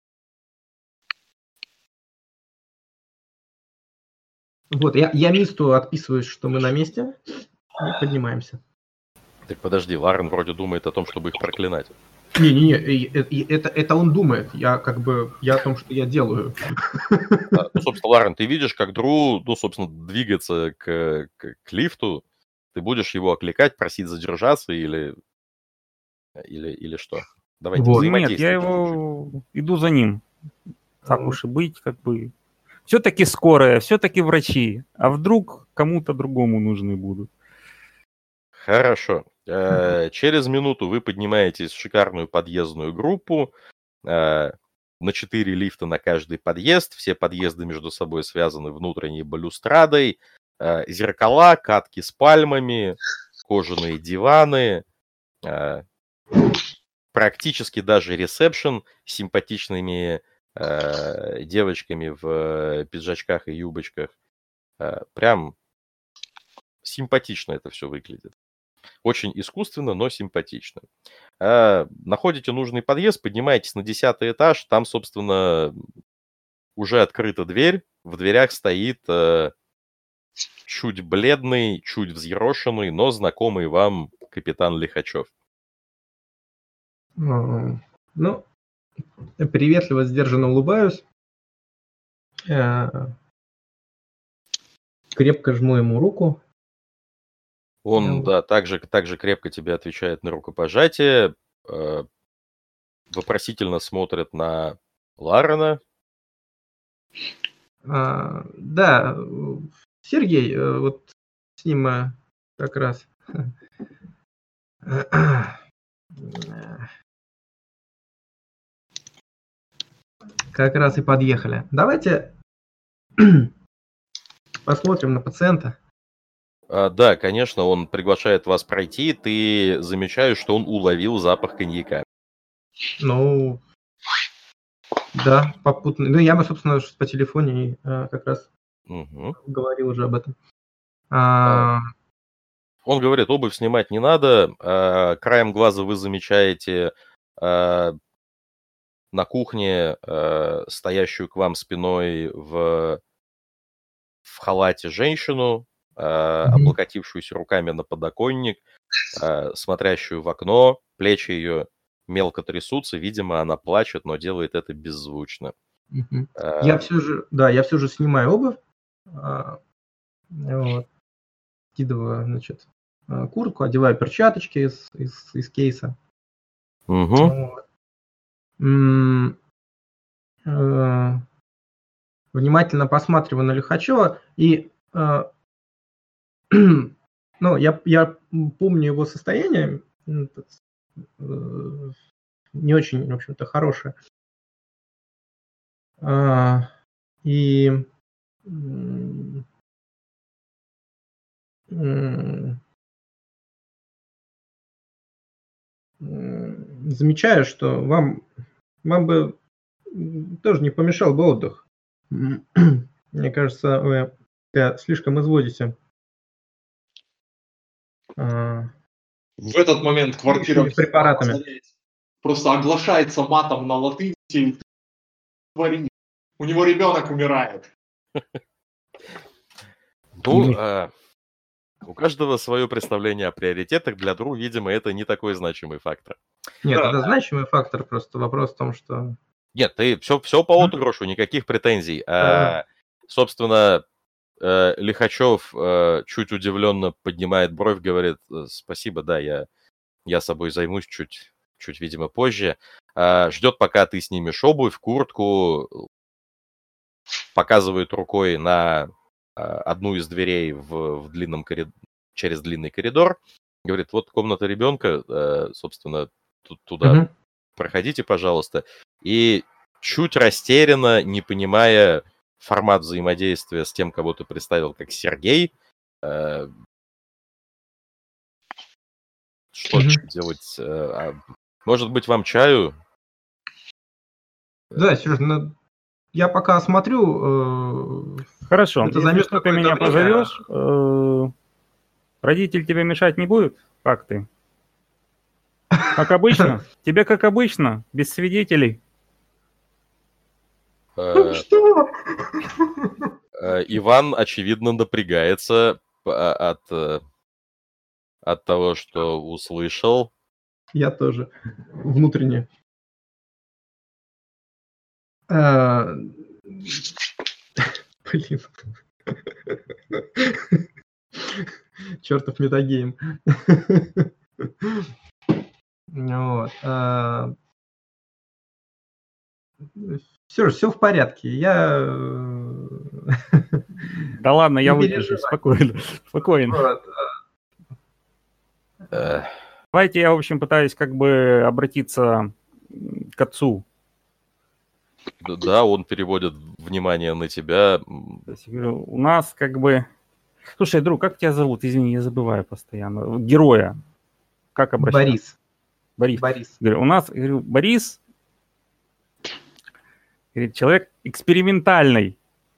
Вот, я Мисту отписываюсь, что мы на месте, и поднимаемся. Так подожди, Ларен вроде думает о том, чтобы их проклинать. Не, это он думает. Я о том, что я делаю. Ну, собственно, Ларен, ты видишь, как Дру, собственно, двигается к лифту. Ты будешь его окликать, просить задержаться или что? Давайте Вот. Нет, я его иду за ним. Так уж и быть, как бы. Все-таки скорая, все-таки врачи. А вдруг кому-то другому нужны будут? Хорошо. Через минуту вы поднимаетесь в шикарную подъездную группу. На 4 лифта на каждый подъезд. Все подъезды между собой связаны внутренней балюстрадой. Зеркала, катки с пальмами, кожаные диваны. Практически даже ресепшн с симпатичными девочками в пиджачках и юбочках. Прям симпатично это все выглядит. Очень искусственно, но симпатично. Находите нужный подъезд, поднимаетесь на 10-й этаж. Там, собственно, уже открыта дверь. В дверях стоит чуть бледный, чуть взъерошенный, но знакомый вам капитан Лихачев. Ну, приветливо, сдержанно улыбаюсь. Крепко жму ему руку. Он, да, также крепко тебе отвечает на рукопожатие. Вопросительно смотрит на Ларена. Да, Сергей, вот с ним как раз... Как раз и подъехали. Давайте Посмотрим на пациента. Да, конечно, он приглашает вас пройти, ты замечаешь, что он уловил запах коньяка. Ну, да, попутно. Ну, я бы, собственно, по телефоне как раз Мгм. говорил уже об этом. Он говорит, обувь снимать не надо. Краем глаза вы замечаете на кухне стоящую к вам спиной в халате женщину, облокотившуюся руками на подоконник, смотрящую в окно, плечи ее мелко трясутся, видимо, она плачет, но делает это беззвучно. Мгм. Я все же снимаю обувь, вот, скидываю, значит, куртку, одеваю перчаточки из кейса. Мгм. Вот. Внимательно посматриваю на Лихачева и ну, я помню его состояние, не очень, в общем-то, хорошее. И замечаю, что вам бы тоже не помешал бы отдых. Мне кажется, вы слишком изводите. В этот момент квартира Этими препаратами. просто оглашается матом на латыни. Творит. У него ребенок умирает. Ну, у каждого свое представление о приоритетах. Для Дру, видимо, это не такой значимый фактор. Нет, Да. это значимый фактор, просто вопрос в том, что... Нет, ты все по отыгрышу, никаких претензий. Собственно, Лихачев чуть удивленно поднимает бровь, говорит, спасибо, да, я собой займусь чуть, видимо, позже. Ждет, пока ты снимешь обувь, куртку, показывает рукой на одну из дверей в длинном через длинный коридор. Говорит, вот комната ребенка, собственно, туда проходите, пожалуйста. И чуть растерянно, не понимая формат взаимодействия с тем, кого ты представил как Сергей, что делать? Может быть, вам чаю? Да, Сереж, я пока осмотрю. Хорошо, Это если займет что, ты какое-то меня время. позовешь. Родитель тебе мешать не будет? Как ты? Как обычно? Тебе как обычно, без свидетелей? Что? Иван, очевидно, напрягается от того, что услышал. Я тоже. Внутренне. Блин. Чертов метагейм. Вот. Все в порядке. Я... Да ладно, я Не выдержу, переживай. спокойно. Вот. Давайте я, в общем, пытаюсь как бы обратиться к отцу. Да, он переводит внимание на тебя. То есть, говорю, у нас как бы... Слушай, друг, как тебя зовут? Извини, я забываю постоянно. Героя. Как обращаться? Борис. Говорю, у нас, говорю, Борис, говорит, человек экспериментальный.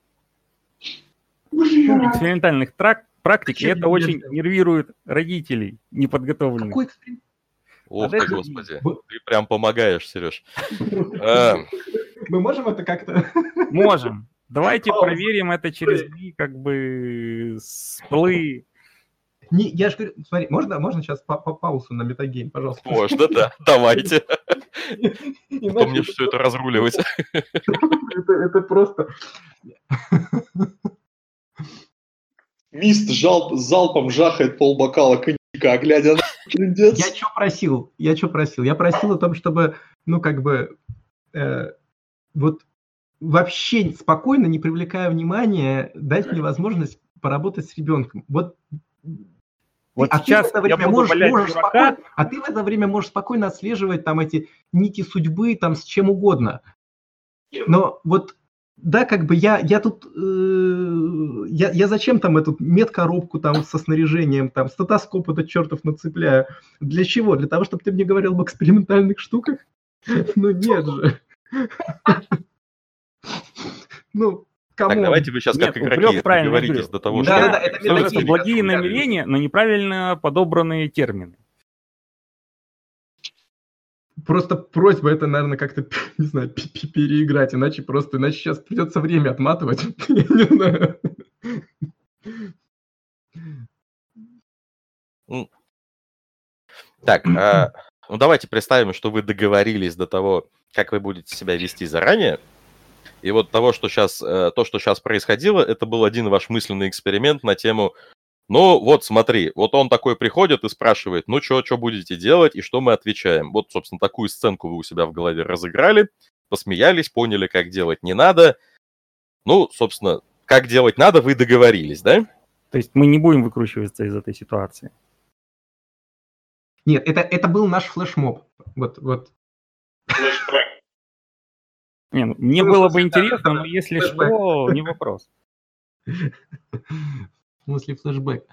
Экспериментальных практик, и это очень нервирует родителей неподготовленных. Какой эксперимент? Ох ты, господи. Ты прям помогаешь, Сереж. Мы можем это как-то... Можем. Давайте проверим это через дни, как бы, сплы. Я же говорю, смотри, можно сейчас паузу на метагейм, пожалуйста? Можно, да, давайте. Потом мне все это разруливать. Это просто... Мист залпом жахает полбокала коньяка, глядя на трындец. Я что просил? Я просил о том, чтобы, вот вообще спокойно, не привлекая внимания, дать мне возможность поработать с ребенком. Вот сейчас я буду валять дурака. А ты в это время можешь спокойно отслеживать там эти нити судьбы, там с чем угодно. Но вот Да, как бы я тут, я зачем там эту медкоробку там со снаряжением, там стетоскоп этот чертов нацепляю? Для чего? Для того, чтобы ты мне говорил об экспериментальных штуках? Ну нет же. Ну, Так, камон. давайте вы сейчас как Нет, игроки Упрек правильно договоритесь говорил. до того, У что... меня Да-да-да, это кажется, метагейм, благие я намерения, но неправильно подобранные термины. Просто просьба это, наверное, как-то, не знаю, переиграть, иначе сейчас придется время отматывать. Я не знаю. Так, ну давайте представим, что вы договорились до того, как вы будете себя вести заранее. И вот то, что сейчас происходило, это был один ваш мысленный эксперимент на тему, ну вот смотри, вот он такой приходит и спрашивает, ну что будете делать, и что мы отвечаем. Вот, собственно, такую сценку вы у себя в голове разыграли, посмеялись, поняли, как делать не надо. Ну, собственно, как делать надо, вы договорились, да? То есть мы не будем выкручиваться из этой ситуации. Нет, это был наш флешмоб. Вот. Не, ну, мне Ну, было в бы смысле, интересно, да, но если флешбэк. что, не вопрос. В смысле флешбэк.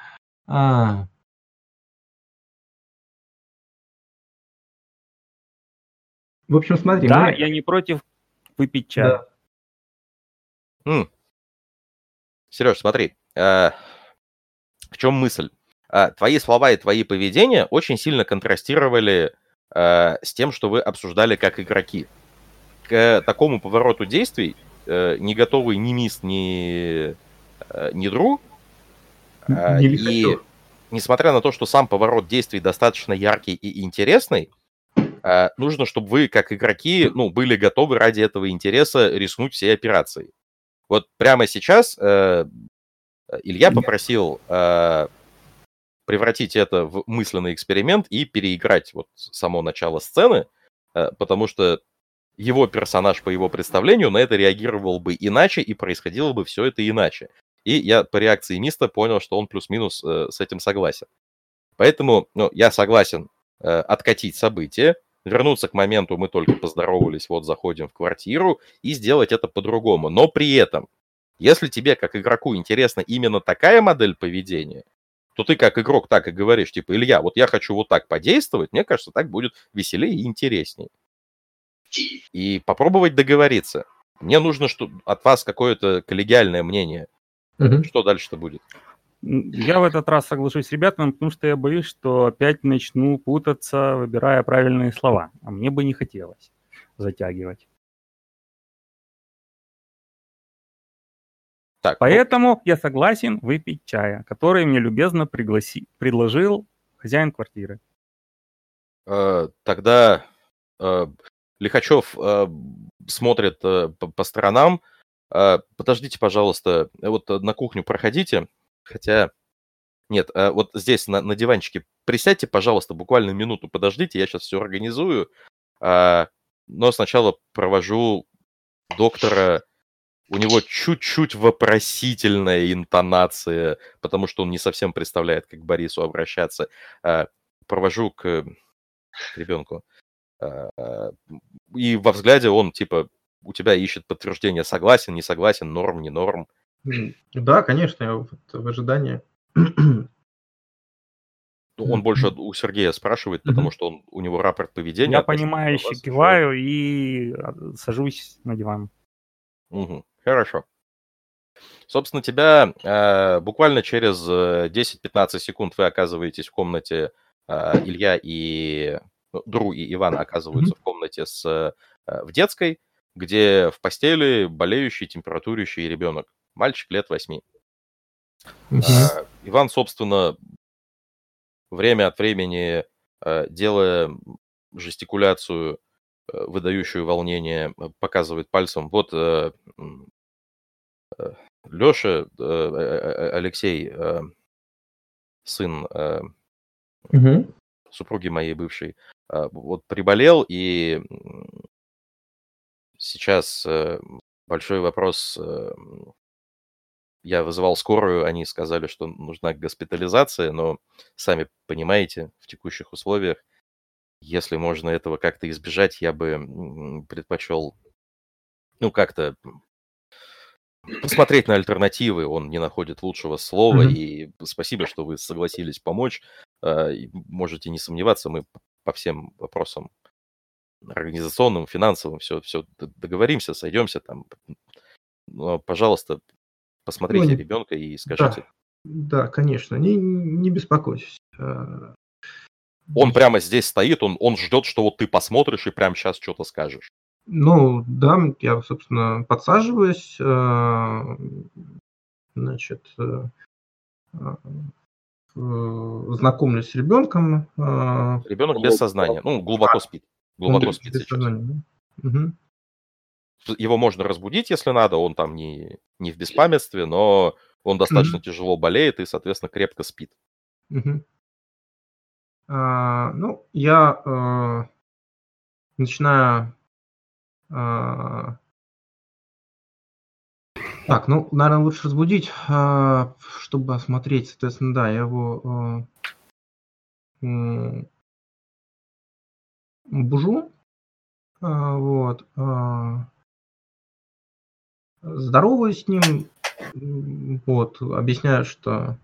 В общем, смотри, Да, мы... я не против выпить чай. Да. Сереж, смотри, в чем мысль? Твои слова и твои поведения очень сильно контрастировали с тем, что вы обсуждали как игроки. К такому повороту действий не готовый ни Мист, ни Дру. Не И Лихачев. несмотря на то, что сам поворот действий достаточно яркий и интересный, нужно, чтобы вы, как игроки, были готовы ради этого интереса рискнуть всей операцией. Вот прямо сейчас Илья попросил превратить это в мысленный эксперимент и переиграть вот само начало сцены, потому что его персонаж, по его представлению, на это реагировал бы иначе, и происходило бы все это иначе. И я по реакции Миста понял, что он плюс-минус с этим согласен. Поэтому я согласен откатить события, вернуться к моменту, мы только поздоровались, вот заходим в квартиру, и сделать это по-другому. Но при этом, если тебе, как игроку, интересна именно такая модель поведения, то ты как игрок так и говоришь, типа, Илья, вот я хочу вот так подействовать, мне кажется, так будет веселее и интереснее. И попробовать договориться. Мне нужно от вас какое-то коллегиальное мнение. Что дальше-то будет? Я в этот раз соглашусь с ребятами, потому что я боюсь, что опять начну путаться, выбирая правильные слова. А мне бы не хотелось затягивать. Так, Поэтому я согласен выпить чая, который мне любезно предложил хозяин квартиры. Тогда Лихачев смотрит по сторонам. Подождите, пожалуйста, вот на кухню проходите. Хотя, нет, вот здесь на диванчике присядьте, пожалуйста, буквально минуту подождите, я сейчас все организую. Но сначала провожу доктора. У него чуть-чуть вопросительная интонация, потому что он не совсем представляет, как к Борису обращаться. Провожу к ребенку. И во взгляде он, типа, у тебя ищет подтверждение, согласен, не согласен, норм, не норм. Да, конечно, я в ожидании. Он больше у Сергея спрашивает, потому что у него рапорт поведения. Я относительно понимающе вас еще. киваю и сажусь на диван. Угу, хорошо. Собственно, тебя буквально через 10-15 секунд вы оказываетесь в комнате, Илья и Дру и Иван оказываются в комнате в детской, где в постели болеющий, температурящий ребенок. Мальчик лет 8. Иван, собственно, время от времени, делая жестикуляцию, выдающую волнение, показывает пальцем. Вот Леша, Алексей, сын супруги моей бывшей, вот приболел, и сейчас большой вопрос. Я вызывал скорую, они сказали, что нужна госпитализация, но сами понимаете, в текущих условиях, если можно этого как-то избежать, я бы предпочел, как-то посмотреть на альтернативы, он не находит лучшего слова, Мгм. и спасибо, что вы согласились помочь. И можете не сомневаться, мы по всем вопросам организационным, финансовым все договоримся, сойдемся там. Но, пожалуйста, Ну, посмотрите ребенка и скажите. да, конечно, не беспокойтесь. Он прямо здесь стоит, он ждет, что вот ты посмотришь и прямо сейчас что-то скажешь. Ну, да, я, собственно, подсаживаюсь, значит, знакомлюсь с ребенком. Ребенок без сознания, глубоко спит. Он Глубоко спит без сейчас. сознания, да? Мгм. Его можно разбудить, если надо, он там не в беспамятстве, но он достаточно тяжело болеет и, соответственно, крепко спит. Мгм. Ну, я начинаю. Так, ну, наверное, лучше разбудить, чтобы осмотреть, соответственно, да, я его бужу, вот, здороваюсь с ним, вот, объясняю, что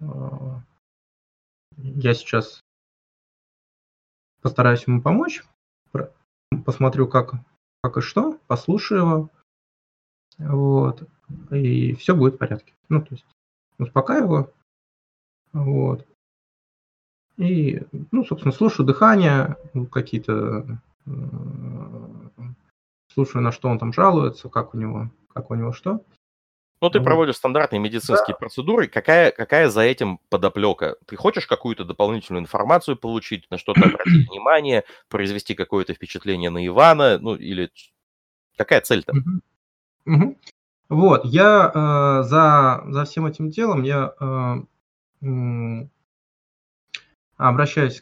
я сейчас постараюсь ему помочь, посмотрю, как и что, послушаю его, вот, и все будет в порядке. Ну, то есть успокаиваю, вот. И, ну, собственно, слушаю дыхание, какие-то, слушаю, на что он там жалуется, как у него что. Ну, ты Вот. проводишь стандартные медицинские процедуры. Какая за этим подоплека? Ты хочешь какую-то дополнительную информацию получить, на что-то обратить внимание, произвести какое-то впечатление на Ивана? Ну, или какая цель-то? Мгм. Мгм. Вот, я, за всем этим делом я, обращаюсь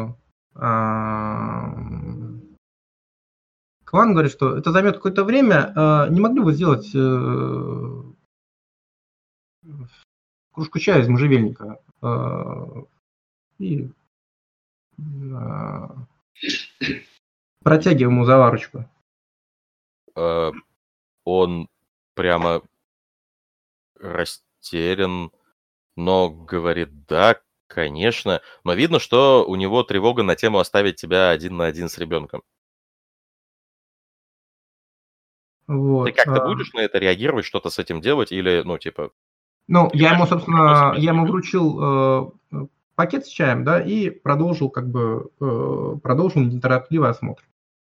к Ивану, говорю, что это займет какое-то время. Не могли бы вы сделать, кружку чая из можжевельника? И, протягиваю ему заварочку. Он прямо растерян, но говорит: "Да, конечно". Но видно, что у него тревога на тему оставить тебя один на один с ребенком. Ты Вот, как-то будешь на это реагировать, что-то с этим делать или, ну, типа, ну, я понимаешь, ему, что он пришел собственно, сейчас с я ему ребенком? вручил, пакет с чаем, да, и продолжил продолжил неторопливый осмотр.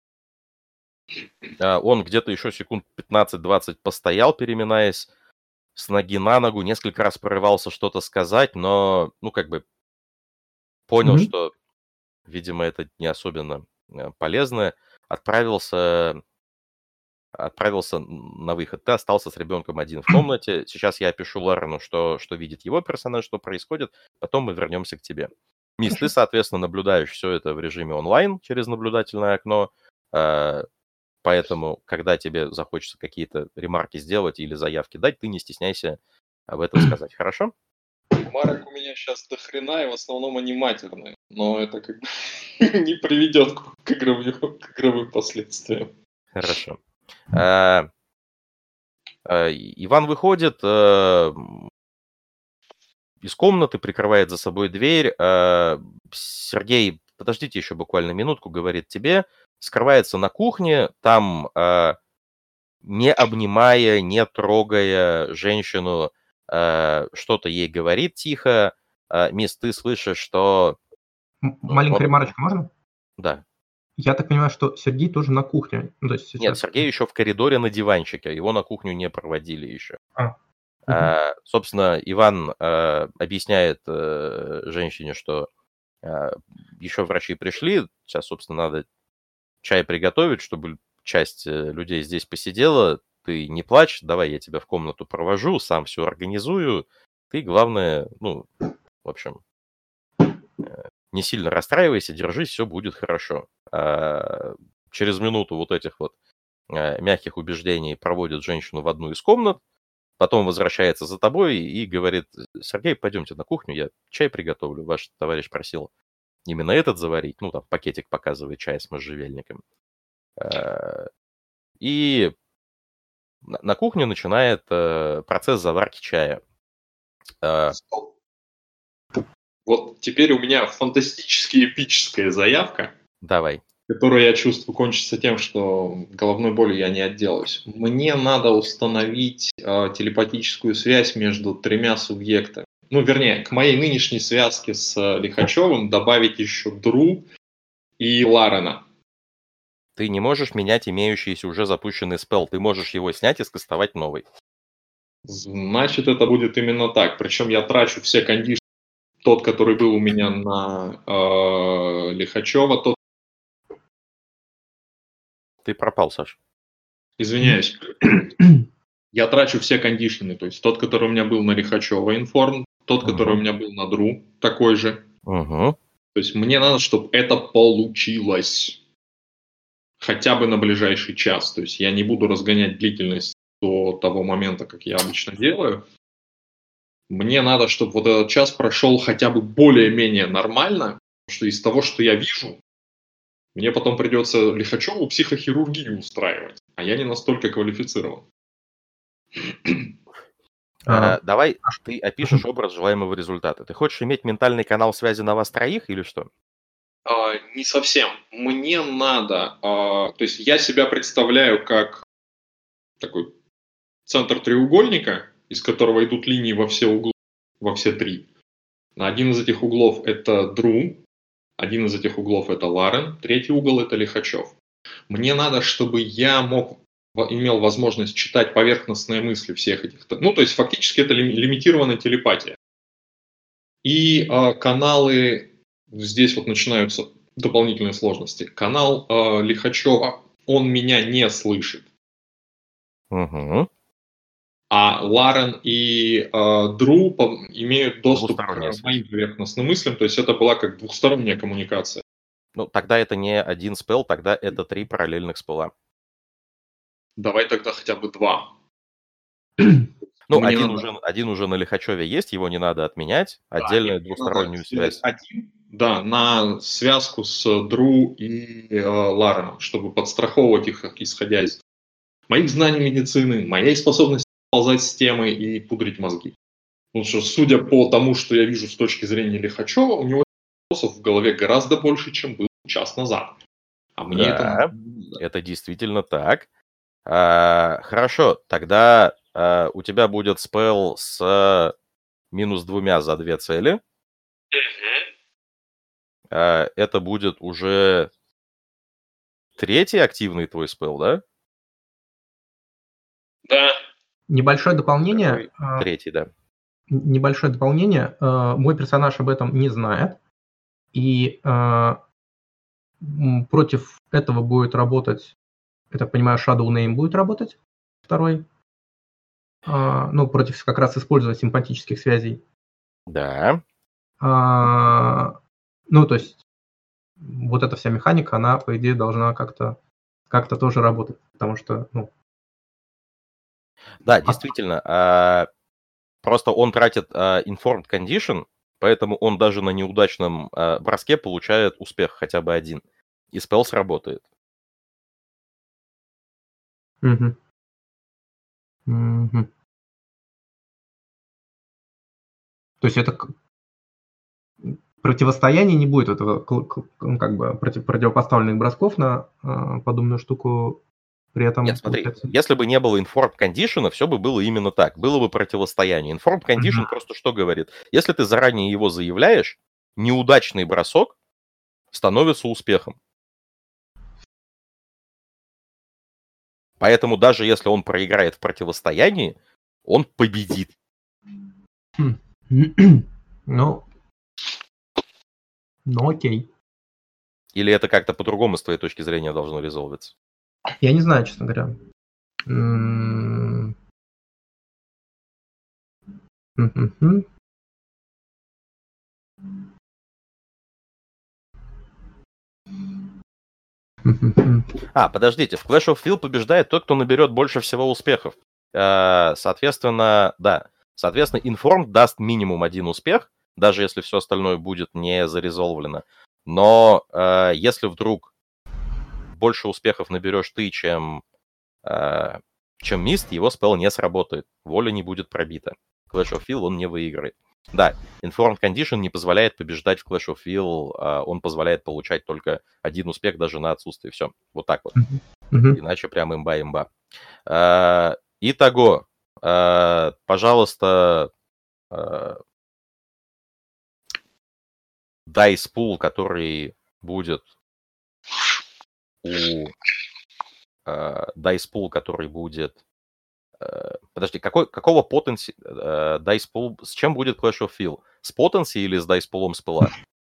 Он где-то еще секунд 15-20 постоял, переминаясь с ноги на ногу, несколько раз порывался что-то сказать, но, ну, как бы понял, Мгм. что, видимо, это не особенно, полезно, отправился на выход. Ты остался с ребенком один в комнате. Сейчас я опишу Ларену, что видит его персонаж, что происходит, потом мы вернемся к тебе. Мисс, ты, Хорошо. соответственно, наблюдаешь все это в режиме онлайн через наблюдательное окно, э, поэтому, когда тебе захочется какие-то ремарки сделать или заявки дать, ты не стесняйся об этом сказать. Хорошо? Марок у меня сейчас до хрена, и в основном они матерные. Но это как бы не приведет к игровым последствиям. Хорошо. Э, Иван выходит из комнаты, прикрывает за собой дверь. Сергей, подождите еще буквально минутку, говорит тебе, скрывается на кухне, там, не обнимая, не трогая женщину, что-то ей говорит тихо. Мисс, ты слышишь, что... Маленькая он... ремарочка можно? Да. Я так понимаю, что Сергей тоже на кухне. Ну, то есть Нет, сейчас. Сергей еще в коридоре на диванчике, его на кухню не проводили еще. Мгм. Собственно, Иван объясняет женщине, что еще врачи пришли, сейчас, собственно, надо чай приготовить, чтобы часть людей здесь посидела. Ты не плачь, давай я тебя в комнату провожу, сам все организую. Ты, главное, ну, в общем, не сильно расстраивайся, держись, все будет хорошо. Через минуту вот этих вот мягких убеждений проводит женщину в одну из комнат, потом возвращается за тобой и говорит: "Сергей, пойдемте на кухню, я чай приготовлю. Ваш товарищ просил именно этот заварить". Ну, там пакетик показывает чай с можжевельником. И На кухне начинает процесс заварки чая. Вот теперь у меня фантастически эпическая заявка, Давай. которую я чувствую кончится тем, что головной болью я не отделаюсь. Мне надо установить телепатическую связь между 3 субъектами. Ну, вернее, к моей нынешней связке с Лихачевым добавить еще Дру и Ларена. Ты не можешь менять имеющийся уже запущенный спелл. Ты можешь его снять и скастовать новый. Значит, это будет именно так. Причем я трачу все кондишны. Тот, который был у меня на Лихачева, тот... Ты пропал, Саш. Извиняюсь. Я трачу все кондишны. То есть тот, который у меня был на Лихачева информ, тот, который у меня был на Дру, такой же. Угу. То есть мне надо, чтобы это получилось хотя бы на ближайший час. То есть я не буду разгонять длительность до того момента, как я обычно делаю. Мне надо, чтобы вот этот час прошел хотя бы более-менее нормально, потому что из того, что я вижу, мне потом придется Лихачеву психохирургию устраивать, а я не настолько квалифицирован. Давай ты опишешь образ желаемого результата. Ты хочешь иметь ментальный канал связи на вас троих или что? Не совсем. Мне надо... то есть я себя представляю как такой центр треугольника, из которого идут линии во все углы, во все 3. Один из этих углов это Дру, один из этих углов это Ларен, третий угол это Лихачев. Мне надо, чтобы я имел возможность читать поверхностные мысли всех этих... Ну, то есть фактически это лимитированная телепатия. И каналы... Здесь вот начинаются дополнительные сложности. Канал Лихачева, он меня не слышит. Угу. А Ларен и Дру имеют доступ к моим поверхностным мыслям. То есть это была как двухсторонняя коммуникация. Ну, тогда это не один спелл, тогда это 3 параллельных спелла. Давай тогда хотя бы 2. Ну, один уже на Лихачеве есть, его не надо отменять. Отдельную двустороннюю связь. Да, на связку с Дру и Лареном, чтобы подстраховывать их, исходя из моих знаний медицины, моей способности ползать с темой и пудрить мозги. Потому что, судя по тому, что я вижу с точки зрения Лихачева, у него вопросов в голове гораздо больше, чем было час назад. А мне да, это действительно так. Хорошо, тогда у тебя будет спелл с -2 за 2 цели. Это будет уже 3-й активный твой спелл, да? Да. Небольшое дополнение. 3-й, да. Небольшое дополнение. Мой персонаж об этом не знает. И против этого будет работать, я так понимаю, Shadow Name будет работать, второй. Ну, против как раз использования симпатических связей. Да. Ну, то есть вот эта вся механика, она, по идее, должна как-то тоже работать, потому что, ну... Да, действительно. Просто он тратит Informed Condition, поэтому он даже на неудачном броске получает успех хотя бы один. И спелл сработает. Угу. Угу. То есть это противостояние не будет этого, как бы противопоставленных бросков на подобную штуку. При этом, нет, смотри, если бы не было Informed Condition, все бы было именно так. Было бы противостояние. Informed Condition просто что говорит? Если ты заранее его заявляешь, неудачный бросок становится успехом. Поэтому даже если он проиграет в противостоянии, он победит. Ну, окей. Или это как-то по-другому с твоей точки зрения должно резолвиться? Я не знаю, честно говоря. Подождите, в Clash of Field побеждает тот, кто наберет больше всего успехов. Соответственно, да. Соответственно, Informed даст минимум 1 успех, даже если все остальное будет не зарезолвлено. Но если вдруг больше успехов наберешь ты, чем чем Мист, его спелл не сработает. Воля не будет пробита. Clash of Will он не выиграет. Да, Informed Condition не позволяет побеждать в Clash of Will, он позволяет получать только один успех даже на отсутствие. Все, вот так вот. Иначе прям имба. Итого, пожалуйста, Dice Pool, который будет у... Dice Pool, который будет... Подожди, какого потенси... Dice Pool... С чем будет Clash of Will? С потенси или с Dice Pool'ом спелла?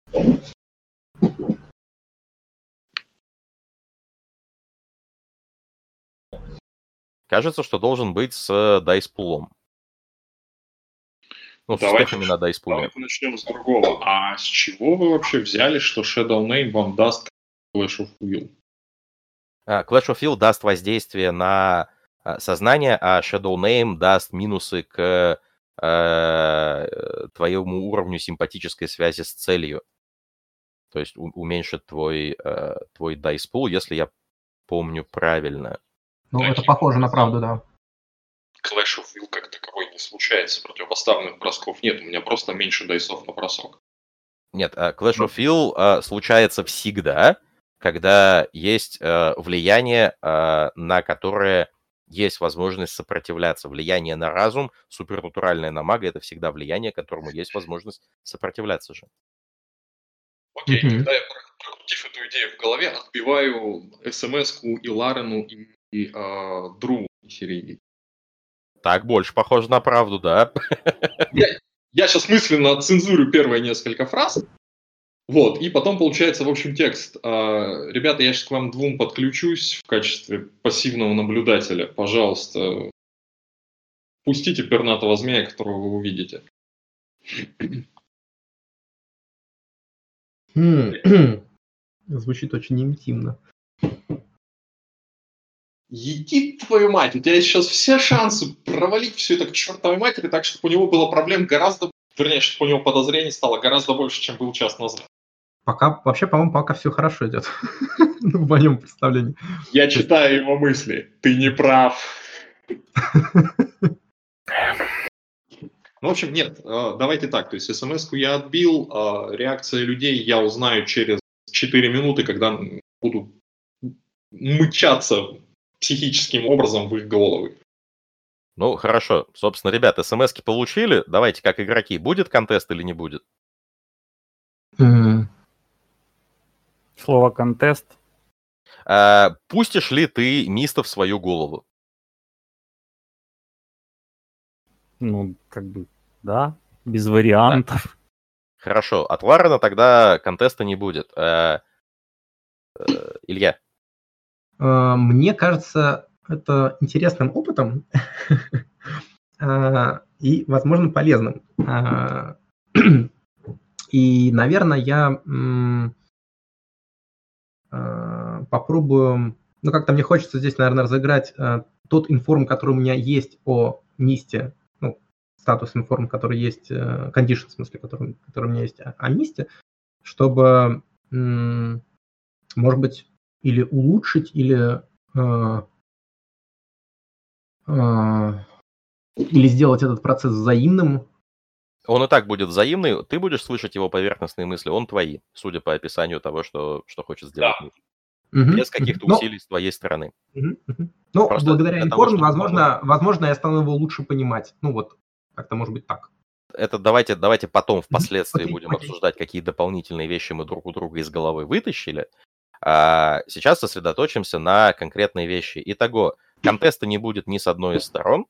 Кажется, что должен быть с Dice Pool'ом. Ну, с успехами на Dice Pool'е. Давайте начнем с другого. А с чего вы вообще взяли, что Shadow Name вам даст Clash of Will? Clash of Will даст воздействие на сознание, а Shadow Name даст минусы к твоему уровню симпатической связи с целью. То есть уменьшит твой Dice Pool, если я помню правильно. Ну, это похоже на правду, да. Clash of Will как таковой не случается, противопоставленных бросков нет, у меня просто меньше дайсов на бросок. Нет, Clash of Will случается всегда, когда есть влияние, на которое есть возможность сопротивляться. Влияние на разум, супернатуральное на мага — это всегда влияние, которому есть возможность сопротивляться же. Окей, тогда я, прокрутив эту идею в голове, отбиваю СМС-ку и Ларену, и Дру серии. Так больше похоже на правду, да? Я сейчас мысленно отцензурю первые несколько фраз, вот, и потом получается, в общем, текст. Ребята, я сейчас к вам двум подключусь в качестве пассивного наблюдателя. Пожалуйста, пустите пернатого змея, которого вы увидите. Звучит очень интимно. Еди твою мать, у тебя есть сейчас все шансы провалить все это к чертовой матери, так, чтобы у него было проблем гораздо, вернее, чтобы у него подозрений стало гораздо больше, чем был час назад. Пока, вообще, по-моему, пока все хорошо идет. В моем представлении. Я читаю его мысли. Ты не прав. Ну, в общем, нет, давайте так. То есть смс-ку я отбил, реакция людей я узнаю через 4 минуты, когда буду мычаться психическим образом в их головы. Ну, хорошо. Собственно, ребят, смс-ки получили. Давайте, как игроки, будет контест или не будет? Слово «контест». Пустишь ли ты Миста в свою голову? Ну, как бы, да, без вариантов. Да. Хорошо. От Ларена тогда контеста не будет. Илья? Мне кажется, это интересным опытом и, возможно, полезным. И, наверное, я попробую... Ну, как-то мне хочется здесь, наверное, разыграть тот информ, который у меня есть о Мисте, ну, статус информ, который есть, condition, в смысле, который у меня есть о Мисте, чтобы, может быть, или улучшить, или сделать этот процесс взаимным. Он и так будет взаимный, ты будешь слышать его поверхностные мысли, он твои, судя по описанию того, что хочет сделать. Да. Без каких-то усилий с твоей стороны. Ну, благодаря информу, возможно, я стану его лучше понимать. Ну вот, как-то может быть так. Это давайте потом впоследствии будем обсуждать, какие дополнительные вещи мы друг у друга из головы вытащили. А сейчас сосредоточимся на конкретные вещи. Итого, контеста не будет ни с одной из сторон.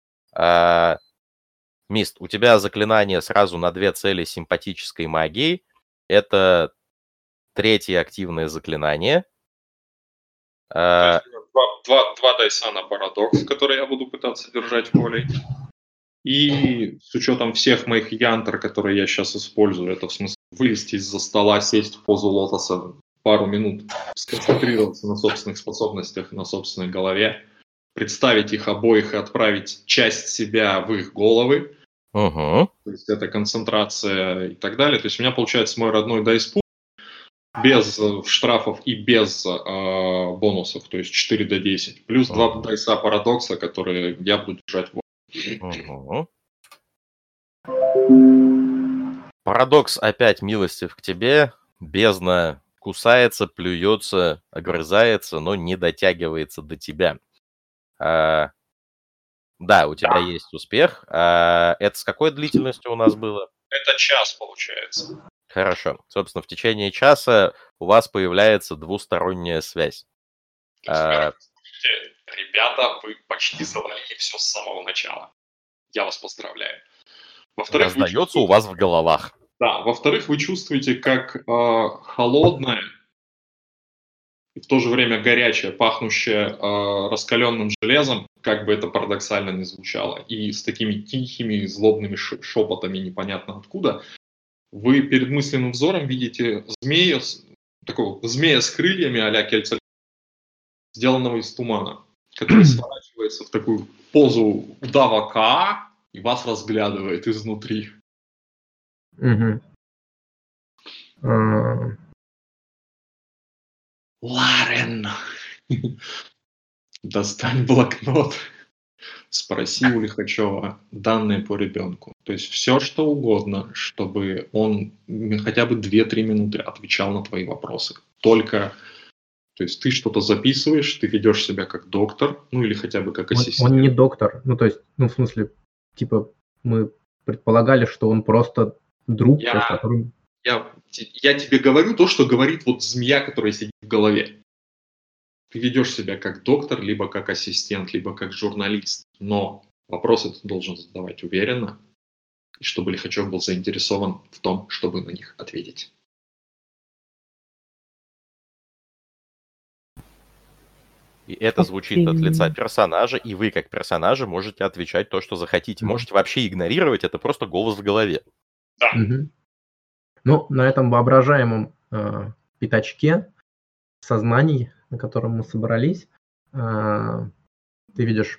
Мист, у тебя заклинание сразу на 2 цели симпатической магии. Это 3-е активное заклинание. Два дайса на парадокс, которые я буду пытаться держать волей. И с учетом всех моих янтр, которые я сейчас использую, это в смысле вылезти из-за стола, сесть в позу лотоса, пару минут сконцентрироваться на собственных способностях, на собственной голове, представить их обоих и отправить часть себя в их головы. То есть это концентрация и так далее. То есть у меня получается мой родной дайспул. без штрафов и без бонусов, то есть 4 до 10. Плюс 2 дайса парадокса, которые я буду держать в Угу. Парадокс опять милостив к тебе. Бездна кусается, плюется, огрызается, но не дотягивается до тебя. Да, у тебя есть успех. Это с какой длительностью у нас было? Это час, получается. Хорошо. Собственно, в течение часа у вас появляется двусторонняя связь. Ребята, вы почти завалили все с самого начала. Я вас поздравляю. Во-вторых, Раздается у вас в головах. Да, во-вторых, вы чувствуете, как холодное и в то же время горячее, пахнущее раскаленным железом, как бы это парадоксально ни звучало, и с такими тихими, злобными шепотами непонятно откуда, вы перед мысленным взором видите змея, такого змея с крыльями а-ля Кельца, сделанного из тумана, который сворачивается в такую позу удава Каа и вас разглядывает изнутри. Угу. Ларен, достань блокнот, спроси у Лихачева данные по ребенку. То есть все, что угодно, чтобы он хотя бы 2-3 минуты отвечал на твои вопросы. Только, то есть ты что-то записываешь, ты ведешь себя как доктор, ну или хотя бы как ассистент. Он не доктор, ну то есть, ну в смысле, типа мы предполагали, что он просто друг, с которым... Я тебе говорю то, что говорит вот змея, которая сидит в голове. Ты ведешь себя как доктор, либо как ассистент, либо как журналист. Но вопросы ты должен задавать уверенно, и чтобы Лихачев был заинтересован в том, чтобы на них ответить. И это звучит от лица персонажа, и вы, как персонажи, можете отвечать то, что захотите. Можете вообще игнорировать, это просто голос в голове. Да. Угу. Ну, на этом воображаемом пятачке сознаний, на котором мы собрались, ты видишь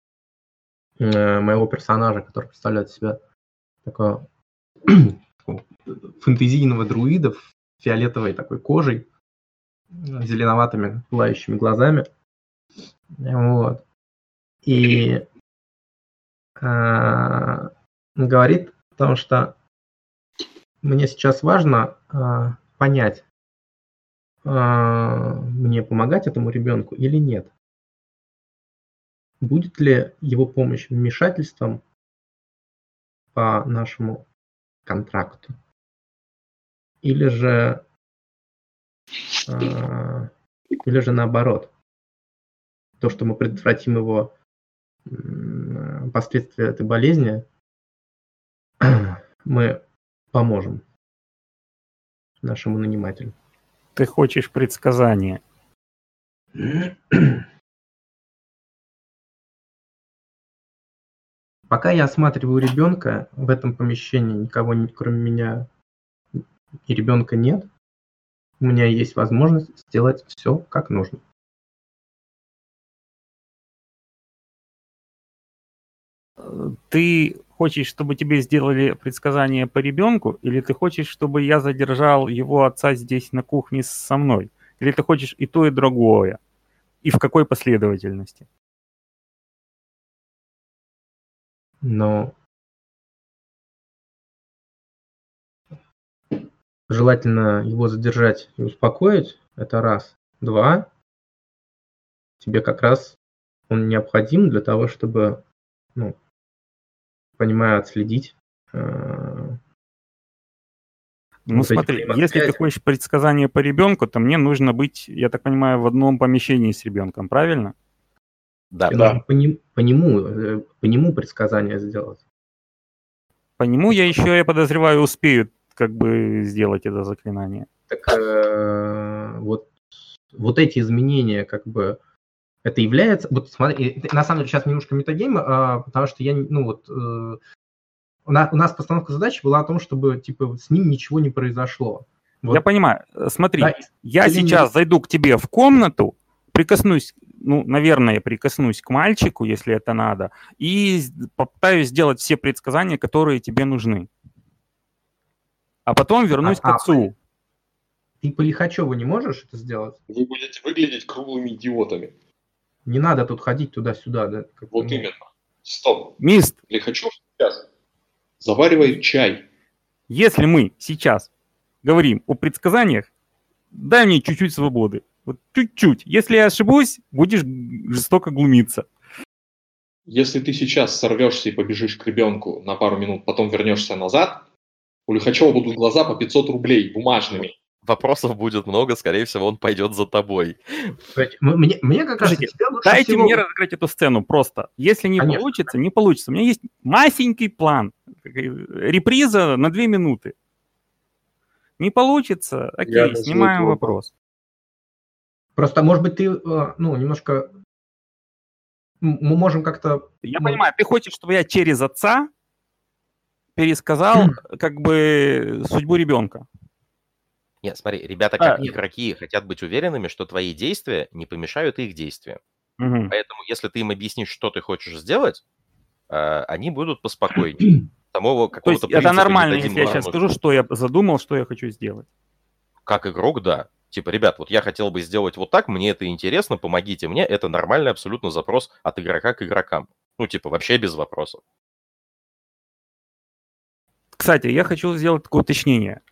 моего персонажа, который представляет себя такого фэнтезийного друида в фиолетовой такой кожей, зеленоватыми пылающими глазами. Вот. И говорит о том, что мне сейчас важно понять, мне помогать этому ребенку или нет. Будет ли его помощь вмешательством по нашему контракту? Или же наоборот, то, что мы предотвратим его последствия этой болезни, мы поможем нашему нанимателю. Ты хочешь предсказания? Пока я осматриваю ребенка, в этом помещении никого, кроме меня и ребенка, нет. У меня есть возможность сделать все как нужно. Ты хочешь, чтобы тебе сделали предсказание по ребенку, или ты хочешь, чтобы я задержал его отца здесь на кухне со мной? Или ты хочешь и то, и другое? И в какой последовательности? Но желательно его задержать и успокоить. Это раз. 2. Тебе как раз он необходим для того, чтобы, понимаю, отследить. Ну смотри, если ты хочешь предсказание по ребенку, то мне нужно быть, я так понимаю, в одном помещении с ребенком, правильно? Да. По нему предсказание сделать. По нему я еще, я подозреваю, успею как бы сделать это заклинание. Так вот эти изменения, как бы, это является... Вот смотри, на самом деле сейчас немножко метагейм, потому что у нас постановка задачи была о том, чтобы типа с ним ничего не произошло. Вот. Я понимаю. Смотри, да, я сейчас зайду к тебе в комнату, прикоснусь, наверное, прикоснусь к мальчику, если это надо, и попытаюсь сделать все предсказания, которые тебе нужны. А потом вернусь к отцу. Ты по Лихачеву не можешь это сделать? Вы будете выглядеть круглыми идиотами. Не надо тут ходить туда-сюда, да? Вот именно. Стоп. Мист, Лихачев сейчас заваривает чай. если мы сейчас говорим о предсказаниях, дай мне чуть-чуть свободы. Вот чуть-чуть. Если я ошибусь, будешь жестоко глумиться. Если ты сейчас сорвешься и побежишь к ребенку на пару минут, потом вернешься назад, у Лихачева будут глаза по 500 рублей бумажными. Вопросов будет много, скорее всего, он пойдет за тобой. Мне как раз Слушайте, тебя лучше дайте всего... мне разыграть эту сцену просто. Если не Конечно. получится, не получится. У меня есть масенький план. Реприза на 2 минуты. Не получится? Окей, снимаем вопрос. Просто, может быть, ты, немножко... Мы можем как-то... Я понимаю, ты хочешь, чтобы я через отца пересказал как бы судьбу ребенка. Нет, смотри, ребята как игроки хотят быть уверенными, что твои действия не помешают их действиям. Угу. Поэтому, если ты им объяснишь, что ты хочешь сделать, они будут поспокойнее. Самого То есть какого-то это принципа нормально, не дадим если я сейчас возможности. скажу, что я задумал, что я хочу сделать. Как игрок, да. Типа, ребят, вот я хотел бы сделать вот так, мне это интересно, помогите мне. Это нормальный абсолютно запрос от игрока к игрокам. Ну, типа, вообще без вопросов. Кстати, я хочу сделать такое уточнение.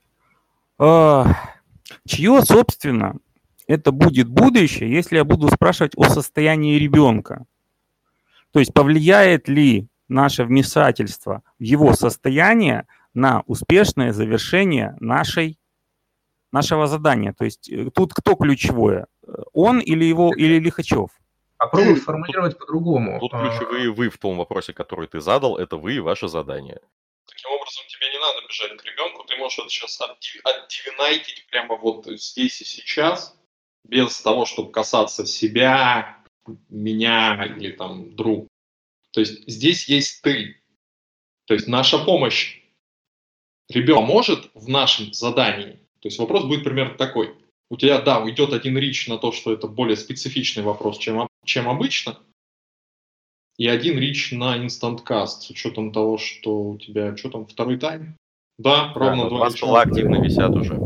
Чье, собственно, это будет будущее, если я буду спрашивать о состоянии ребенка? То есть повлияет ли наше вмешательство в его состояние на успешное завершение нашего задания? То есть тут кто ключевое? Он или Лихачев? Попробуй сформулировать по-другому. Тут ключевые вы в том вопросе, который ты задал, это вы и ваше задание. Таким образом, тебе не надо бежать к ребенку, ты можешь это сейчас отдивинайтить прямо вот здесь и сейчас, без того, чтобы касаться себя, меня или там друг. То есть здесь есть ты. То есть наша помощь ребенку поможет в нашем задании. То есть вопрос будет примерно такой. У тебя, да, уйдет один рич на то, что это более специфичный вопрос, чем обычно, и один рич на инстанткаст, с учетом того, что у тебя, что там, второй тайм? Да, ровно 2 стола активно висят уже.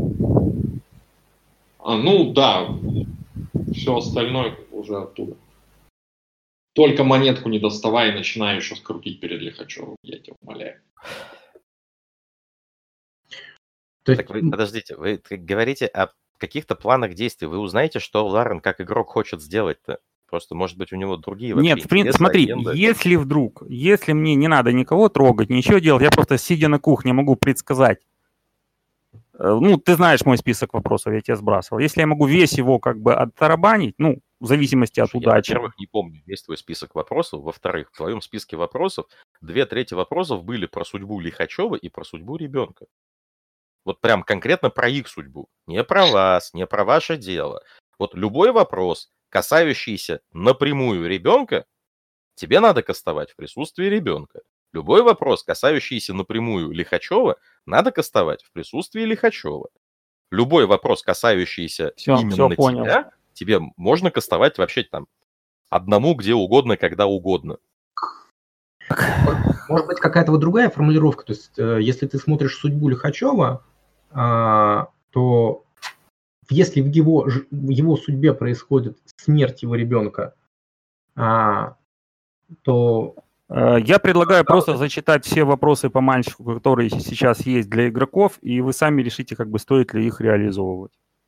Да, все остальное уже оттуда. Только монетку не доставай и начинай еще скрутить перед Лихачевым, я тебя умоляю. Так вы, подождите, вы говорите о каких-то планах действий. Вы узнаете, что Ларен как игрок хочет сделать-то? Просто, может быть, у него другие вообще Нет, в принципе, смотри, если мне не надо никого трогать, ничего делать, я просто, сидя на кухне, могу предсказать. Ты знаешь мой список вопросов, я тебе сбрасывал. Если я могу весь его как бы оттарабанить, в зависимости от удачи. Я, во-первых, не помню весь твой список вопросов. Во-вторых, в твоем списке вопросов 2/3 вопросов были про судьбу Лихачева и про судьбу ребенка. Вот прям конкретно про их судьбу. Не про вас, не про ваше дело. Вот любой вопрос, касающийся напрямую ребенка, тебе надо кастовать в присутствии ребенка. Любой вопрос, касающийся напрямую Лихачева, надо кастовать в присутствии Лихачева. Любой вопрос, касающийся именно понял. тебя, тебе можно кастовать вообще там одному где угодно, когда угодно. Может быть, какая-то вот другая формулировка. То есть, если ты смотришь судьбу Лихачева, то если в его судьбе происходит смерть его ребенка, то... Я предлагаю просто зачитать все вопросы по мальчику, которые сейчас есть для игроков, и вы сами решите, как бы стоит ли их реализовывать.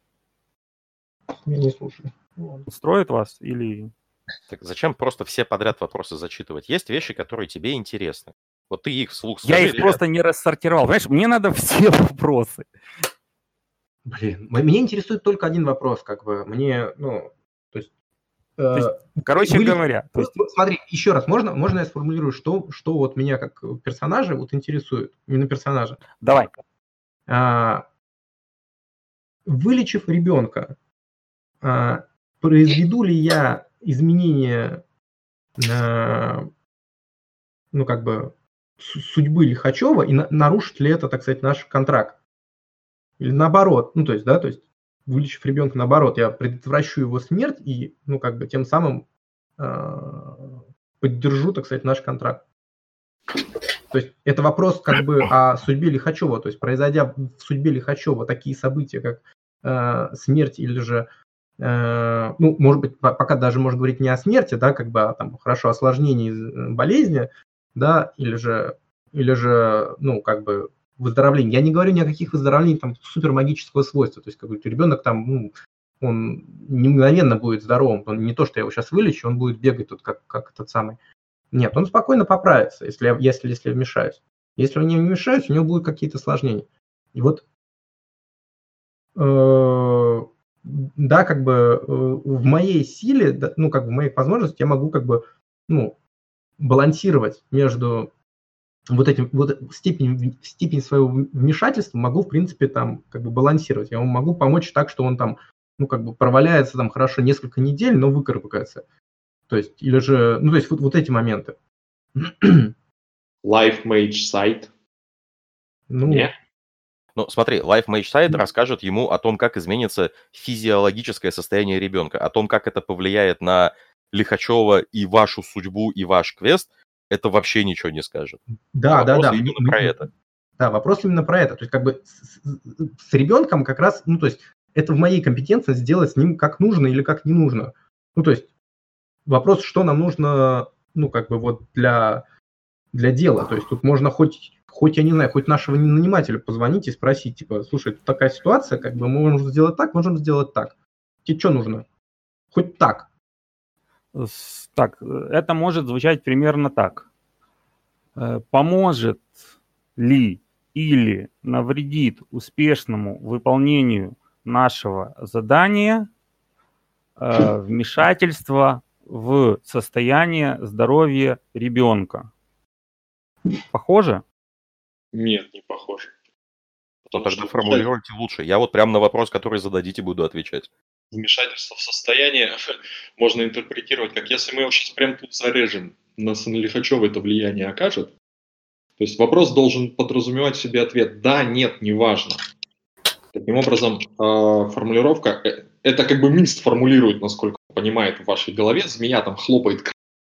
Я не слушаю. Устроит вас или... Так зачем просто все подряд вопросы зачитывать? Есть вещи, которые тебе интересны. Вот ты их вслух Я скажи, их просто не рассортировал. Понимаешь, мне надо все вопросы. Блин, меня интересует только один вопрос, как бы. Мне, короче говоря... Смотри, еще раз, можно я сформулирую, что вот меня как персонажа вот интересует? Именно персонажа. Давай. Вылечив ребенка, произведу ли я изменения судьбы Лихачева и нарушит ли это, так сказать, наш контракт? Или наоборот, то есть вылечив ребенка, наоборот, я предотвращу его смерть и, тем самым поддержу, так сказать, наш контракт. То есть это вопрос как бы о судьбе Лихачева. То есть произойдя в судьбе Лихачева такие события, как смерть или же, ну, может быть, пока даже можно говорить не о смерти, да, как бы, а там, хорошо, осложнении болезни, да, или же, ну, как бы, выздоровление. Я не говорю ни о каких выздоровлениях там супермагического свойства, то есть, как бы, ребенок там, ну, он не мгновенно будет здоровым, он не то, что я его сейчас вылечу, он будет бегать тут как этот самый. Нет, он спокойно поправится, если я вмешаюсь. Если я не вмешаюсь, у него будут какие-то осложнения. И вот, да, как бы в моей силе, да, ну, как бы в моих возможностях я могу как бы, ну, балансировать между вот этим, вот степень своего вмешательства могу, в принципе, там, как бы балансировать. Я ему могу помочь так, что он там, ну, как бы проваляется там хорошо несколько недель, но выкарабкается. То есть, или же, ну, то есть вот эти моменты. Life Mage сайт. Ну, Не? Ну, смотри, Life Mage Site расскажет ему о том, как изменится физиологическое состояние ребенка, о том, как это повлияет на Лихачева и вашу судьбу, и ваш квест, это вообще ничего не скажет. да. Вопрос именно про это. Да, вопрос именно про это. То есть, как бы с ребенком как раз, ну, то есть, это в моей компетенции сделать с ним как нужно или как не нужно. Ну, то есть, вопрос, что нам нужно, ну, как бы вот для дела. То есть, тут можно хоть я не знаю, хоть нашего нанимателя позвонить и спросить, типа, слушай, тут такая ситуация, как бы мы можем сделать так, можем сделать так. Тебе что нужно? Хоть так. Так, это может звучать примерно так. Поможет ли или навредит успешному выполнению нашего задания вмешательство в состояние здоровья ребенка? Похоже? Нет, не похоже. То тогда формулируйте лучше. Я вот прям на вопрос, который зададите, буду отвечать. Вмешательство в состояние можно интерпретировать как если мы его сейчас прям тут зарежем, на Лихачева это влияние окажет. То есть вопрос должен подразумевать в себе ответ «да», «нет», «неважно». Таким образом, формулировка, это как бы Минст формулирует, насколько понимает в вашей голове, змея там хлопает,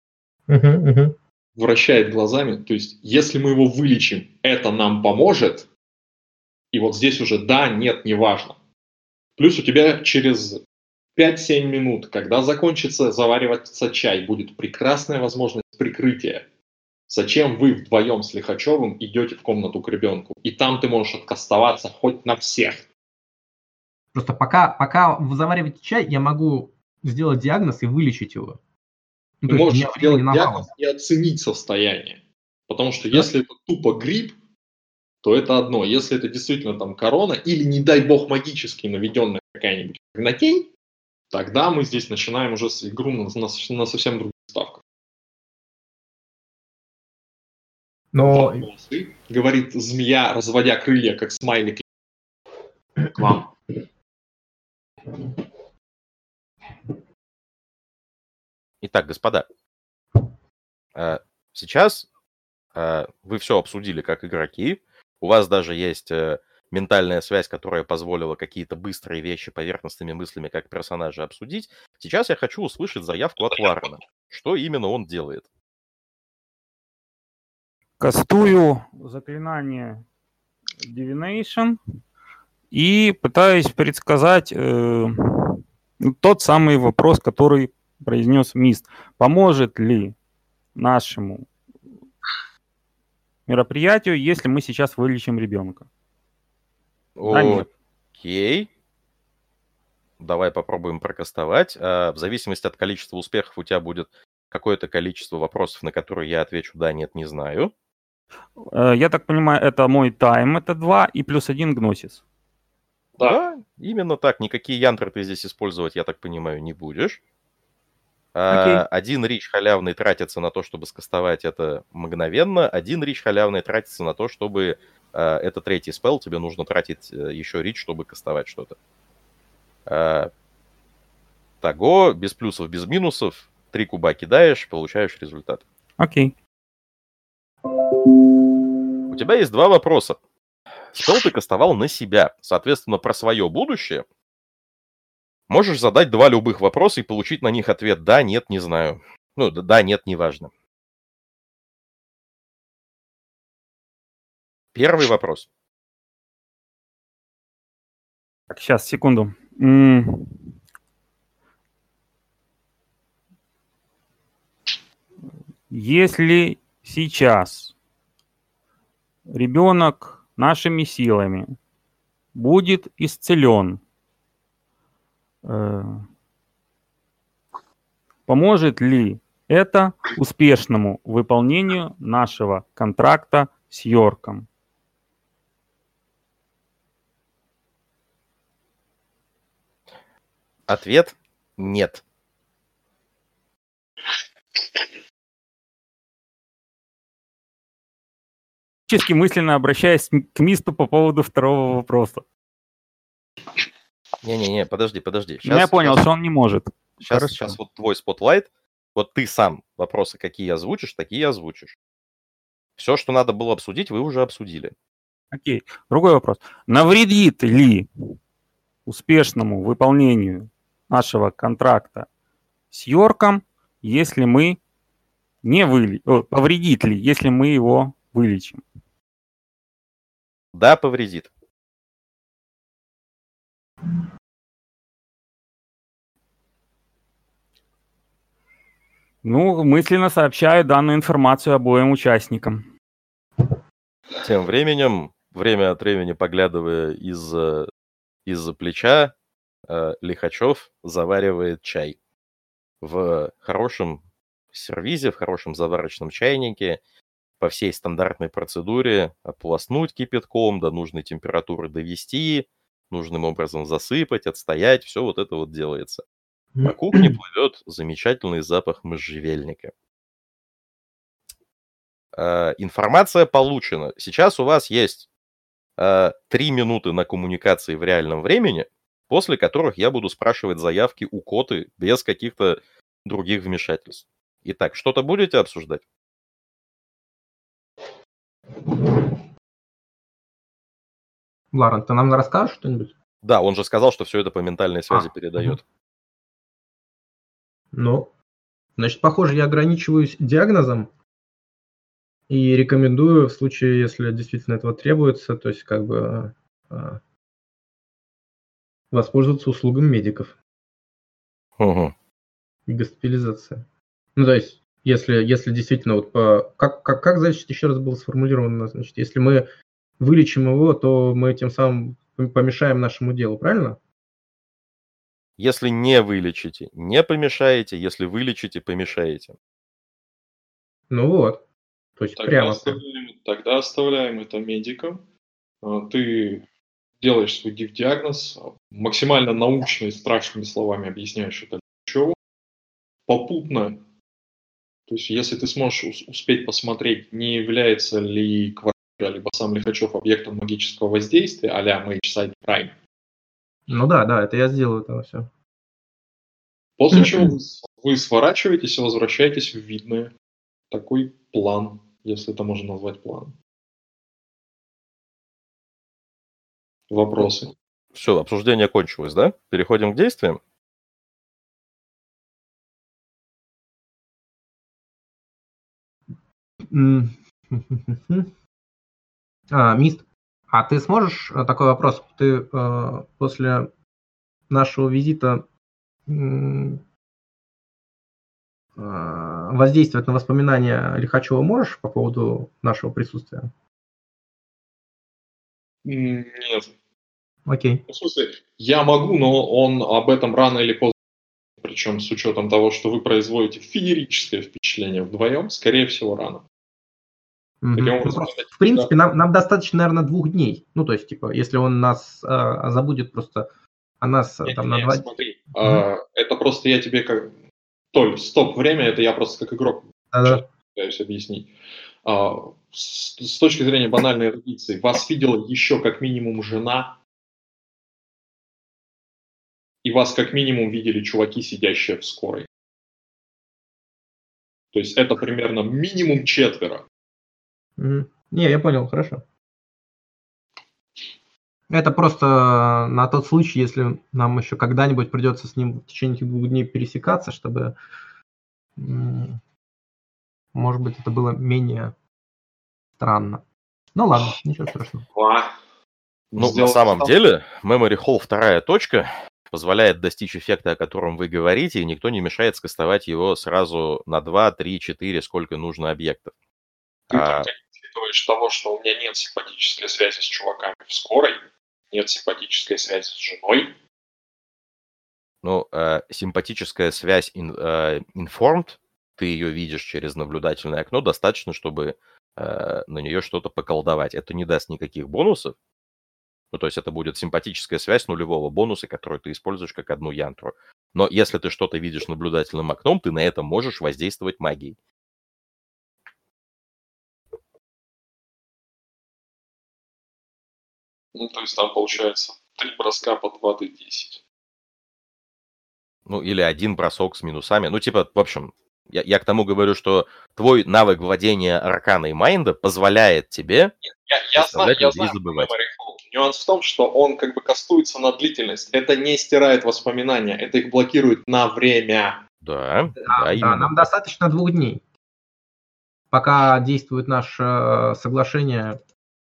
вращает глазами. То есть если мы его вылечим, это нам поможет, и вот здесь уже «да», «нет», «неважно». Плюс у тебя через 5-7 минут, когда закончится завариваться чай, будет прекрасная возможность прикрытия. Зачем вы вдвоем с Лихачевым идете в комнату к ребенку? И там ты можешь откастоваться хоть на всех. Просто пока вы завариваете чай, я могу сделать диагноз и вылечить его. Ну, Ты можешь у меня сделать времени диагноз навалом. и оценить состояние. Потому что Да? если это тупо грипп, то это одно. Если это действительно там корона или, не дай бог, магически наведенная какая-нибудь хренотень, тогда мы здесь начинаем уже игру на совсем других ставках. Но говорит змея, разводя крылья, как смайлик, к вам. Итак, господа, сейчас вы все обсудили как игроки. У вас даже есть ментальная связь, которая позволила какие-то быстрые вещи поверхностными мыслями как персонажа обсудить. Сейчас я хочу услышать заявку от Ларена. Что именно он делает? Кастую заклинание Divination и пытаюсь предсказать тот самый вопрос, который произнес Мист. Поможет ли нашему мероприятию, если мы сейчас вылечим ребенка? Да, нет. Окей. Давай попробуем прокастовать. В зависимости от количества успехов у тебя будет какое-то количество вопросов, на которые я отвечу «да», «нет», «не знаю». Я так понимаю, это мой тайм, это 2 и плюс 1 гносис. Да, именно так. Никакие янтры ты здесь использовать, я так понимаю, не будешь. Окей. Один рич халявный тратится на то, чтобы скастовать это мгновенно. Один рич халявный тратится на то, чтобы... это третий спелл, тебе нужно тратить еще рич, чтобы кастовать что-то. Того, без плюсов, без минусов, 3 куба кидаешь, получаешь результат. Окей. У тебя есть 2 вопроса. Спелл ты кастовал на себя, соответственно, про свое будущее. Можешь задать 2 любых вопроса и получить на них ответ «да», «нет», «не знаю». Ну, да, «нет», неважно. Первый вопрос. Так, сейчас, секунду. Если сейчас ребенок нашими силами будет исцелен, поможет ли это успешному выполнению нашего контракта с Йорком? Ответ – нет. Мысленно обращаясь к Мисту по поводу второго вопроса. Не-не-не, подожди. Я понял, что он не может. Сейчас вот твой спотлайт. Вот ты сам вопросы какие озвучишь, такие и озвучишь. Все, что надо было обсудить, вы уже обсудили. Окей. Другой вопрос. Навредит ли успешному выполнению нашего контракта с Йорком, если мы повредит ли, если мы его вылечим? Да, повредит. Ну, мысленно сообщаю данную информацию обоим участникам. Тем временем, время от времени поглядывая из-за плеча, Лихачев заваривает чай в хорошем сервизе, в хорошем заварочном чайнике, по всей стандартной процедуре ополоснуть кипятком, до нужной температуры довести, нужным образом засыпать, отстоять, все вот это вот делается. По кухне плывет замечательный запах можжевельника. Информация получена. Сейчас у вас есть 3 минуты на коммуникации в реальном времени, после которых я буду спрашивать заявки у Коты без каких-то других вмешательств. Итак, что-то будете обсуждать? Ларен, ты нам расскажешь что-нибудь? Да, он же сказал, что все это по ментальной связи передает. Ну, значит, похоже, я ограничиваюсь диагнозом и рекомендую в случае, если действительно этого требуется, то есть как бы воспользоваться услугами медиков. Угу. И госпитализация. Ну, то есть, если действительно вот как значит, еще раз было сформулировано, значит, если мы вылечим его, то мы тем самым помешаем нашему делу, правильно? Если не вылечите, не помешаете. Если вылечите, помешаете. Ну вот. То есть Тогда оставляем это медикам. Ты делаешь свой диагноз, максимально научно и страшными словами объясняешь это Лихачеву. Попутно, то есть если ты сможешь успеть посмотреть, не является ли квартира либо сам Лихачев объектом магического воздействия, а-ля Mage Side Crime. Ну да, это я сделаю, это все. После чего вы сворачиваетесь и возвращаетесь в видное. Такой план, если это можно назвать планом. Вопросы? Все, обсуждение кончилось, да? Переходим к действиям? Мист, а ты сможешь, такой вопрос, ты после нашего визита воздействовать на воспоминания Лихачева можешь по поводу нашего присутствия? Нет. Окей. В смысле, я могу, но он об этом рано или поздно, причем с учетом того, что вы производите феерическое впечатление вдвоем, скорее всего, рано. В принципе, нам достаточно, наверное, 2 дней. Ну, то есть, типа, если он нас забудет просто о нас там на 2 дня. Смотри, это просто я тебе как... Толь, стоп, время, это я просто как игрок пытаюсь объяснить. С точки зрения банальной эрудиции, вас видела еще как минимум жена, и вас как минимум видели чуваки, сидящие в скорой. То есть это примерно минимум 4. Не, я понял, хорошо. Это просто на тот случай, если нам еще когда-нибудь придется с ним в течение 2 дней пересекаться, чтобы, может быть, это было менее странно. Ну ладно, ничего страшного. Ну, на Сделать самом ставку. деле, Memory Hole вторая точка позволяет достичь эффекта, о котором вы говорите, и никто не мешает скастовать его сразу на 2, 3, 4, сколько нужно объектов. Ты А, только не учитываешь того, что у меня нет симпатической связи с чуваками в скорой, нет симпатической связи с женой. Ну, симпатическая связь informed, ты ее видишь через наблюдательное окно, достаточно, чтобы на нее что-то поколдовать. Это не даст никаких бонусов. Ну, то есть это будет симпатическая связь нулевого бонуса, которую ты используешь как одну янтру. Но если ты что-то видишь наблюдательным окном, ты на это можешь воздействовать магией. Ну, то есть там получается 3 броска по 2d10. Ну, или один бросок с минусами. Ну, типа, в общем, я к тому говорю, что твой навык владения арканой майнда позволяет тебе Я знаю заставлять людей про забывать. Memory Hole. Нюанс в том, что он как бы кастуется на длительность. Это не стирает воспоминания, это их блокирует на время. Да, да, Да, именно нам так. достаточно 2 дней. Пока действует наше соглашение.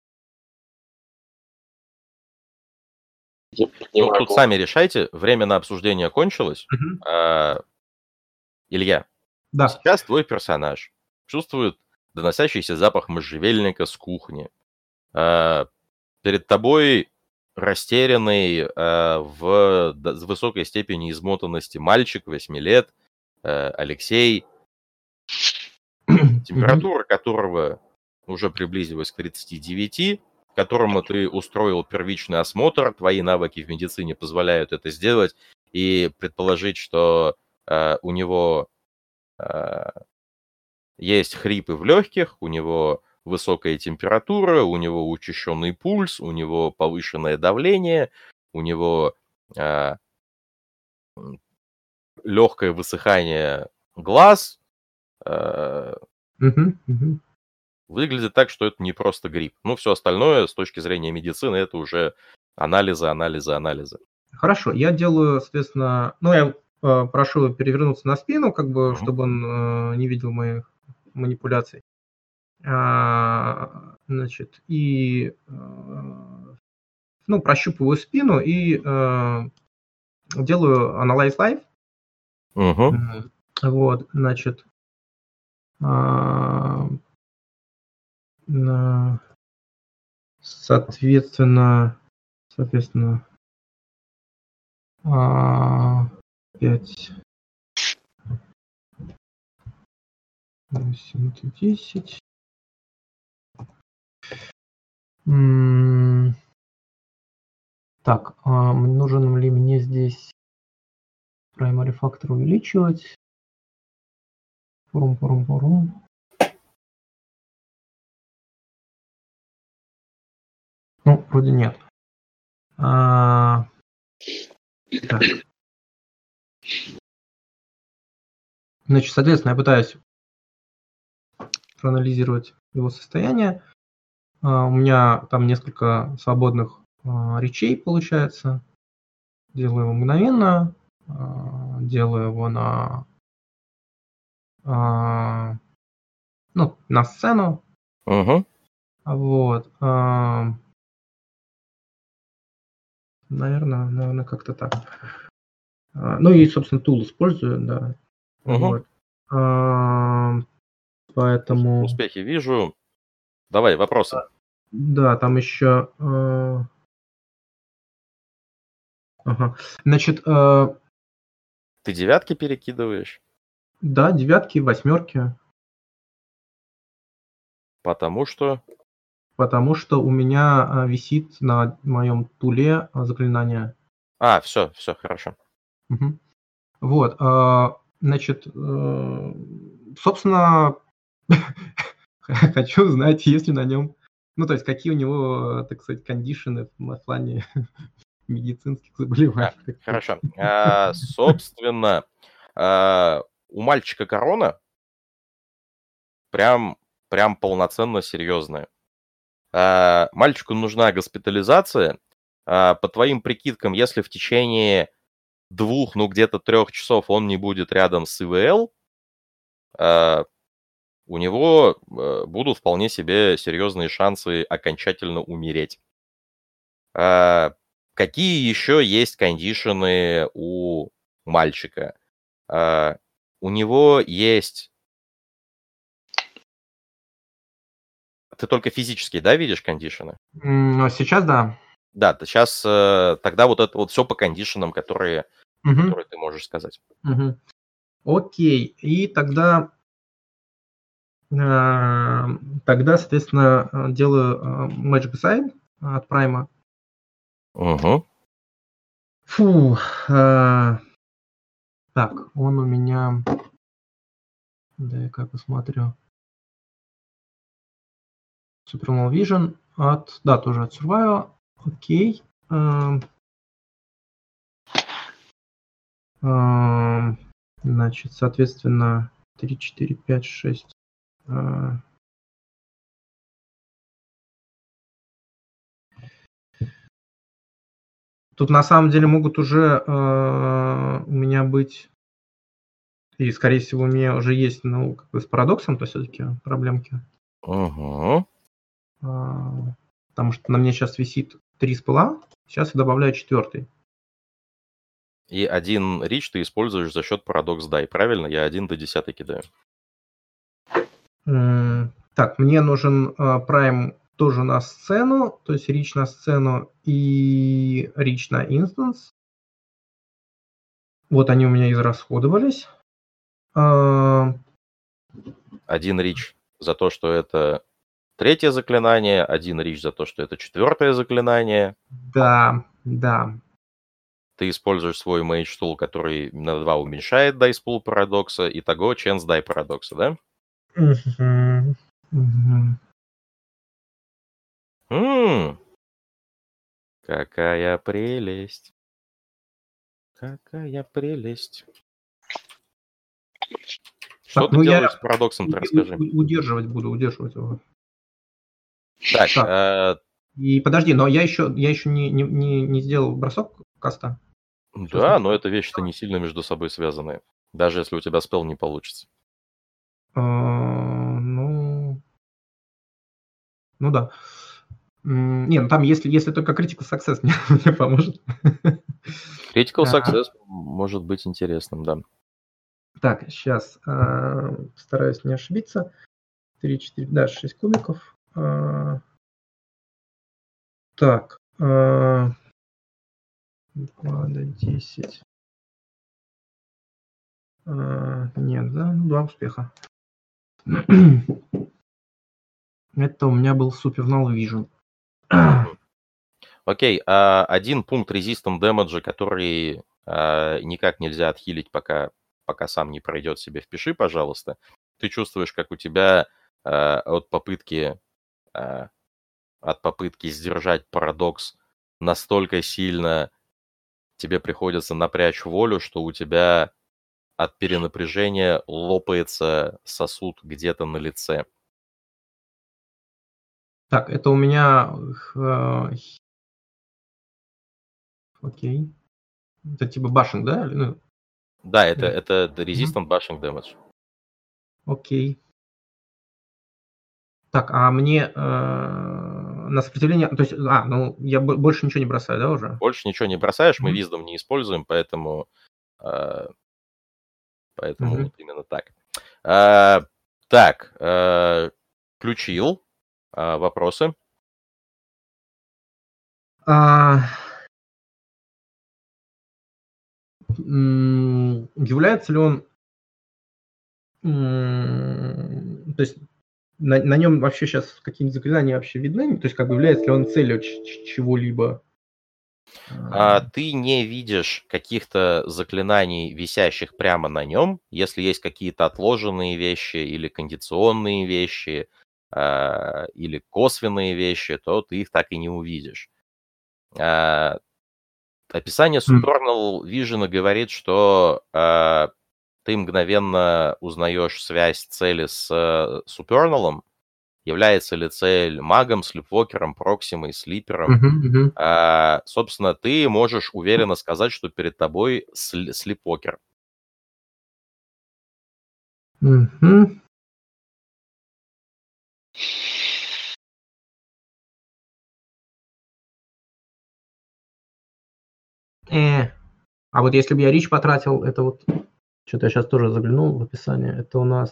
Я Ну, понимаю, тут сами решайте. Время на обсуждение кончилось. Мгм. Илья, Да. сейчас твой персонаж чувствует доносящийся запах можжевельника с кухни. Перед тобой растерянный, с высокой степени измотанности мальчик 8 лет, Алексей, Мгм. температура которого уже приблизилась к 39, которому ты устроил первичный осмотр, твои навыки в медицине позволяют это сделать, и предположить, что у него есть хрипы в легких, у него высокая температура, у него учащенный пульс, у него повышенное давление, у него легкое высыхание глаз. Мгм. Мгм. Выглядит так, что это не просто грипп. Ну, все остальное с точки зрения медицины это уже анализы. Хорошо, я делаю, соответственно, я прошу его перевернуться на спину, как бы, Мгм. чтобы он не видел моих манипуляций. Значит, и прощупываю спину и делаю Analyze Life. Мгм. Вот, значит, а, соответственно, 5, 8, 10. Так, нужен ли мне здесь primary фактор увеличивать? Пурум. Ну, вроде нет. Так. Значит, соответственно, я пытаюсь проанализировать его состояние. У меня там несколько свободных речей получается. Делаю его мгновенно. Делаю его на сцену. Мгм. Вот. Наверное, как-то так. Ну и, собственно, тул использую, да. Мгм. Вот. Поэтому... Успехи вижу. Давай, вопросы. Да, там еще... Ага. Значит, Ты девятки перекидываешь, да, 9, 8, потому что... потому что у меня висит на моем туле заклинание. Все, хорошо. Мгм. Вот, значит, собственно, хочу узнать, есть ли на нем, то есть какие у него, так сказать, кондишены в плане медицинских заболеваний. так сказать. Хорошо. Собственно, у мальчика корона прям полноценно серьезная. Мальчику нужна госпитализация. По твоим прикидкам, если в течение 2, где-то 3 часов он не будет рядом с ИВЛ, у него будут вполне себе серьезные шансы окончательно умереть. Какие еще есть кондишены у мальчика? У него есть... Ты только физически, да, видишь кондишены? Сейчас да. Да, сейчас тогда вот это вот все по кондишенам, которые Мгм, ты можешь сказать. мгм. Окей. И тогда, соответственно, делаю Magic Missile от Прайма. Угу. Фу. Так, он у меня... Дай-ка я посмотрю. Supernal Vision от... Да, тоже от Survival. Окей. Значит, соответственно, 3, 4, 5, 6. Тут на самом деле могут уже у меня быть, и скорее всего у меня уже есть, ну, как бы с парадоксом-то все-таки проблемки. Угу. Потому что на мне сейчас висит 3 спыла, сейчас я добавляю 4. И один рич ты используешь за счет парадокс дай, правильно? Я 1 до 10 кидаю. Так, мне нужен прайм тоже на сцену, то есть рич на сцену и рич на инстанс. Вот они у меня израсходовались. Один рич за то, что это третье заклинание, один рич за то, что это четвертое заклинание. Да, да. Ты используешь свой Mage Tool, который на 2 уменьшает Dice Pool парадокса, итого Chance Die парадокса, да? Мгм. Мгм. Какая прелесть. Какая прелесть. Что Так, ты ну я делаешь с парадоксом-то, расскажи. удерживать его. Так, Так, и подожди, но я еще не сделал бросок каста. Сейчас да, но это вещи-то не сильно между собой связаны. Даже если у тебя спел не получится. Ну да. Не, ну там если только Critical Success мне поможет. Critical А, Success может быть интересным, да. Так, сейчас постараюсь не ошибиться. 3, 4, да, 6 кубиков. Так, 2 до 10. Нет, да, 2 успеха. Это у меня был Supernal Vision. Окей, один пункт резистом дэмэджа, который никак нельзя отхилить, пока сам не пройдет, себе впиши, пожалуйста. Ты чувствуешь, как у тебя от попытки сдержать парадокс настолько сильно тебе приходится напрячь волю, что у тебя от перенапряжения лопается сосуд где-то на лице. Так, это у меня... Окей. Это типа башен, да? Ну, Да, это Мгм. resistant bashing damage. Окей. Так, а мне на сопротивление... То есть, ну, я больше ничего не бросаю, да, уже? Больше ничего не бросаешь, мы Мгм. виздом не используем, поэтому Мгм. вот именно так. Так, включил. Вопросы? А, Является ли он... То есть на нем вообще сейчас какие-нибудь заклинания вообще видны? То есть как бы является ли он целью чего-либо? Ты не видишь каких-то заклинаний, висящих прямо на нем. Если есть какие-то отложенные вещи или кондиционные вещи, или косвенные вещи, то ты их так и не увидишь. Описание Supernal Vision говорит, что ты мгновенно узнаешь связь цели с Supernal'ом. Является ли цель магом, слипвокером, проксимой, слипером. Мгм, мгм. Собственно, ты можешь уверенно сказать, что перед тобой слипвокер. Мгм. А вот если бы я рич потратил, это вот... Что-то я сейчас тоже заглянул в описание. Это у нас...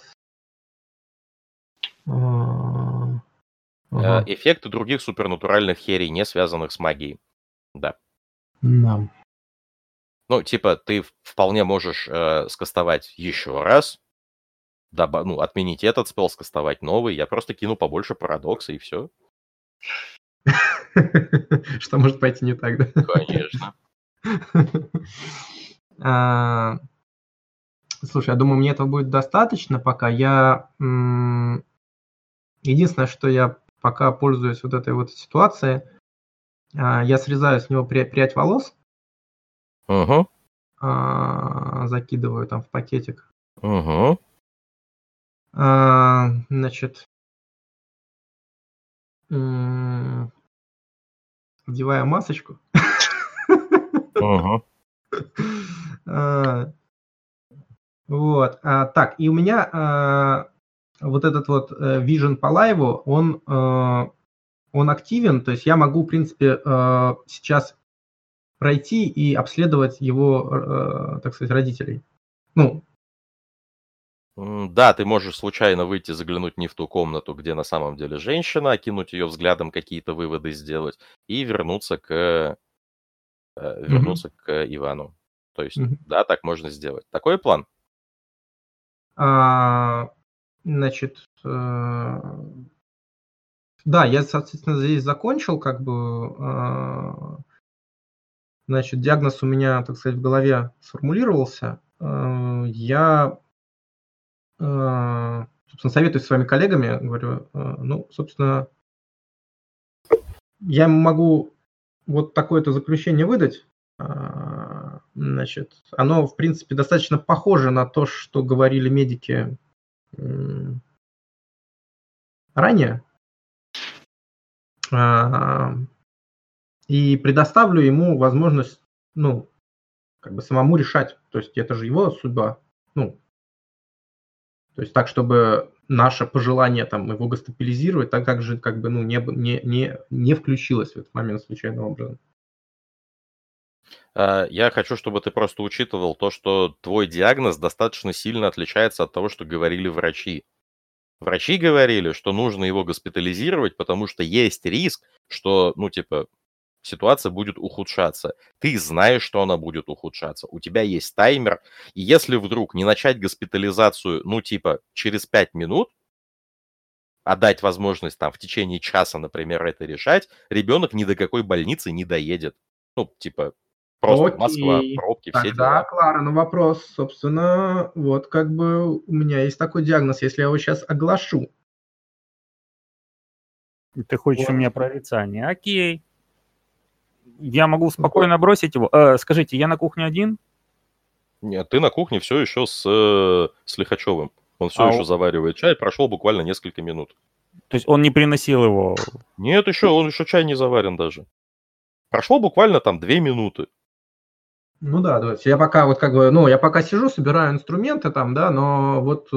Ага. Эффекты других супернатуральных херей, не связанных с магией. Да. Да. Ну, типа, ты вполне можешь скастовать еще раз, отменить этот спелл, скастовать новый. Я просто кину побольше парадокса, и все. Что может пойти не так, да? Конечно. Слушай, я думаю, мне этого будет достаточно пока. Единственное, что я пока пользуюсь вот этой вот ситуацией, я срезаю с него прядь волос, Угу. закидываю там в пакетик. Угу. Значит, одеваю масочку. Угу. Вот. Так, и у меня вот этот вот Vision по лайву, он активен, то есть я могу, в принципе, сейчас пройти и обследовать его, так сказать, родителей. Ну, да, ты можешь случайно выйти, заглянуть не в ту комнату, где на самом деле женщина, окинуть ее взглядом, какие-то выводы сделать и вернуться к Ивану. То есть, да, так можно сделать. Такой план? Значит, да, я, соответственно, здесь закончил, как бы, значит, диагноз у меня, так сказать, в голове сформулировался. Я, собственно, советуюсь с своими коллегами, говорю, ну, собственно, я могу вот такое-то заключение выдать. Значит, оно, в принципе, достаточно похоже на то, что говорили медики ранее. И предоставлю ему возможность, ну, как бы самому решать. То есть это же его судьба. Ну, то есть так, чтобы наше пожелание там его госпитализировать, так как же как бы ну, не включилось в этот момент случайным образом. Я хочу, чтобы ты просто учитывал то, что твой диагноз достаточно сильно отличается от того, что говорили врачи. Врачи говорили, что нужно его госпитализировать, потому что есть риск, что, ну, типа, ситуация будет ухудшаться. Ты знаешь, что она будет ухудшаться. У тебя есть таймер. И если вдруг не начать госпитализацию, ну, типа, через 5 минут, а дать возможность там в течение часа, например, это решать, ребенок ни до какой больницы не доедет. Ну, типа, просто Окей. Москва, пробки, все Тогда, дела. Клара, на вопрос, собственно, вот как бы у меня есть такой диагноз, если я его сейчас оглашу. Ты хочешь Вот. у меня прорицание? Окей. Я могу спокойно бросить его. Скажите, я на кухне один? Нет, ты на кухне все еще с Лихачевым. Он все еще заваривает чай, прошло буквально несколько минут. То есть он не приносил его? Нет, он еще чай не заварен даже. Прошло буквально там 2 минуты. Ну да, давайте. Я пока вот как бы, ну, я пока сижу, собираю инструменты там, да, но вот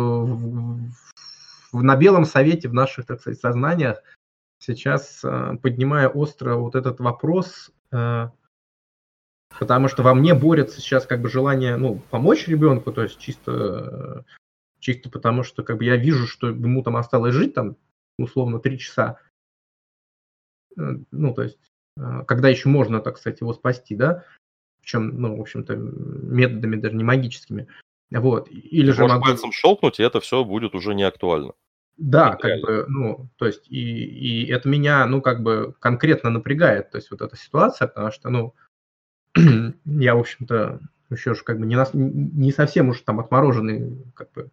на белом совете в наших, так сказать, сознаниях сейчас поднимаю остро вот этот вопрос, потому что во мне борется сейчас как бы желание, ну, помочь ребенку, то есть чисто потому что как бы я вижу, что ему там осталось жить там условно 3 часа. Ну, то есть, когда еще можно, так сказать, его спасти, да? Причем, ну, в общем-то, методами даже не магическими. Вот. Или Ты же можешь могу... пальцем щелкнуть, и это все будет уже не актуально. Да, как бы, ну, то есть, и это меня, ну, как бы конкретно напрягает, то есть, вот эта ситуация, потому что, ну, я, в общем-то, еще же как бы не совсем уж там отмороженный, как бы,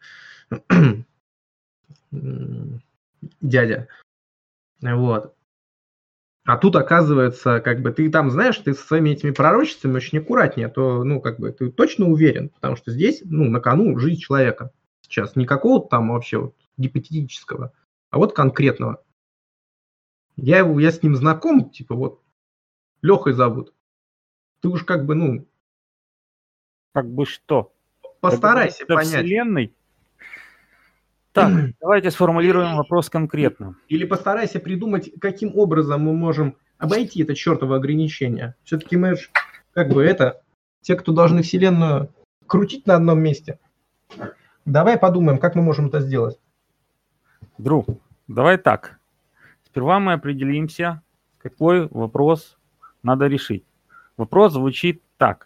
дядя. Вот. А тут, оказывается, как бы ты там, знаешь, ты со своими этими пророчествами очень аккуратнее, то, ну, как бы ты точно уверен, потому что здесь, ну, на кону жизнь человека сейчас. Не какого-то там вообще вот гипотетического, а вот конкретного. Я с ним знаком, типа вот, Лехой зовут. Ты уж как бы, ну... Как бы что? Постарайся понять. Вселенной? Так, давайте сформулируем вопрос конкретно. Или постарайся придумать, каким образом мы можем обойти это чертово ограничение. Все-таки мы же те, кто должны вселенную крутить на одном месте. Давай подумаем, как мы можем это сделать. Друг, давай так. Сперва мы определимся, какой вопрос надо решить. Вопрос звучит так.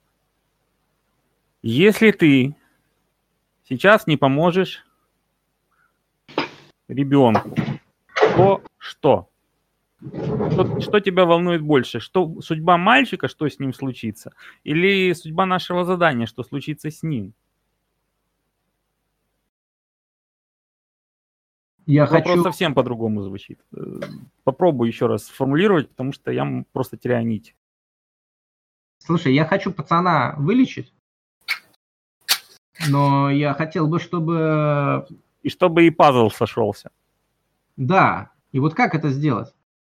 Если ты сейчас не поможешь ребенку, то что? Что тебя волнует больше? Что судьба мальчика, что с ним случится? Или судьба нашего задания, что случится с ним? Вопрос совсем по-другому звучит. Попробую еще раз сформулировать, потому что я просто теряю нить. Слушай, я хочу пацана вылечить, но я хотел бы, чтобы... И чтобы и пазл сошелся. Да, и вот как это сделать?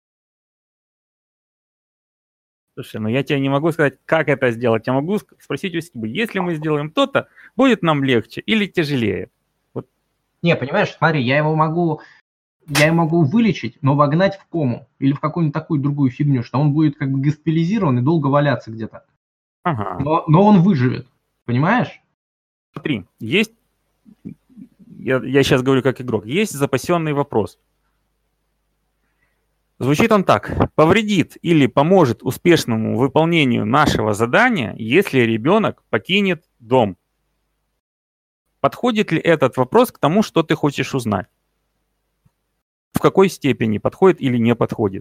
Слушай, ну я тебе не могу сказать, как это сделать. Я могу спросить у себя, если мы сделаем то-то, будет нам легче или тяжелее? Вот. Не, понимаешь, смотри, я его могу вылечить, но вогнать в кому или в какую-нибудь такую другую фигню, что он будет как бы госпитализирован и долго валяться где-то. Ага. Но он выживет, понимаешь? Смотри, есть, я сейчас говорю как игрок, есть запасенный вопрос. Звучит он так. Повредит или поможет успешному выполнению нашего задания, если ребенок покинет дом. Подходит ли этот вопрос к тому, что ты хочешь узнать? В какой степени подходит или не подходит?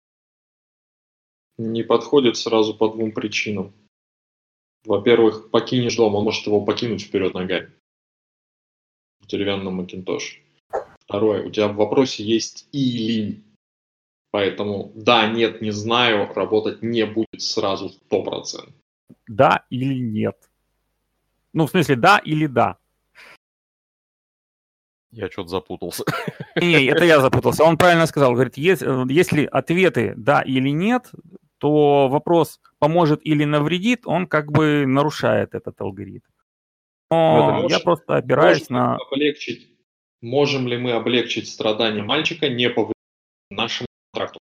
Не подходит сразу по двум причинам. Во-первых, покинешь дом, он может его покинуть вперед ногами. В деревянном Макинтоше. Второе, у тебя в вопросе есть или. Поэтому да, нет, не знаю, работать не будет сразу 100%. Да или нет? Ну, в смысле, да или да? Я что-то запутался. Не, это я запутался. Он правильно сказал. Говорит, если ответы да или нет, то вопрос поможет или навредит, он как бы нарушает этот алгоритм. Но я просто опираюсь на... Можем ли мы облегчить страдания мальчика, не повредив нашему контракту?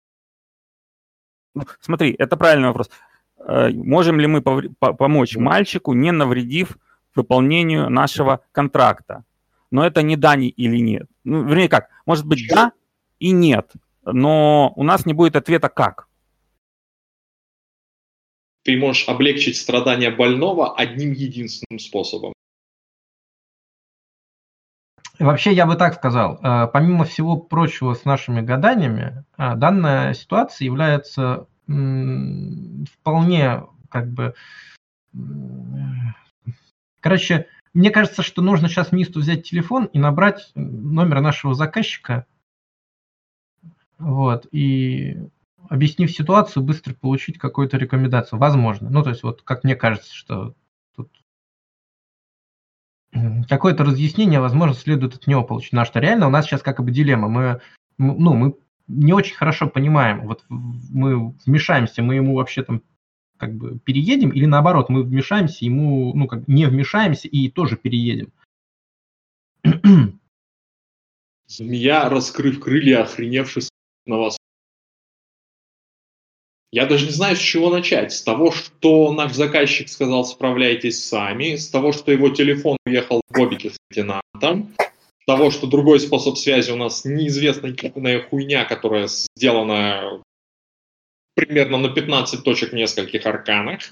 Смотри, это правильный вопрос. Можем ли мы помочь мальчику, не навредив выполнению нашего контракта? Но это не да или нет. Ну, вернее как, может быть да и нет, но у нас не будет ответа как. Ты можешь облегчить страдания больного одним единственным способом. Вообще, я бы так сказал, помимо всего прочего с нашими гаданиями, данная ситуация является вполне как бы... Короче, мне кажется, что нужно сейчас Мисту взять телефон и набрать номер нашего заказчика, вот, и, объяснив ситуацию, быстро получить какую-то рекомендацию. Возможно. Ну, то есть, вот, как мне кажется, что тут какое-то разъяснение, возможно, следует от него получить. Потому что реально у нас сейчас как бы дилемма. Мы не очень хорошо понимаем, вот мы вмешаемся, мы ему вообще там как бы переедем, или наоборот, мы вмешаемся, ему, ну, как не вмешаемся и тоже переедем. Змея, раскрыв крылья, охреневшись на вас. Я даже не знаю, с чего начать. С того, что наш заказчик сказал, справляйтесь сами. С того, что его телефон уехал в бобике с лейтенантом. С того, что другой способ связи у нас неизвестная хуйня, которая сделана примерно на 15 точек в нескольких арканах.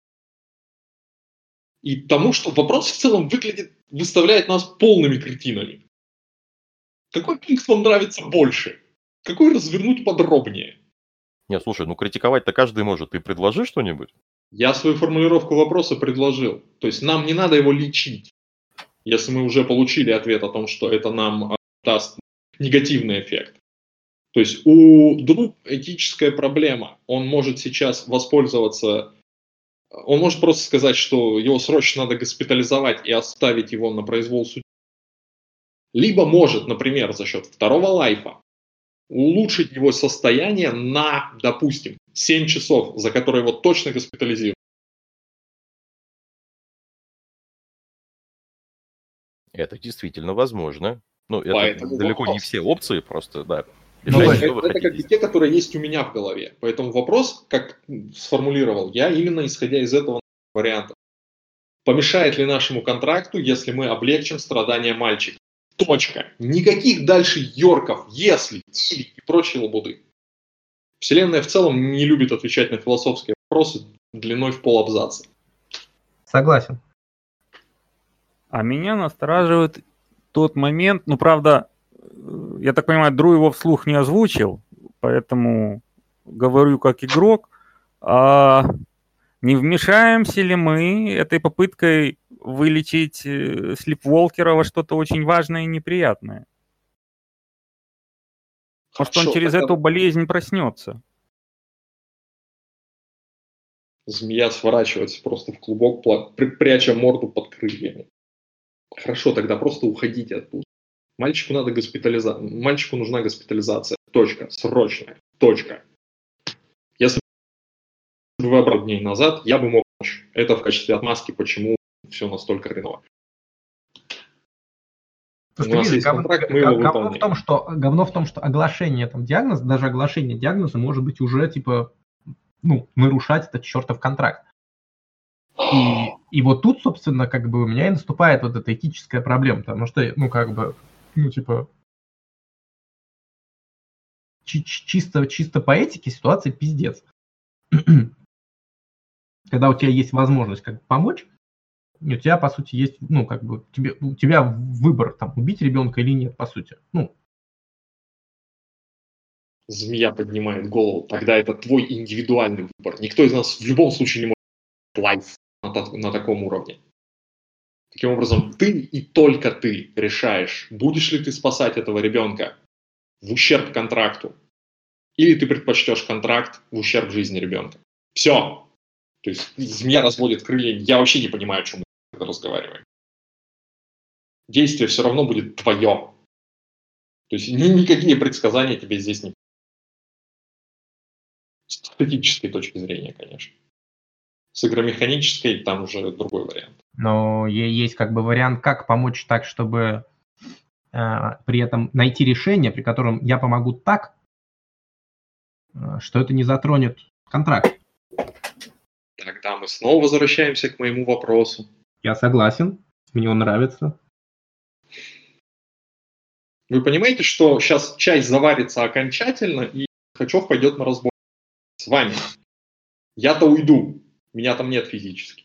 И тому, что вопрос в целом выставляет нас полными кретинами. Какой пункт вам нравится больше? Какой развернуть подробнее? Не, слушай, ну критиковать-то каждый может. Ты предложи что-нибудь? Я свою формулировку вопроса предложил. То есть нам не надо его лечить, если мы уже получили ответ о том, что это нам даст негативный эффект. То есть у друга этическая проблема. Он может сейчас воспользоваться... Он может просто сказать, что его срочно надо госпитализовать и оставить его на произвол судьбы. Либо может, например, за счет второго лайфа улучшить его состояние на, допустим, 7 часов, за которые его точно госпитализируют. Это действительно возможно. Ну, это Поэтому далеко вопрос. не все опции, просто, да. Решайте, что вы Это как бы хотите. те, которые есть у меня в голове. Поэтому вопрос, как сформулировал я, именно исходя из этого варианта. Помешает ли нашему контракту, если мы облегчим страдания мальчика? Точка. Никаких дальше йорков, если, или и прочие лабуды. Вселенная в целом не любит отвечать на философские вопросы длиной в полабзаца. Согласен. А меня настораживает тот момент, ну, правда, я так понимаю, Дру его вслух не озвучил, поэтому говорю как игрок. А не вмешаемся ли мы этой попыткой вылечить Слипволкера во что-то очень важное и неприятное? Может, он Хорошо, через тогда эту болезнь проснется? змея сворачивается просто в клубок, пряча морду под крыльями. Хорошо, тогда просто уходите оттуда. Мальчику нужна госпитализация. Точка. Срочная. Точка. Если бы вы обрали дней назад, я бы мог помочь. Это в качестве отмазки, почему все настолько хреново. У нас есть контракт, мы его выполняем. Говно в том, что оглашение там диагноза, даже оглашение диагноза может быть уже типа, ну, нарушать этот чертов контракт. И вот тут, собственно, как бы у меня и наступает вот эта этическая проблема, потому что, ну, как бы, ну, типа, чисто по этике ситуация пиздец. Когда у тебя есть возможность как бы помочь, у тебя, по сути, есть, ну, как бы, у тебя выбор, там, убить ребенка или нет, по сути. Ну. Змея поднимает голову. Тогда это твой индивидуальный выбор. Никто из нас в любом случае не может лайф на таком уровне. Таким образом, ты и только ты решаешь, будешь ли ты спасать этого ребенка в ущерб контракту, или ты предпочтешь контракт в ущерб жизни ребенка. Все. То есть змея разводит крылья. Я вообще не понимаю, о чем мы разговариваем. Действие все равно будет твое. То есть никакие предсказания тебе здесь не... С статической точки зрения, конечно. С игромеханической там уже другой вариант. Но есть как бы вариант, как помочь так, чтобы при этом найти решение, при котором я помогу так, что это не затронет контракт. Тогда мы снова возвращаемся к моему вопросу. Я согласен, мне он нравится. Вы понимаете, что сейчас часть заварится окончательно, и Ткачев пойдет на разбор с вами. Я-то уйду, меня там нет физически.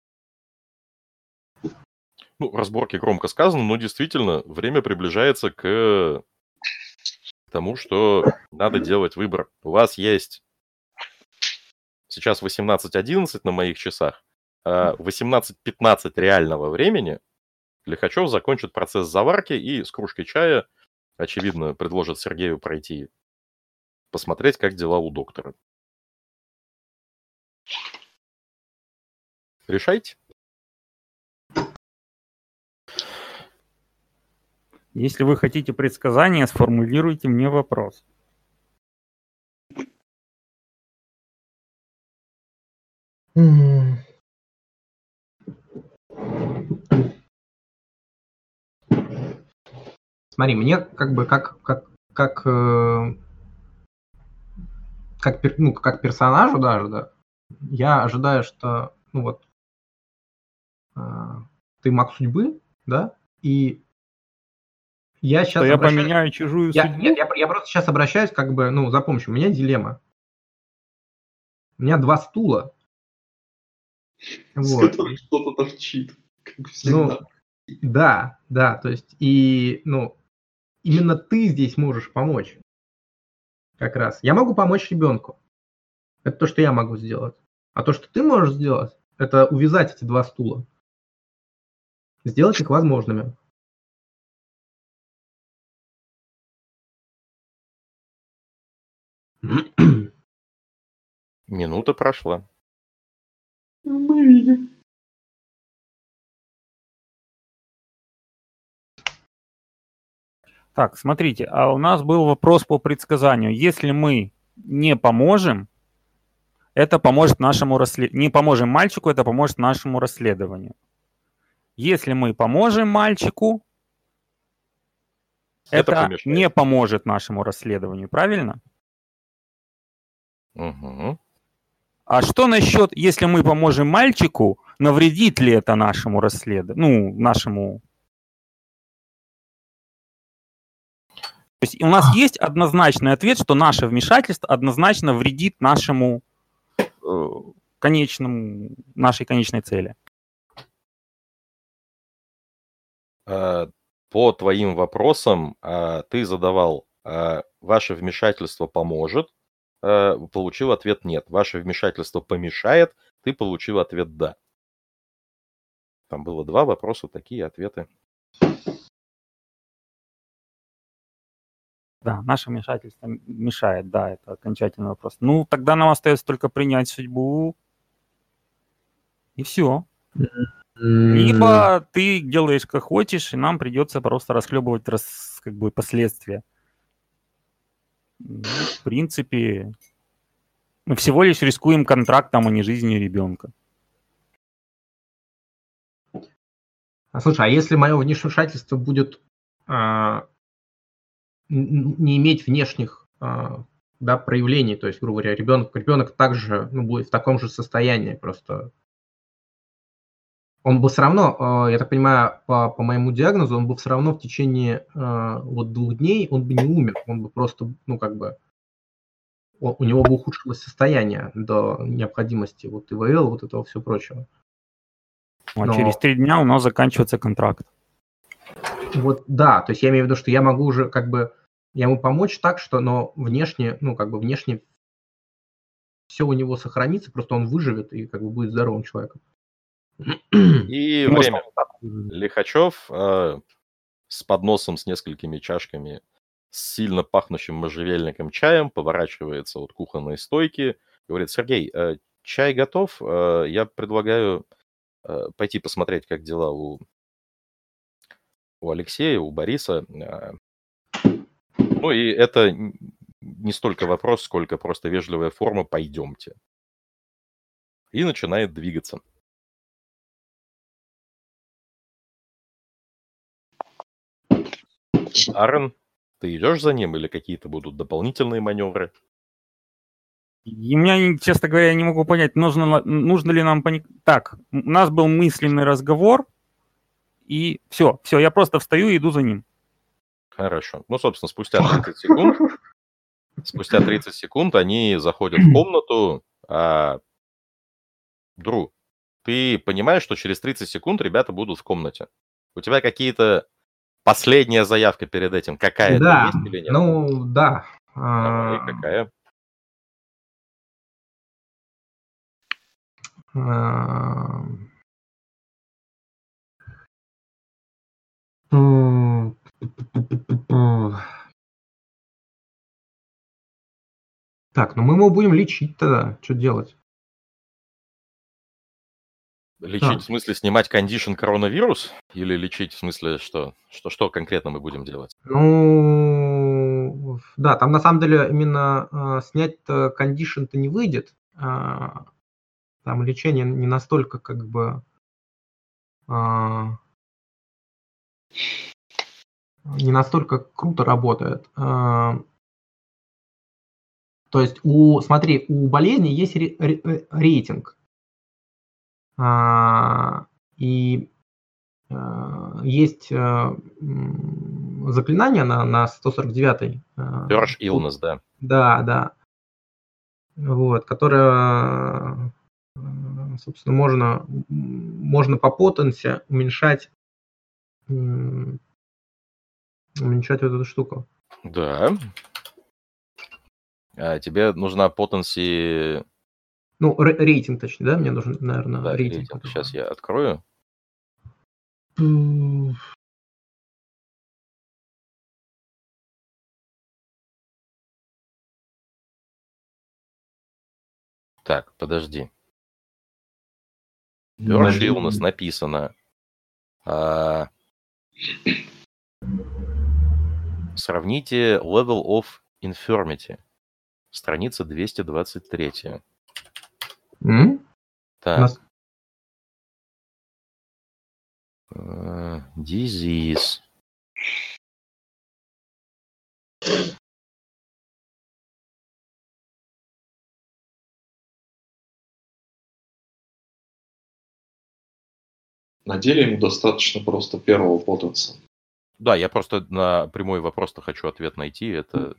Ну, разборки громко сказано, но действительно время приближается к тому, что надо делать выбор. У вас есть сейчас 18:11 на моих часах, 18:15 реального времени. Лихачев закончит процесс заварки и с кружкой чая, очевидно, предложит Сергею пройти посмотреть, как дела у доктора. Решайте. Если вы хотите предсказания, сформулируйте мне вопрос. Смотри, мне как бы как персонажу даже, да, я ожидаю, что, ну вот, ты маг судьбы, да, и я сейчас я поменяю чужую судьбу? Я просто сейчас обращаюсь, как бы, ну, запомни, у меня дилемма. У меня 2 стула. С Вот. которых что-то торчит, как всегда. Ну, да, то есть, и, ну, именно ты здесь можешь помочь. Как раз. Я могу помочь ребенку. Это то, что я могу сделать. А то, что ты можешь сделать, это увязать эти 2 стула. Сделать их возможными. Минута прошла. Мы видим. Так, смотрите, а у нас был вопрос по предсказанию. Если мы не поможем, это поможет нашему расследованию. Не поможем мальчику, это поможет нашему расследованию. Если мы поможем мальчику, Это это помешает. не поможет нашему расследованию, правильно? Угу. А что насчет, если мы поможем мальчику, навредит ли это нашему расследованию, ну, нашему... То есть у нас есть однозначный ответ, что наше вмешательство однозначно вредит нашему нашей конечной цели. По твоим вопросам ты задавал, ваше вмешательство поможет, получил ответ нет. Ваше вмешательство помешает, ты получил ответ да. Там было 2 вопроса, такие ответы. Да, наше вмешательство мешает, да, это окончательный вопрос. Ну, тогда нам остается только принять судьбу, и все. Либо ты делаешь как хочешь, и нам придется просто расхлебывать как бы последствия. Ну, в принципе, мы всего лишь рискуем контрактом, а не жизнью ребенка. Слушай, а если мое вмешательство будет не иметь внешних проявлений, то есть, грубо говоря, ребенок также будет в таком же состоянии, просто он бы все равно, я так понимаю, по моему диагнозу, он бы все равно в течение 2 дней он бы не умер, он бы просто, у него бы ухудшилось состояние до необходимости ИВЛ, этого всего прочего. А через 3 дня у нас заканчивается контракт. Да, то есть я имею в виду, что я могу уже я ему помочь так, что, но внешне, внешне все у него сохранится, просто он выживет и будет здоровым человеком. И время. Лихачев с подносом с несколькими чашками с сильно пахнущим можжевельником чаем поворачивается от кухонной стойки, говорит: Сергей, чай готов, я предлагаю пойти посмотреть, как дела у Алексея, у Бориса. Ну и это не столько вопрос, сколько просто вежливая форма «пойдемте». И начинает двигаться. Аарон, ты идешь за ним или какие-то будут дополнительные маневры? И у меня, честно говоря, я не могу понять, нужно ли нам... Так, у нас был мысленный разговор, и все, я просто встаю и иду за ним. Хорошо. Ну, собственно, спустя 30 секунд они заходят в комнату. Дру, ты понимаешь, что через 30 секунд ребята будут в комнате? У тебя какие-то последняя заявка перед этим какая-то есть или нет? Да. Давай, какая? Так, мы его будем лечить тогда. Что делать? Лечить в смысле снимать кондишн коронавирус? Или лечить в смысле что? Что конкретно мы будем делать? Да, там на самом деле именно снять кондишн-то не выйдет. Там лечение не настолько не настолько круто работает. То есть смотри, у болезни есть рейтинг. И есть заклинание на 149-й. Purge Illness, да. Да. Которое, собственно, можно по потенции уменьшать эту штуку. Да. Тебе нужна потенси... рейтинг, точнее, да? Мне нужен, наверное, да, рейтинг. Сейчас я открою. Так, подожди. Purge Illness написано. Сравните Level of Infirmity. Страница 223. Так. Disease. На деле ему достаточно просто первого потенса. Да, я просто на прямой вопрос-то хочу ответ найти. Это...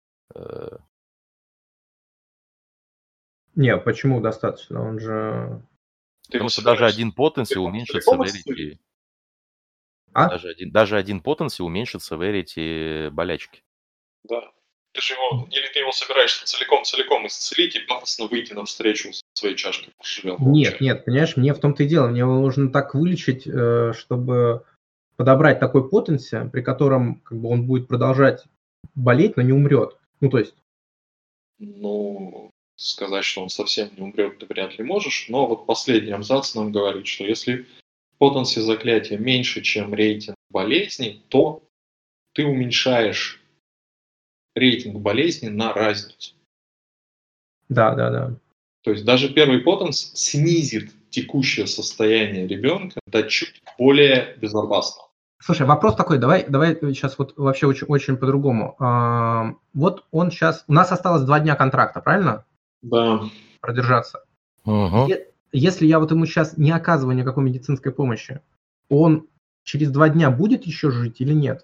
Не, почему достаточно? Он же... Потому что даже один потенси Ты уменьшит целиком severity. А? Даже один потенси уменьшит severity болячки. Да. Ты же его, или ты его собираешься целиком исцелить и пафосно выйти навстречу своей чашке поживелого Нет, чая. нет, понимаешь, мне в том-то и дело. Мне его нужно так вылечить, чтобы подобрать такой потенси, при котором как бы он будет продолжать болеть, но не умрет. Ну, то есть... Ну, сказать, что он совсем не умрет, ты вряд ли можешь, но вот последний абзац нам говорит, что если потенси заклятия меньше, чем рейтинг болезней, то ты уменьшаешь рейтинг болезни на разницу. Да, да, да. То есть даже первый потенс снизит текущее состояние ребенка до чуть более безопасного. Слушай, вопрос такой, давай сейчас вот вообще очень по-другому. Вот он сейчас... У нас осталось 2 дня контракта, правильно? Да. Продержаться. Угу. Если я вот ему сейчас не оказываю никакой медицинской помощи, он через 2 дня будет еще жить или нет?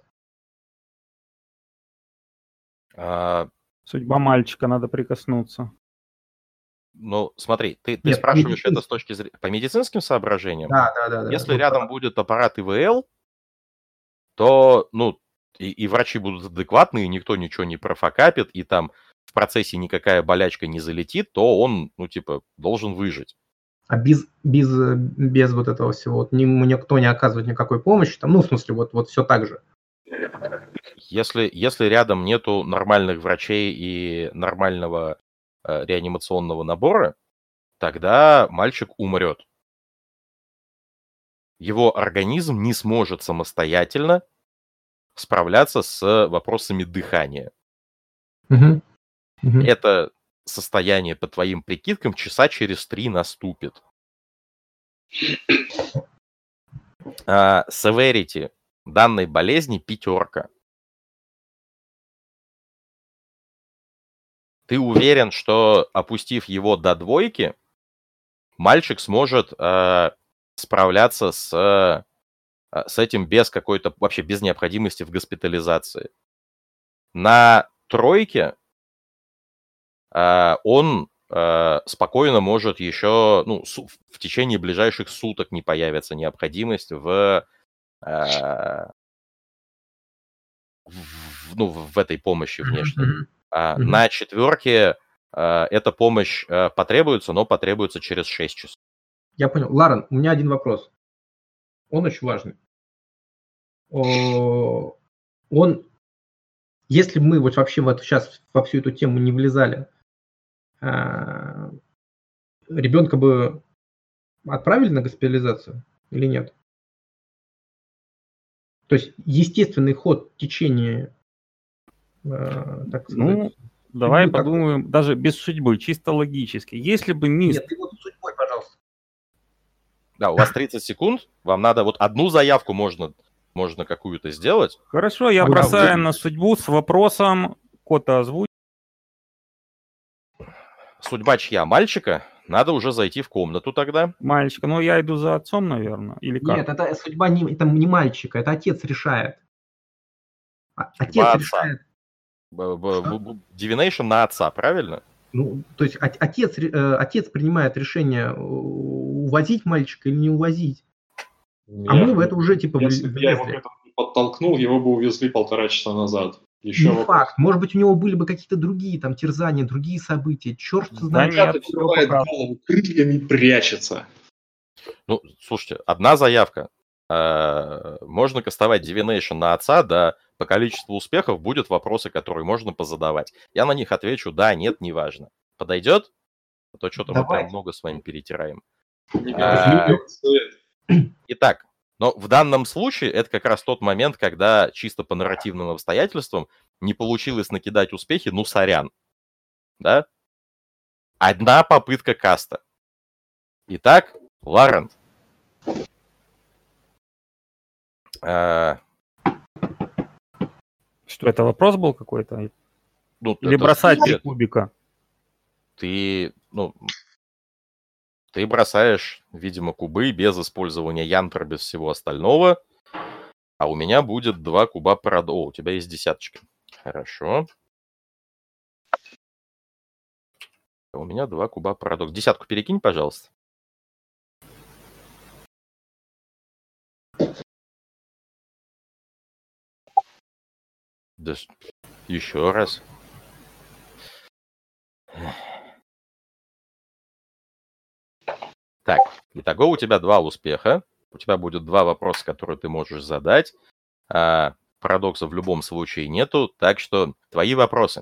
Судьба мальчика, надо прикоснуться. Ну, смотри, ты Нет, спрашиваешь это медицинский. с точки зрения... По медицинским соображениям? Да. Если Вот рядом будет аппарат ИВЛ, то, ну, и врачи будут адекватные, никто ничего не профокапит, и там в процессе никакая болячка не залетит, то он, ну, типа, должен выжить. А без вот этого всего, вот ему никто не оказывает никакой помощи, там, ну, в смысле, вот все так же. Если рядом нету нормальных врачей и нормального реанимационного набора, тогда мальчик умрет. Его организм не сможет самостоятельно справляться с вопросами дыхания. Мгм. Это состояние, по твоим прикидкам, часа через 3 наступит. Severity данной болезни 5. Ты уверен, что, опустив его до 2, мальчик сможет справляться с этим без какой-то, вообще без необходимости в госпитализации? На 3 он спокойно может еще, ну, в течение ближайших суток не появится необходимость в этой помощи внешней. На 4 эта помощь потребуется, но потребуется через 6 часов. Я понял. Ларен, у меня один вопрос. Он очень важный. Он, если бы мы вот вообще вот сейчас во всю эту тему не влезали, ребенка бы отправили на госпитализацию или нет? То есть естественный ход течения, так сказать. Ну, давай судьбы подумаем, даже без судьбы, чисто логически. Если бы мисс... Нет, ты вот судьбой, пожалуйста. Да, у вас 30 секунд, вам надо вот одну заявку можно какую-то сделать. Хорошо, я бросаю на судьбу с вопросом, кота озвучь. Судьба чья? Мальчика? Надо уже зайти в комнату тогда. Мальчика, ну я иду за отцом, наверное, или как? Нет, это судьба это не мальчика, это отец решает. Отец Судьба отца. решает. Divination на отца, правильно? Ну, то есть отец принимает решение, увозить мальчика или не увозить. Мы в это уже типа Если бы я его к влезли. этому не подтолкнул, его бы увезли 1,5 часа назад. Еще Не факт. Может быть, у него были бы какие-то другие там терзания, другие события. Черт знает. нет, открывает голову, крыльями прячется. Ну, слушайте, одна заявка. Можно кастовать Divination на отца, да, по количеству успехов будут вопросы, которые можно позадавать. Я на них отвечу да, нет, неважно. Подойдет? А то что-то мы прям много с вами перетираем. Итак, но в данном случае это как раз тот момент, когда чисто по нарративным обстоятельствам не получилось накидать успехи, ну, сорян. Да? Одна попытка каста. Итак, Ларен. Что это, вопрос был какой-то? Ну, Или это бросать 3 ответ. кубика? Ты бросаешь, видимо, кубы без использования янтра, без всего остального. А у меня будет 2 куба парадокса. О, у тебя есть десяточка. Хорошо. У меня 2 куба парадокс. Десятку перекинь, пожалуйста. Да, еще раз. Так, итого у тебя 2 успеха. У тебя будет 2 вопроса, которые ты можешь задать. Парадокса в любом случае нету, так что твои вопросы.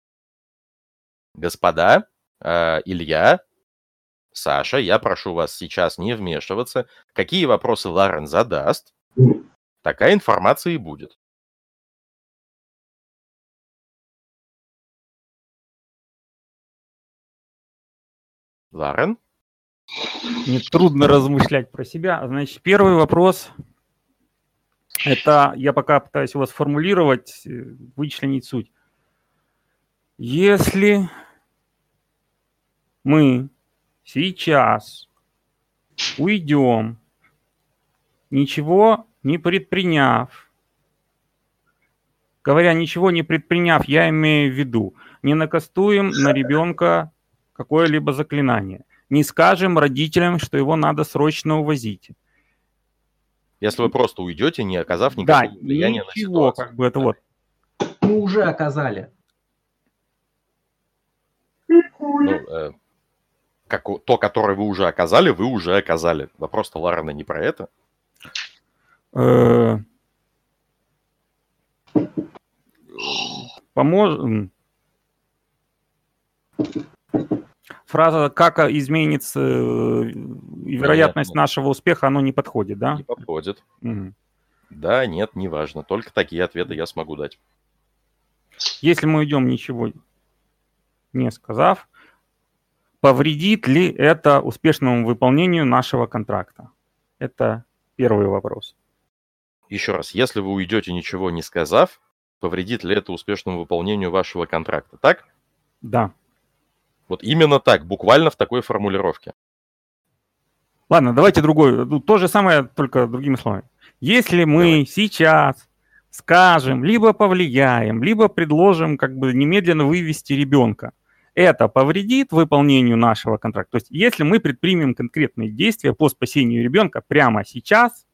Господа, Илья, Саша, я прошу вас сейчас не вмешиваться. Какие вопросы Ларен задаст, такая информация и будет. Ларен? Мне трудно размышлять про себя. Значит, первый вопрос. Это я пока пытаюсь его сформулировать, вычленить суть. Если мы сейчас уйдем, ничего не предприняв, говоря ничего не предприняв, я имею в виду, не накастуем на ребенка какое-либо заклинание, не скажем родителям, что его надо срочно увозить. Если вы просто уйдете, не оказав никакого влияния на ничего, ситуацию. как бы это вот. Мы уже оказали. Ну, то, которое вы уже оказали. Вопрос-то Ларена не про это. Фраза «как изменится вероятность нашего успеха», оно не подходит, да? Не подходит. Угу. Да, нет, неважно. Только такие ответы я смогу дать. Если мы уйдем, ничего не сказав, повредит ли это успешному выполнению нашего контракта? Это первый вопрос. Еще раз, если вы уйдете, ничего не сказав, повредит ли это успешному выполнению вашего контракта, так? Да. Вот именно так, буквально в такой формулировке. Ладно, давайте другой. То же самое, только другими словами. Если мы сейчас скажем, либо повлияем, либо предложим как бы немедленно вывести ребенка, это повредит выполнению нашего контракта. То есть если мы предпримем конкретные действия по спасению ребенка прямо сейчас,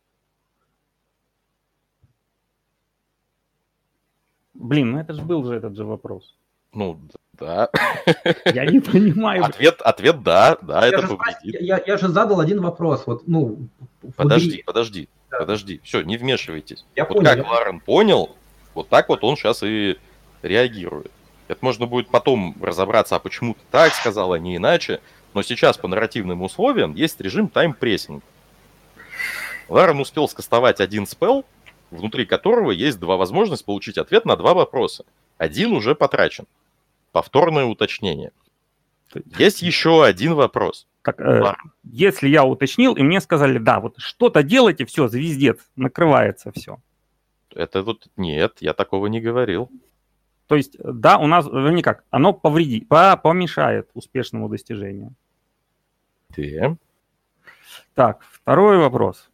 ну это же был же этот же вопрос. Ну, да. Я не понимаю. Ответ да, это повредит. Я же задал один вопрос. Вот, Подожди. Все, не вмешивайтесь. Как Ларен понял, вот так вот он сейчас и реагирует. Это можно будет потом разобраться, а почему ты так сказал, а не иначе. Но сейчас по нарративным условиям есть режим таймпрессинг. Ларен успел скастовать один спелл, внутри которого есть 2 возможности получить ответ на 2 вопроса. Один уже потрачен. Повторное уточнение. Есть еще один вопрос. Так, если я уточнил, и мне сказали, да, вот что-то делайте, все, звездец, накрывается все. Это вот нет, я такого не говорил. То есть, да, у нас, никак, оно помешает успешному достижению. Да. Так, второй вопрос.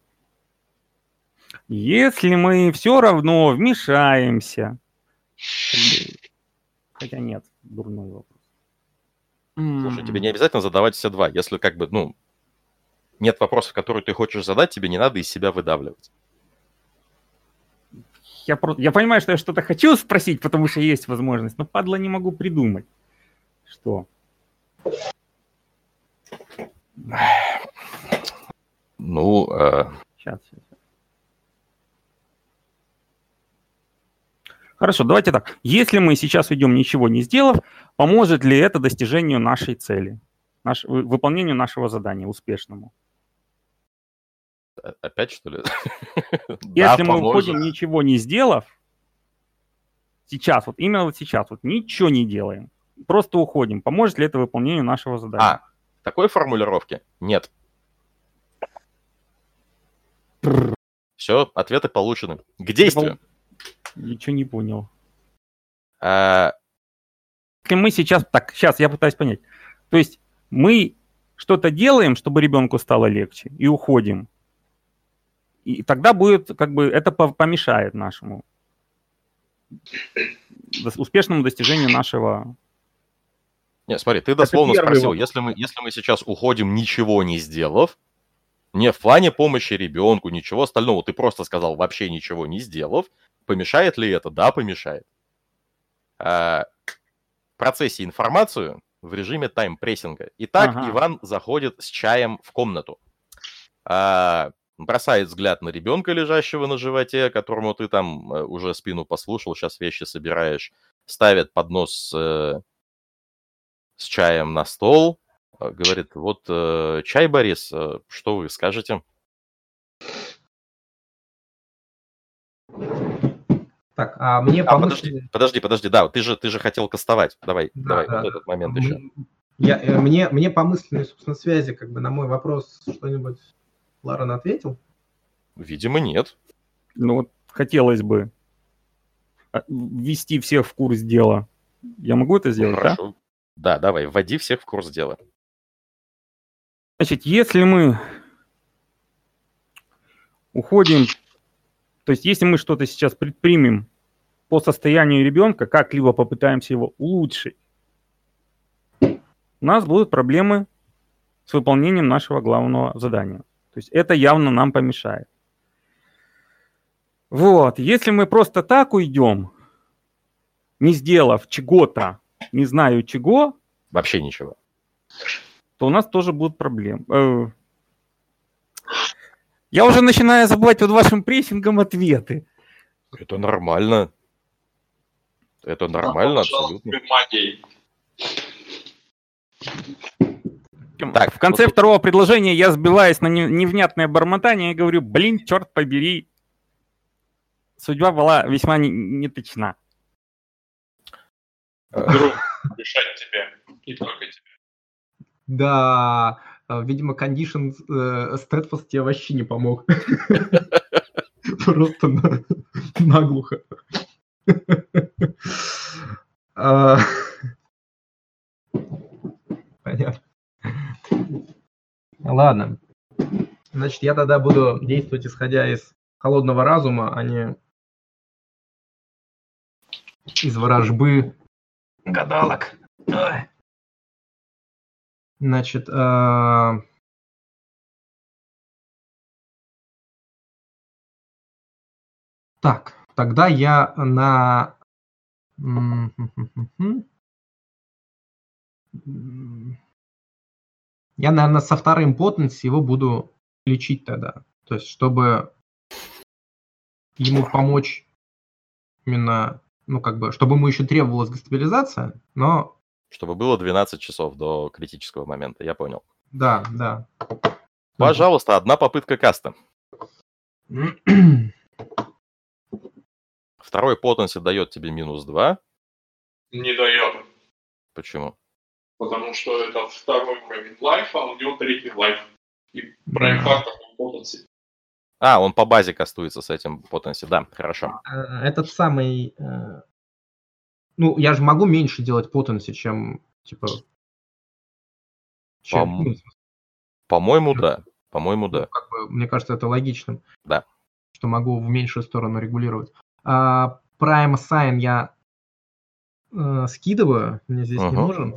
Если мы все равно вмешаемся, хотя нет, дурной вопрос. Слушай, тебе не обязательно задавать все 2. Если как бы, нет вопросов, которые ты хочешь задать, тебе не надо из себя выдавливать. Я понимаю, что я что-то хочу спросить, потому что есть возможность, но падла не могу придумать. Что? Сейчас. Хорошо, давайте так. Если мы сейчас уйдем, ничего не сделав, поможет ли это достижению нашей цели, выполнению нашего задания успешному? Опять, что ли? Если мы уходим, ничего не сделав, сейчас, вот именно вот сейчас, вот ничего не делаем, просто уходим, поможет ли это выполнению нашего задания? Такой формулировки нет. Все, ответы получены. К действию. Ничего не понял. А, Если мы сейчас... Так, сейчас я пытаюсь понять. То есть мы что-то делаем, чтобы ребенку стало легче, и уходим. И тогда будет, как бы, это помешает нашему успешному достижению нашего... Не, смотри, ты дословно первый спросил, вопрос. если мы сейчас уходим, ничего не сделав, не в плане помощи ребенку, ничего остального, ты просто сказал, вообще ничего не сделав, помешает ли это? Да, помешает. Процессе информацию в режиме таймпрессинга. Итак, Ага. Иван заходит с чаем в комнату. Бросает взгляд на ребенка, лежащего на животе, которому ты там уже спину послушал, сейчас вещи собираешь. Ставит поднос с чаем на стол. Говорит, вот чай, Борис, что вы скажете? Так, а мне помыслили... Подожди, да, ты же хотел кастовать. Давай, Да, вот этот момент еще. Мне по мысленной, собственно, связи, как бы на мой вопрос что-нибудь Ларен ответил? Видимо, нет. Ну вот хотелось бы ввести всех в курс дела. Я могу это сделать, да? Хорошо. Да, давай, вводи всех в курс дела. Значит, если мы уходим, то есть если мы что-то сейчас предпримем по состоянию ребенка, как-либо попытаемся его улучшить, у нас будут проблемы с выполнением нашего главного задания. То есть это явно нам помешает. Вот, если мы просто так уйдем, не сделав чего-то, не знаю чего, Вообще ничего. то у нас тоже будут проблемы. Я уже начинаю забывать под вашим прессингом ответы. Это нормально. Это нормально, абсолютно. Магией. Так, В конце второго предложения я сбиваюсь на невнятное бормотание и говорю, блин, черт побери, судьба была весьма неточна. Друг, решать тебе. И только тебе. Да, видимо, кондишн Стэтфос тебе вообще не помог. Просто наглухо. Понятно. Ладно. Значит, я тогда буду действовать исходя из холодного разума, а не из ворожбы гадалок. Ой. Значит, так, тогда я на... Я, наверное, со вторым потенси его буду лечить тогда. То есть, чтобы ему помочь именно, ну, как бы, чтобы ему еще требовалась гостабилизация, но... Чтобы было 12 часов до критического момента, я понял. Да, да. Пожалуйста, одна попытка каста. Второй потенси дает тебе -2. Не дает. Почему? Потому что это второй уровень лайфа, а у него третий лайф. И прайм фактор потенси. Он по базе кастуется с этим потенси, да, хорошо. Этот самый... Ну, я же могу меньше делать потенси, чем, типа... По-моему, да. По-моему, да. Как бы, мне кажется, это логичным. Да. Что могу в меньшую сторону регулировать. Prime Assign я скидываю, мне здесь не нужен.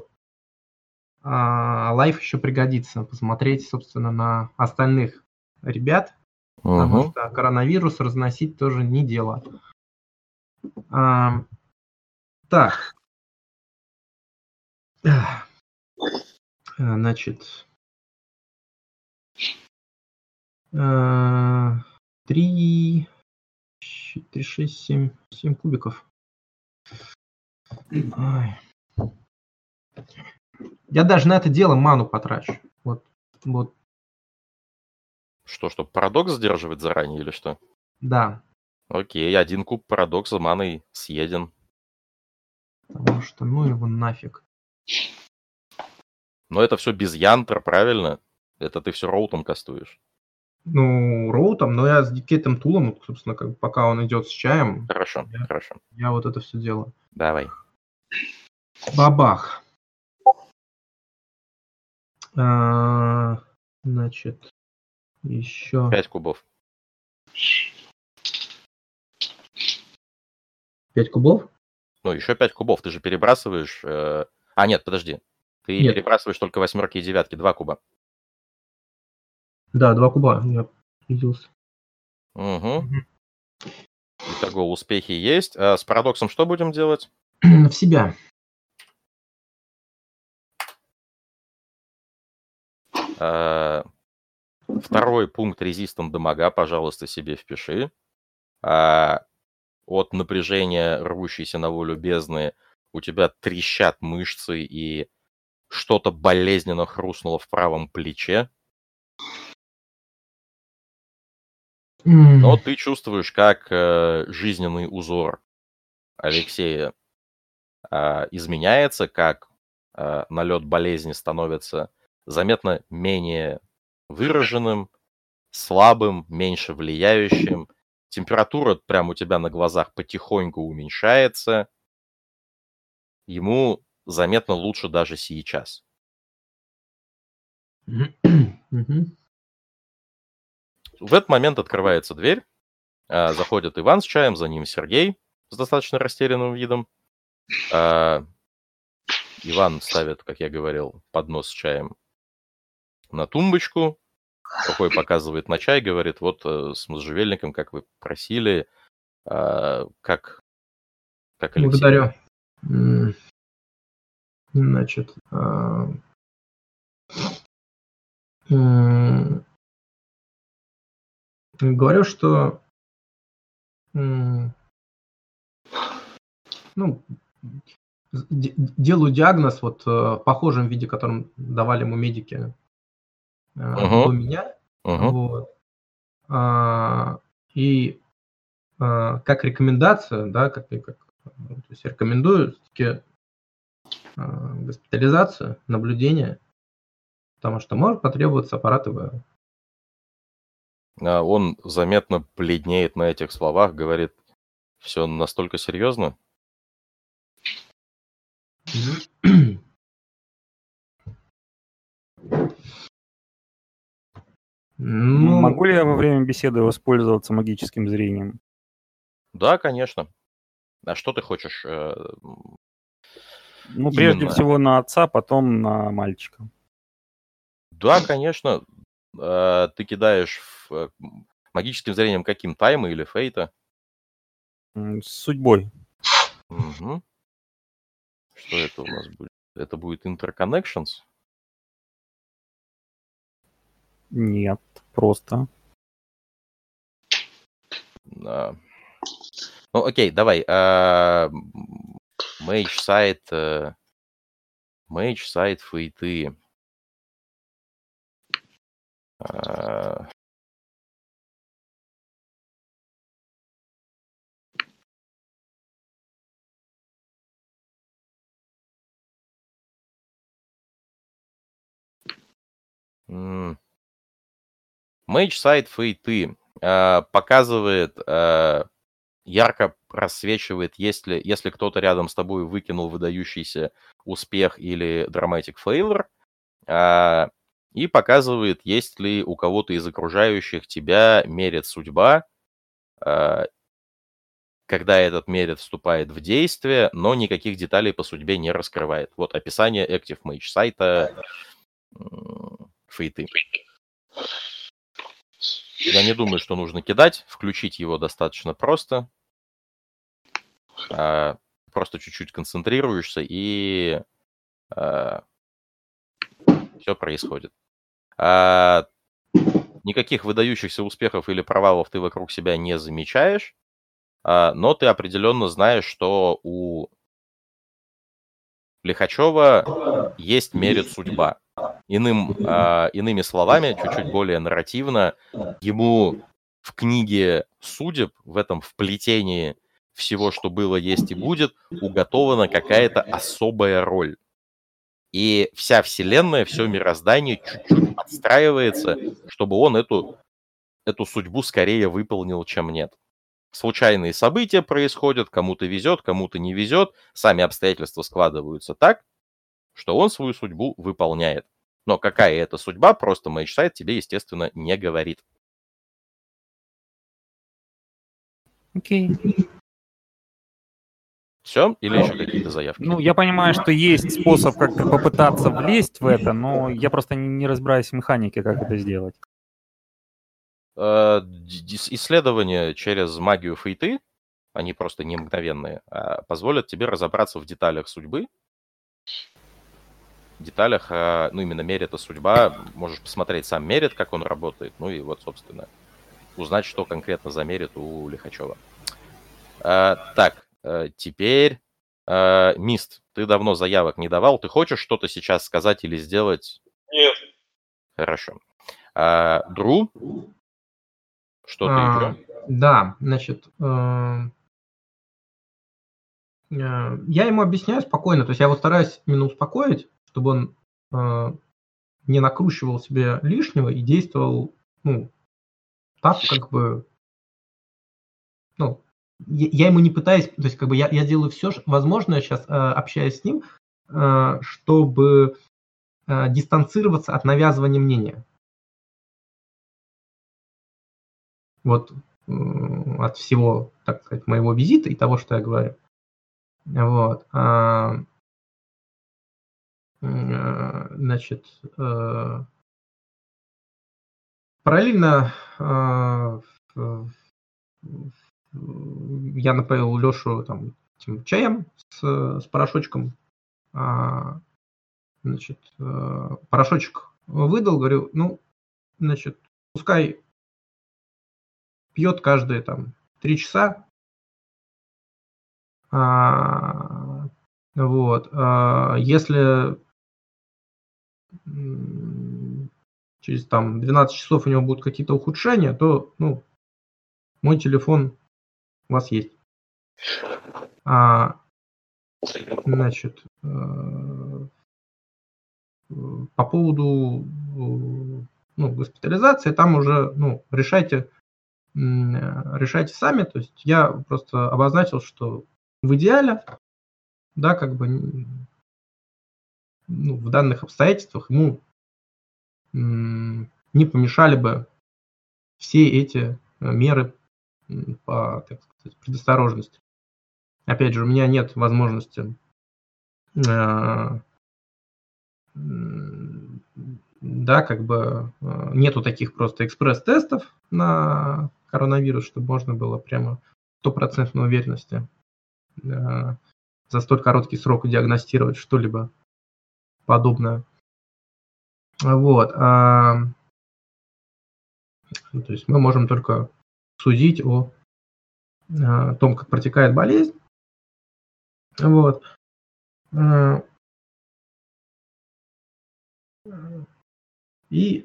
Life еще пригодится. Посмотреть, собственно, на остальных ребят. Потому что коронавирус разносить тоже не дело. Так. Значит... 3, 6, 7 кубиков. Ой. Я даже на это дело ману потрачу. Вот. Что, чтобы парадокс сдерживать заранее или что? Да. Окей, 1 куб парадокса маной съеден. Потому что, ну его нафиг. Но это все без янтра, правильно? Это ты все роутом кастуешь. роутом, но я с Dedicated тулом, собственно, пока он идет с чаем, Хорошо, хорошо. я вот это все делаю. Давай. Бабах. Значит, еще... 5 кубов. 5 кубов? Ну, еще 5 кубов. Ты же перебрасываешь... нет, подожди. Ты перебрасываешь только 8 и 9, 2 куба. Да, 2 куба. Я виделся. Угу. Итого, успехи есть. А с парадоксом что будем делать? В себя. Второй пункт резистом дамага, пожалуйста, себе впиши. От напряжения, рвущейся на волю бездны, у тебя трещат мышцы и что-то болезненно хрустнуло в правом плече. Но ты чувствуешь, как жизненный узор Алексея изменяется, как налет болезни становится заметно менее выраженным, слабым, меньше влияющим. Температура прямо у тебя на глазах потихоньку уменьшается. Ему заметно лучше даже сейчас. В этот момент открывается дверь. Заходит Иван с чаем, за ним Сергей с достаточно растерянным видом. Иван ставит, как я говорил, поднос с чаем на тумбочку. Рукой показывает на чай, говорит, вот с можжевельником, как вы просили, как Алексей. Благодарю. Значит, говорю, что делаю диагноз вот в похожем виде, которым давали ему медики до меня. Вот. И как рекомендацию, да, как то есть рекомендую все-таки госпитализацию, наблюдение, потому что может потребоваться аппарат ИВЛ. Он заметно бледнеет на этих словах, говорит, все настолько серьезно? Могу ли я во время беседы воспользоваться магическим зрением? Да, конечно. А что ты хочешь? Прежде всего на отца, потом на мальчика. Да, конечно. Ты кидаешь магическим зрением каким? Тайма или фейта? С судьбой. Угу. Что это у нас будет? Это будет Interconnections? Нет, просто. Ну, окей, давай. Mage Side фейты. Mage Side фейты показывает, ярко просвечивает, если кто-то рядом с тобой выкинул выдающийся успех или Dramatic Failure, и показывает, есть ли у кого-то из окружающих тебя мерит судьба, когда этот мерит вступает в действие, но никаких деталей по судьбе не раскрывает. Вот описание Active Mage сайта фейты. Я не думаю, что нужно кидать. Включить его достаточно просто. Просто чуть-чуть концентрируешься, и все происходит. Никаких выдающихся успехов или провалов ты вокруг себя не замечаешь, но ты определенно знаешь, что у Лихачева есть мерит судьба. Иными словами, чуть-чуть более нарративно, ему в книге судеб, в этом вплетении всего, что было, есть и будет, уготована какая-то особая роль. И вся вселенная, все мироздание чуть-чуть подстраивается, чтобы он эту эту судьбу скорее выполнил, чем нет. Случайные события происходят, кому-то везет, кому-то не везет, сами обстоятельства складываются так, что он свою судьбу выполняет. Но какая это судьба, просто MageSight тебе, естественно, не говорит. Окей. Все? Или еще какие-то заявки? Ну, я понимаю, что есть способ как-то попытаться влезть в это, но я просто не разбираюсь в механике, как это сделать. Исследования через магию фейты, они просто не мгновенные, позволят тебе разобраться в деталях судьбы. В деталях, ну, именно Мерита судьба. Можешь посмотреть сам Мерит, как он работает. Ну и вот, собственно, узнать, что конкретно за Мерит у Лихачева. Так, теперь, Мист, ты давно заявок не давал. Ты хочешь что-то сейчас сказать или сделать? Нет. Хорошо. Дру? Что-то еще? Да, значит, я ему объясняю спокойно, то есть я его стараюсь именно успокоить, чтобы он не накручивал себе лишнего и действовал, ну, так, как бы, ну, я ему не пытаюсь, то есть как бы я делаю все возможное сейчас, общаясь с ним, чтобы дистанцироваться от навязывания мнения. Вот от всего, так сказать, моего визита и того, что я говорю. Вот. Значит, параллельно я напоил Лешу там этим чаем с порошочком. Значит, порошочек выдал, говорю, ну, значит, пускай пьет каждые там 3 часа. Вот. Если через там 12 часов у него будут какие-то ухудшения, то, ну, мой телефон у вас есть. Значит, по поводу госпитализации, там уже, ну, решайте сами. То есть я просто обозначил, что в идеале, да, как бы, ну, в данных обстоятельствах ему не помешали бы все эти меры по, так сказать, предосторожности. Опять же, у меня нет возможности, да, как бы нету таких просто экспресс-тестов на коронавирус, чтобы можно было прямо 100% уверенности за столь короткий срок диагностировать что-либо подобное. Вот. То есть мы можем только судить о том, как протекает болезнь. Вот. И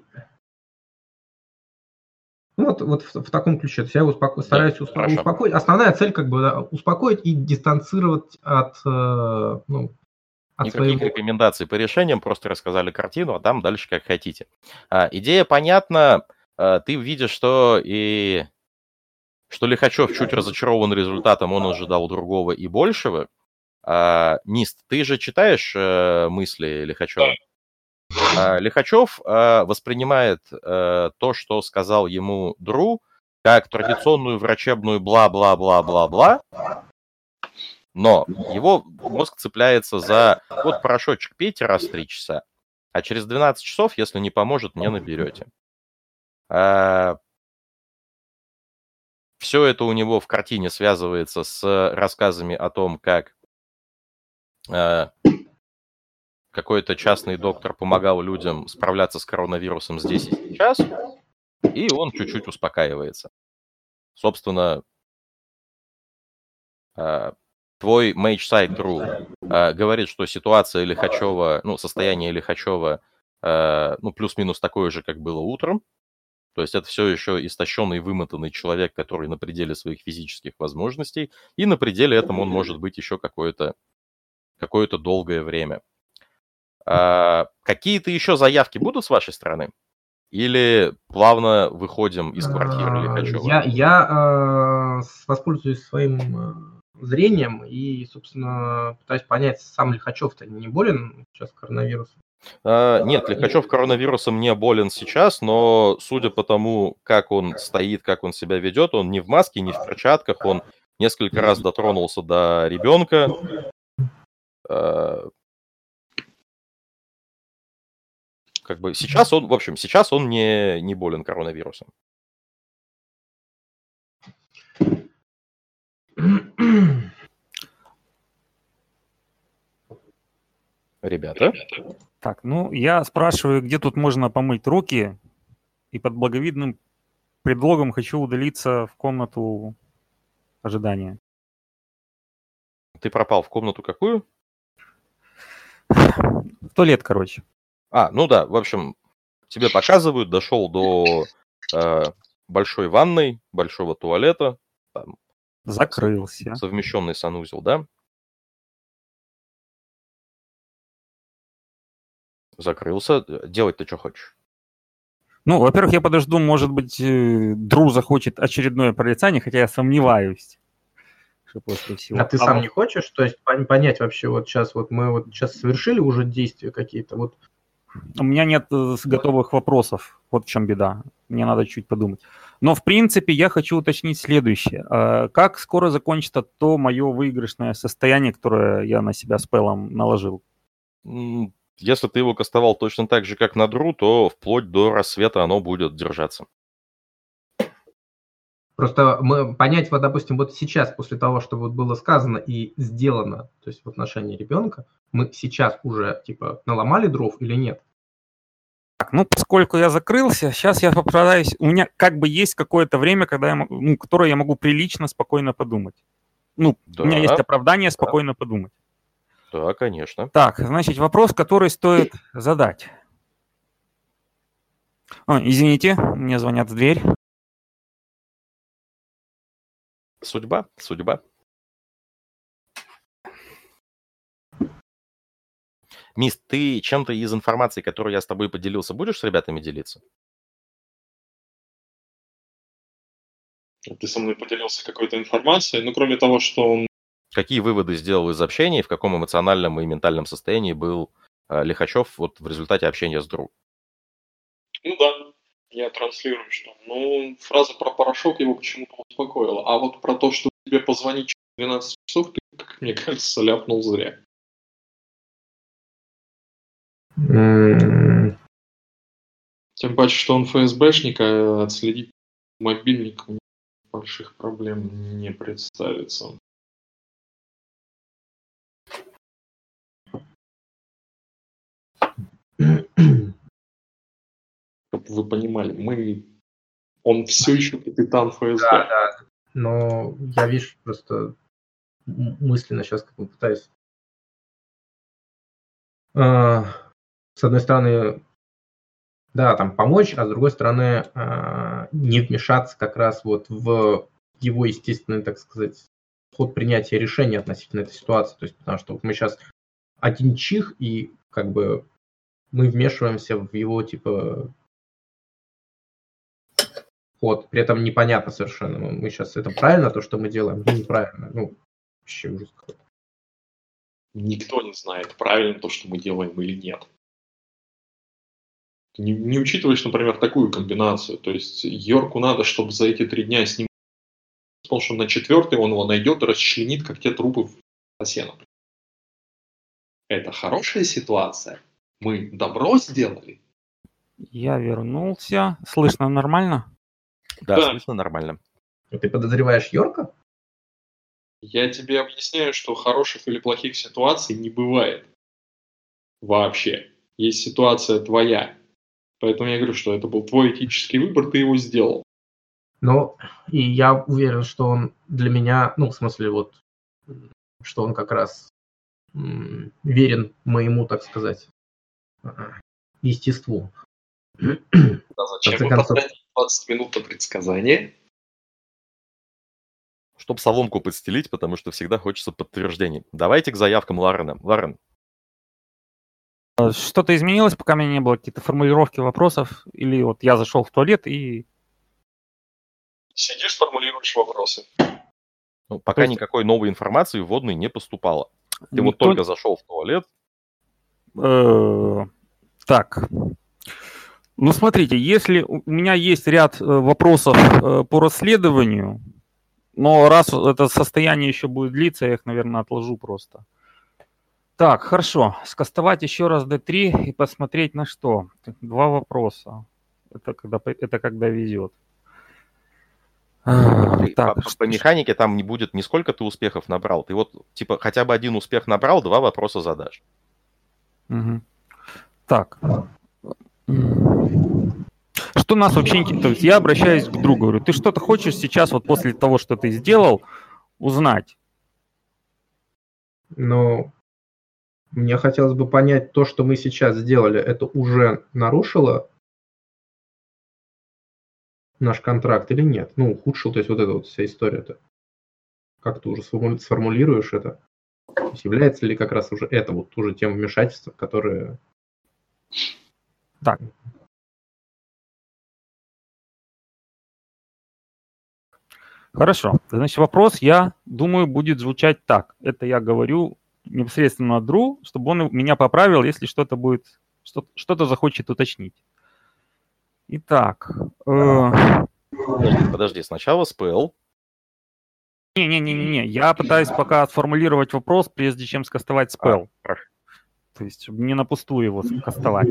вот в таком ключе. То есть я его стараюсь успокоить. Основная цель, как бы, да, успокоить и дистанцировать от, от Никаких рекомендаций по решениям, просто рассказали картину, а там дальше как хотите. Идея понятна. Ты видишь, что Лихачев чуть разочарован результатом, он ожидал другого и большего. Мист, ты же читаешь мысли Лихачева? Лихачев воспринимает то, что сказал ему Дру, как традиционную врачебную бла-бла-бла-бла-бла, но его мозг цепляется за вот порошочек пейте раз в 3 часа, а через 12 часов, если не поможет, не наберете. Все это у него в картине связывается с рассказами о том, как какой-то частный доктор помогал людям справляться с коронавирусом здесь и сейчас, и он чуть-чуть успокаивается. Собственно, твой MageSight Drew говорит, что ситуация Лихачева, ну, состояние Лихачева, ну, плюс-минус такое же, как было утром. То есть это все еще истощенный, вымотанный человек, который на пределе своих физических возможностей, и на пределе этом он может быть еще какое-то долгое время. Какие-то еще заявки будут с вашей стороны? Или плавно выходим из квартиры Лихачева? Я воспользуюсь своим зрением и, собственно, пытаюсь понять, сам Лихачев-то не болен сейчас коронавирусом? Нет, Лихачев коронавирусом не болен сейчас, но судя по тому, как он стоит, как он себя ведет, он не в маске, не в перчатках, он несколько раз дотронулся до ребенка. Как бы сейчас он, в общем, сейчас он не болен коронавирусом. Ребята? Так, ну, я спрашиваю, где тут можно помыть руки, и под благовидным предлогом хочу удалиться в комнату ожидания. Ты пропал в комнату какую? В туалет, короче. Ну да, в общем, тебе показывают, дошел до большой ванной, большого туалета. Там, Закрылся. совмещенный санузел, да? Закрылся. Делать ты что хочешь? Ну, во-первых, я подожду, может быть, Дру захочет очередное прорицание, хотя я сомневаюсь, что после всего. А ты сам не хочешь? То есть понять вообще, вот сейчас вот мы вот сейчас совершили уже действия какие-то, вот. У меня нет готовых вопросов, вот в чем беда. Мне надо чуть подумать. Но, в принципе, я хочу уточнить следующее. Как скоро закончится то мое выигрышное состояние, которое я на себя спеллом наложил? Если ты его кастовал точно так же, как на Дру, то вплоть до рассвета оно будет держаться. Просто мы понять, вот, допустим, вот сейчас, после того, что вот было сказано и сделано, то есть в отношении ребенка, мы сейчас уже, типа, наломали дров или нет? Так, ну, поскольку я закрылся, сейчас я попытаюсь... У меня как бы есть какое-то время, когда которое я могу прилично, спокойно подумать. Ну, Да, у меня есть оправдание спокойно подумать. Да, конечно. Так, значит, вопрос, который стоит задать. Извините, мне звонят в дверь. Судьба. Мисс, ты чем-то из информации, которую я с тобой поделился, будешь с ребятами делиться? Ты со мной поделился какой-то информацией, ну, кроме того, что он... Какие выводы сделал из общения, и в каком эмоциональном и ментальном состоянии был Лихачев вот в результате общения с Дру? Ну да, я транслирую, что... Ну, фраза про порошок его почему-то успокоила. А вот про то, что тебе позвонить через 12 часов, ты, как мне кажется, ляпнул зря. Тем паче, что он ФСБшник, а отследить мобильник у него больших проблем не представится. Чтобы вы понимали, он все еще капитан ФСБ. Да. Но я, видишь, просто мысленно сейчас как бы пытаюсь. С одной стороны, да, там помочь, а с другой стороны, не вмешаться как раз вот в его естественный, так сказать, ход принятия решения относительно этой ситуации. То есть, потому что вот мы сейчас один чих, и как бы мы вмешиваемся в его, типа, ход. При этом непонятно совершенно, мы сейчас это правильно, то, что мы делаем, или неправильно. Ну, вообще ужас какой-то. Никто не знает, правильно то, что мы делаем или нет. Не учитываешь, например, такую комбинацию. То есть Йорку надо, чтобы за эти 3 дня с ним... Потому что на 4-й он его найдет и расчленит, как те трупы в сено. Это хорошая ситуация? Мы добро сделали? Я вернулся. Слышно нормально? Да, Да. слышно нормально. Ты подозреваешь Йорка? Я тебе объясняю, что хороших или плохих ситуаций не бывает. Вообще. Есть ситуация твоя. Поэтому я говорю, что это был твой этический выбор, ты его сделал. Ну, и я уверен, что он для меня, ну, в смысле, вот, что он как раз верен моему, так сказать, естеству. А зачем вы потратили 20 минут на предсказание? Чтобы соломку подстелить, потому что всегда хочется подтверждений. Давайте к заявкам Ларена. Ларен, Что-то изменилось, пока у меня не было какие-то формулировки вопросов? Или вот я зашел в туалет и... Сидишь, формулируешь вопросы. Ну, пока есть- никакой новой информации вводной не поступало. Ты вот Никто- только зашел в туалет. Так. Ну, смотрите, если у меня есть ряд вопросов по расследованию, но раз это состояние еще будет длиться, я их, наверное, отложу просто. Так, хорошо. Скастовать еще раз D3 и посмотреть на что. 2 вопроса. Это когда везет. Ты Так, по механике там не будет ни сколько ты успехов набрал. Ты вот типа хотя бы 1 успех набрал, 2 вопроса задашь. Мгм. Так. Что нас вообще интересует? То есть я обращаюсь к другу, говорю, ты что-то хочешь сейчас, вот после того, что ты сделал, узнать? Но мне хотелось бы понять, то, что мы сейчас сделали, это уже нарушило наш контракт или нет? Ну, ухудшил, то есть вот эта вот вся история-то. Как ты уже сформулируешь это? То есть является ли как раз уже это вот уже тем вмешательством, которое... Так. Хорошо. Значит, вопрос, я думаю, будет звучать так. Это я говорю непосредственно Дру, чтобы он меня поправил, если что-то будет, что-то захочет уточнить. Итак. Подожди, сначала спел. Не. Я пытаюсь пока сформулировать вопрос, прежде чем скастовать спел. То есть, чтобы не на пустую его скастовать.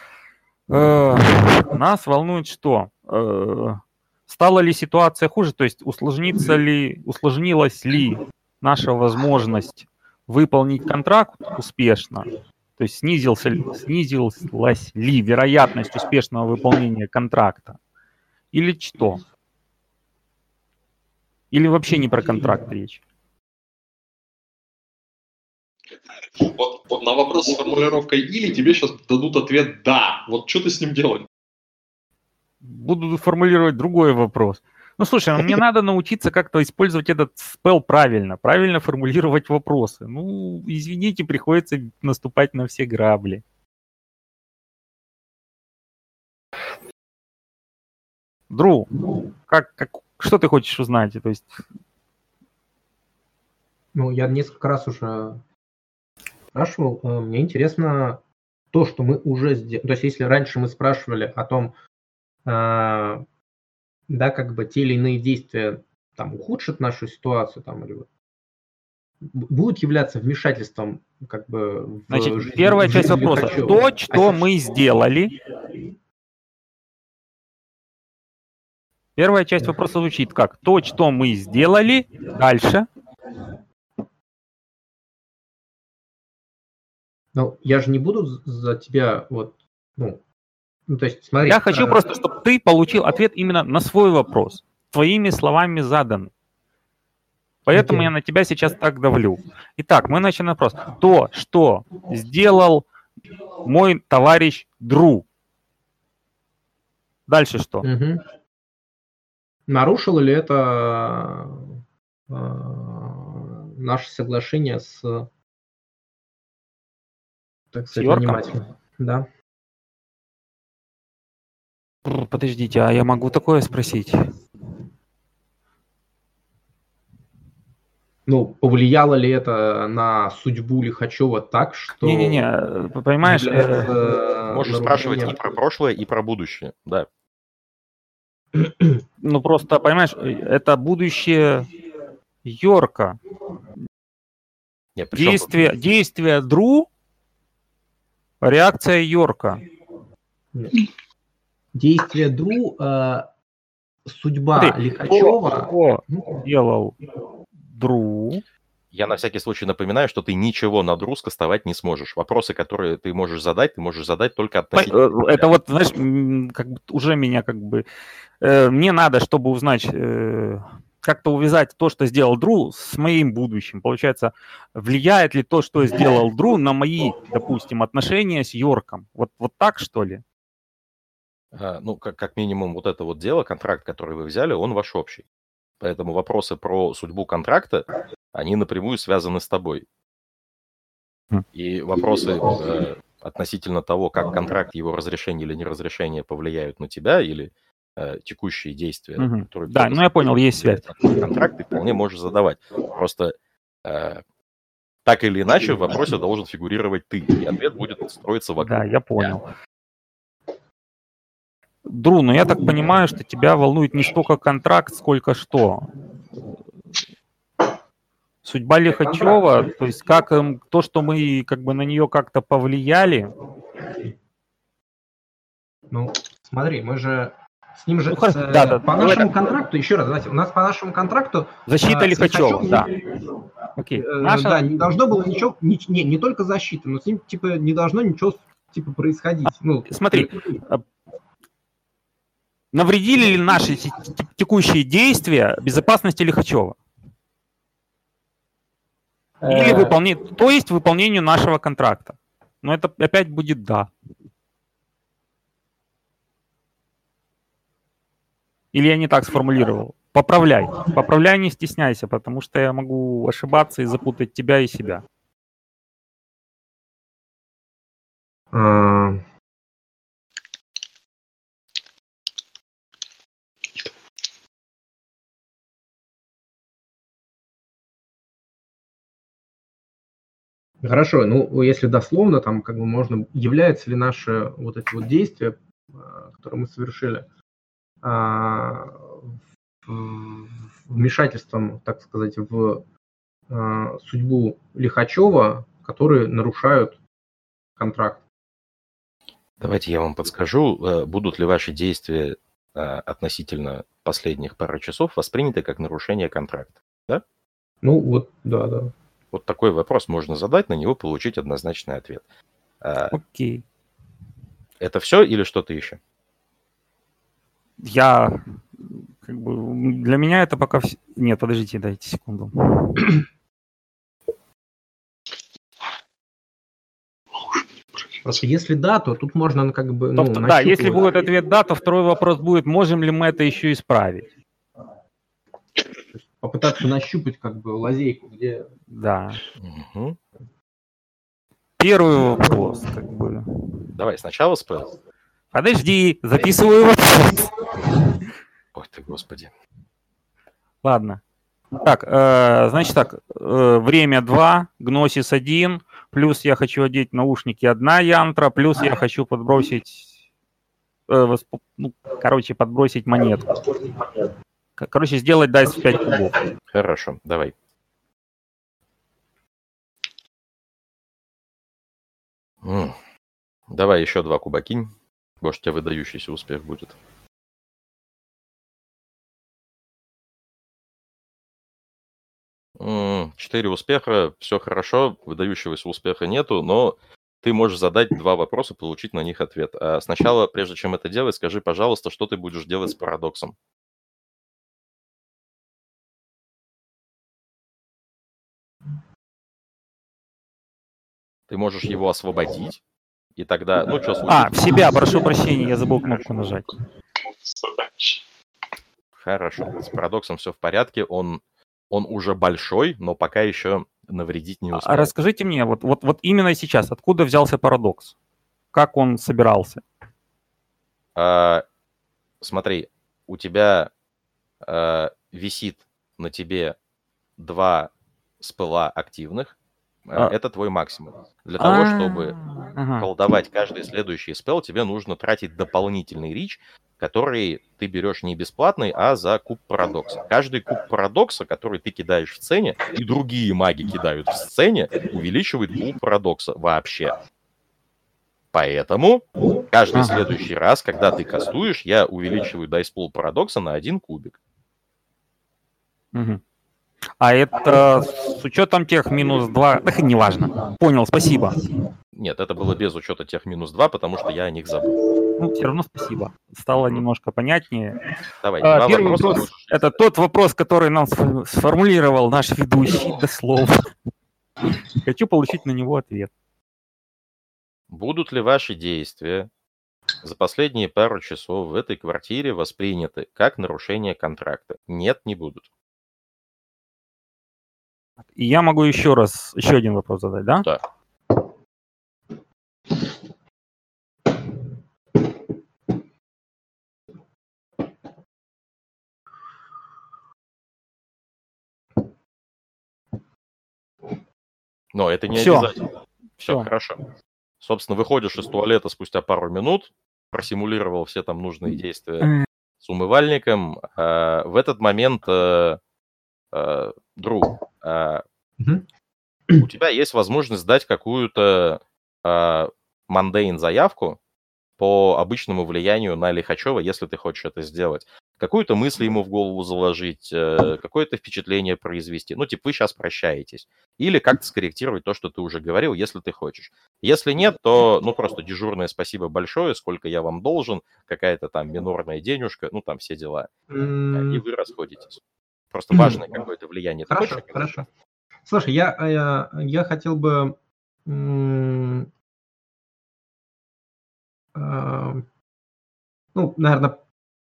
Нас волнует что? Стала ли ситуация хуже? То есть, усложнилась ли наша возможность выполнить контракт успешно? То есть, снизилась ли вероятность успешного выполнения контракта? Или что? Или вообще не про контракт речь? Вот на вопрос с формулировкой «или» тебе сейчас дадут ответ «да». Вот что ты с ним делать? Буду формулировать другой вопрос. Ну, слушай, мне надо научиться как-то использовать этот спел правильно формулировать вопросы. Ну, извините, приходится наступать на все грабли. Дру, что ты хочешь узнать? То есть... Ну, я несколько раз уже спрашивал. Мне интересно то, что мы уже сделали. То есть, если раньше мы спрашивали о том, да, как бы те или иные действия там ухудшат нашу ситуацию, там, или будут являться вмешательством, как бы, в Значит, жизнь, первая часть жизнь вопроса. Лихачева. То, что мы сделали. Первая часть вопроса звучит как? То, что мы сделали. Дальше. Ну, я же не буду за тебя вот, ну то есть, смотри. Я хочу просто, чтобы ты получил ответ именно на свой вопрос. Твоими словами заданный. Поэтому я на тебя сейчас так давлю. Итак, мы начинаем вопрос. То, что сделал мой товарищ Дру. Дальше что? Угу. Нарушило ли это наше соглашение с, так сказать, нанимателем? Да. Подождите, а я могу такое спросить? Ну, повлияло ли это на судьбу Лихачева так, что... Не-не-не, понимаешь... Можешь спрашивать и про прошлое, и про будущее, да. Ну, просто, понимаешь, это будущее Йорка. Нет, Действие Дру, реакция Йорка. Нет. Действие Дру, судьба Лихачева... Что делал Дру? Я на всякий случай напоминаю, что ты ничего на Дру скастовать не сможешь. Вопросы, которые ты можешь задать только относительно... Это вот, знаешь, как бы уже меня как бы... Мне надо, чтобы узнать, как-то увязать то, что сделал Дру, с моим будущим. Получается, влияет ли то, что сделал Дру, на мои, допустим, отношения с Йорком? Вот так, что ли? Ну, как минимум, вот это вот дело, контракт, который вы взяли, он ваш общий. Поэтому вопросы про судьбу контракта, они напрямую связаны с тобой. И вопросы относительно того, как контракт, его разрешение или неразрешение повлияют на тебя, или текущие действия, Мгм. которые Да, кто-то ну я понял, есть связь. повлияет на контракт, ты вполне можешь задавать. Просто так или иначе в вопросе должен фигурировать ты, и ответ будет строиться вокруг. Да, я понял. Дру, ну я так понимаю, что тебя волнует не столько контракт, сколько что? Судьба Лихачева, то есть как то, что мы как бы на нее как-то повлияли. Ну, смотри, мы же с ним же Ну, хорошо, да, по давай нашему так. контракту, еще раз, давайте, у нас по нашему контракту Защита с Лихачева, Лихачевым да. Окей. да, Наша... не должно было ничего, не только защиты, но с ним типа не должно ничего типа происходить. Ну, Смотри, навредили ли наши текущие действия безопасности Лихачева? Или то есть выполнению нашего контракта? Но это опять будет да. Или я не так сформулировал? Поправляй. Поправляй, не стесняйся, потому что я могу ошибаться и запутать тебя и себя. Хорошо, ну, если дословно, там, как бы можно, является ли наше вот эти вот действия, которые мы совершили, вмешательством, так сказать, в судьбу Лихачева, которые нарушают контракт. Давайте я вам подскажу, будут ли ваши действия относительно последних пары часов восприняты как нарушение контракта, да? Ну, вот, да. Вот такой вопрос можно задать, на него получить однозначный ответ. Окей. Это все или что-то еще? Я, как бы, для меня это пока... Нет, подождите, дайте секунду. Просто если да, то тут можно как бы... Ну, да, если будет ответ да, то второй вопрос будет, можем ли мы это еще исправить? Попытаться нащупать как бы лазейку, где... Да. Угу. Первый вопрос, как бы. Давай, сначала спел. Подожди, записываю вопрос. Ой ты, господи. Ладно. Так, значит так, время 2, гносис 1, плюс я хочу одеть наушники 1 янтра, плюс я хочу подбросить, подбросить монетку. Короче, сделать дайс в 5 кубов. Хорошо, давай. Давай еще 2 куба кинь. Может, у тебя выдающийся успех будет. Четыре успеха, все хорошо, выдающегося успеха нету, но ты можешь задать 2 вопроса, получить на них ответ. А сначала, прежде чем это делать, скажи, пожалуйста, что ты будешь делать с парадоксом? Ты можешь его освободить, и тогда, ну, что случится? В себя, прошу прощения, я забыл кнопку нажать. Хорошо, с парадоксом все в порядке, он уже большой, но пока еще навредить не успел. А расскажите мне, вот именно сейчас, откуда взялся парадокс? Как он собирался? Смотри, у тебя висит на тебе 2 спыла активных. Это твой максимум. Для того, чтобы колдовать каждый следующий спел, тебе нужно тратить дополнительный рич, который ты берешь не бесплатный, а за куб парадокса. Каждый куб парадокса, который ты кидаешь в сцене, и другие маги кидают в сцене, увеличивает пул парадокса вообще. Поэтому каждый следующий раз, когда ты кастуешь, я увеличиваю дайспул парадокса на 1 кубик. Угу. А это с учетом тех -2, неважно. Понял, спасибо. Нет, это было без учета тех -2, потому что я о них забыл. Ну, все равно спасибо. Стало немножко понятнее. Давай, первый вопрос – это тот вопрос, который нам сформулировал наш ведущий дословно. Хочу получить на него ответ. Будут ли ваши действия за последние пару часов в этой квартире восприняты как нарушение контракта? Нет, не будут. И я могу еще один вопрос задать, да? Да. Но это не Всё. обязательно. Все, Всё. хорошо. Собственно, выходишь из туалета спустя пару минут, просимулировал все там нужные действия с умывальником. В этот момент, Дру, Мгм. у тебя есть возможность дать какую-то мандейн заявку по обычному влиянию на Лихачева, если ты хочешь это сделать. Какую-то мысль ему в голову заложить, какое-то впечатление произвести. Ну, типа, вы сейчас прощаетесь. Или как-то скорректировать то, что ты уже говорил, если ты хочешь. Если нет, то, ну, просто дежурное спасибо большое, сколько я вам должен, какая-то там минорная денежка, ну, там все дела. И вы расходитесь. Просто важное какое-то влияние. Ты хочешь Хорошо, оказать? хорошо. Слушай, я хотел бы ну, наверное,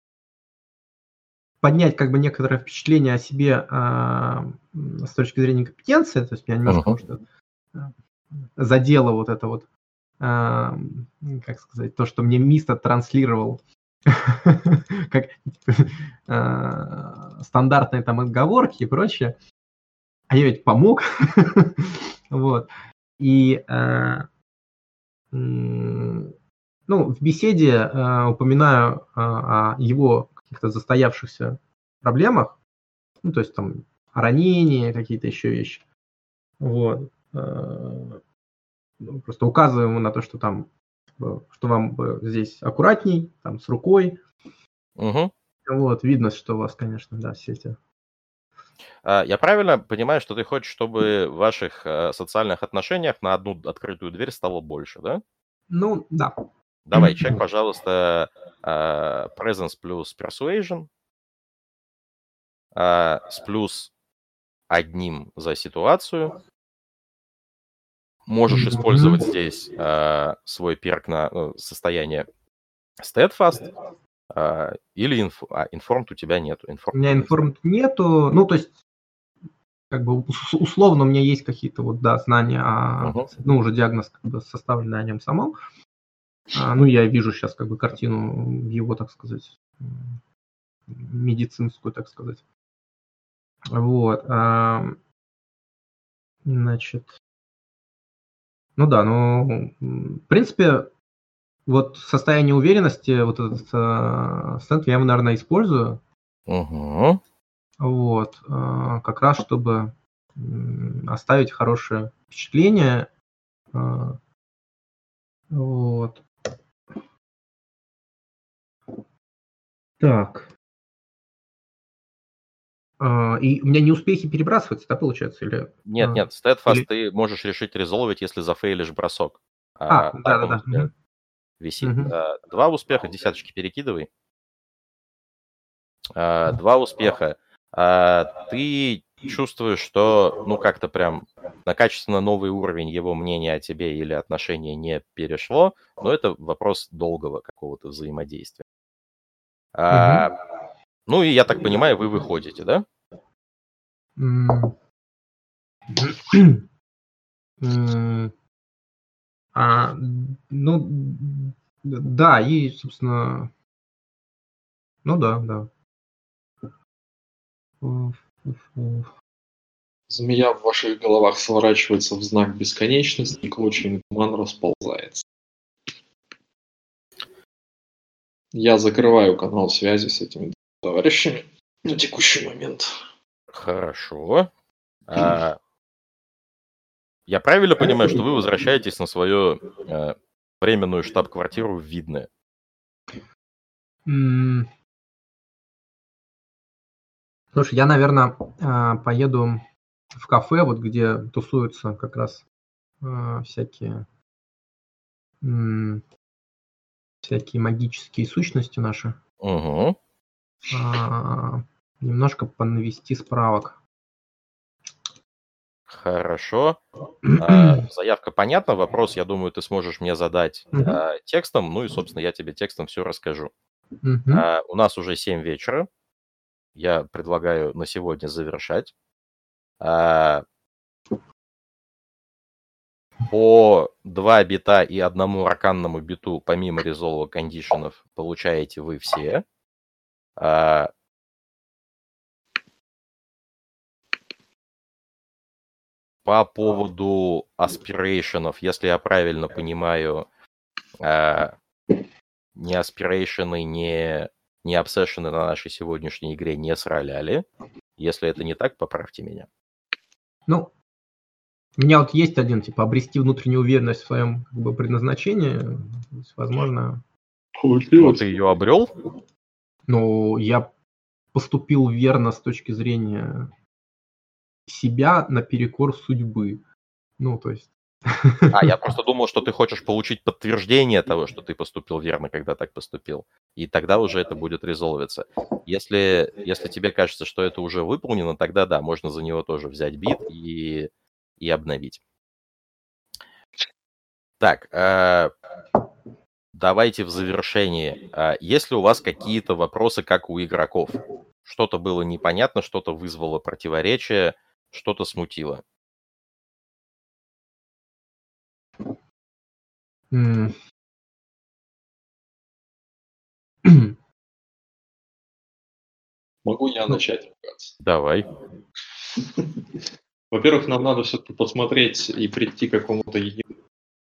поднять как бы некоторое впечатление о себе с точки зрения компетенции. То есть меня немножко, может, задело вот это вот, как сказать, то, что мне Миста транслировал как стандартные там отговорки и прочее. А я ведь помог. Вот. И ну, в беседе упоминаю о его каких-то застоявшихся проблемах, ну, то есть там ранения, какие-то еще вещи. Вот. Ну, просто указываю ему на то, что там, что вам бы здесь аккуратней, там, с рукой. Угу. Вот, видно, что у вас, конечно, да, все эти... Я правильно понимаю, что ты хочешь, чтобы в ваших социальных отношениях на одну открытую дверь стало больше, да? Ну, да. Давай, чек, пожалуйста, presence плюс persuasion с плюс 1 за ситуацию. Можешь использовать здесь свой перк на состояние steadfast или informed у тебя нету. У меня informed нету, ну, то есть, как бы условно у меня есть какие-то вот, да, знания, ну, уже диагноз как бы составленный о нем самом. Ну, я вижу сейчас как бы картину его, так сказать, медицинскую, так сказать. Вот. Значит, ну да, ну, в принципе, вот состояние уверенности, вот этот стенд я его, наверное, использую. Угу. Вот. Как раз, чтобы оставить хорошее впечатление. Вот. Так. И у меня неуспехи перебрасываются, да, получается? Или, Нет, steadfast ты можешь решить резолвить, если зафейлишь бросок. Так он да-да-да. у тебя висит. Мгм. 2 успеха, десяточки перекидывай. 2 успеха. Ты чувствуешь, что, ну, как-то прям на качественно новый уровень его мнения о тебе или отношения не перешло, но это вопрос долгого какого-то взаимодействия. Ну, и я так понимаю, вы выходите, да? Ну, да, и, собственно, ну да. Змея в ваших головах сворачивается в знак бесконечности, и клочьями туман расползается. Я закрываю канал связи с этими товарищами на текущий момент. Хорошо. Я правильно понимаю, что вы возвращаетесь на свою временную штаб-квартиру в Видное? Слушай, я, наверное, поеду в кафе, вот где тусуются как раз всякие магические сущности наши. Угу. Немножко понавести справок. Хорошо. Заявка понятна. Вопрос, я думаю, ты сможешь мне задать текстом. Ну и, собственно, я тебе текстом все расскажу. У нас уже 7 вечера. Я предлагаю на сегодня завершать. По 2 бита и 1 арканному биту, помимо резолва кондишенов, получаете вы все. По поводу аспирейшенов, если я правильно понимаю, ни аспирейшены, ни обсессионы на нашей сегодняшней игре не сраляли. Если это не так, поправьте меня. Ну, у меня вот есть один, типа, обрести внутреннюю уверенность в своем как бы, предназначении. То есть, возможно, Вот ты ее обрел? ну, я поступил верно с точки зрения себя наперекор судьбы. Ну, то есть... Я просто думал, что ты хочешь получить подтверждение того, что ты поступил верно, когда так поступил. И тогда уже это будет резолвиться. Если тебе кажется, что это уже выполнено, тогда да, можно за него тоже взять бит и обновить. Так, давайте в завершении. Есть ли у вас какие-то вопросы, как у игроков? Что-то было непонятно, что-то вызвало противоречие, что-то смутило? Могу я начать ругаться? Давай. Во-первых, нам надо все-таки посмотреть и прийти к какому-то единому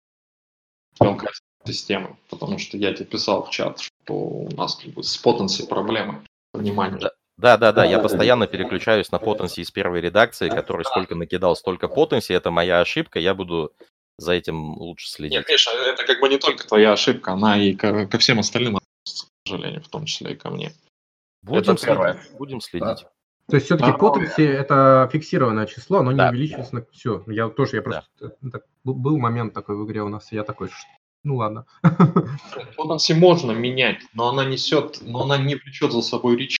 системы, потому что я тебе писал в чат, что у нас как бы с потенцией проблемы понимания. Да, я постоянно переключаюсь на потенси из первой редакции, который сколько накидал, столько потенси. Это моя ошибка, я буду за этим лучше следить. Нет, Миша, это как бы не только твоя ошибка, она и ко всем остальным относится, к сожалению, в том числе и ко мне. Будем Это первое. следить. Будем следить. То есть все-таки потенси это фиксированное число, оно не Да. увеличивается на все. Я просто был момент такой в игре у нас, и я такой, ну ладно. Потенси можно менять, но она не влечет за собой речь.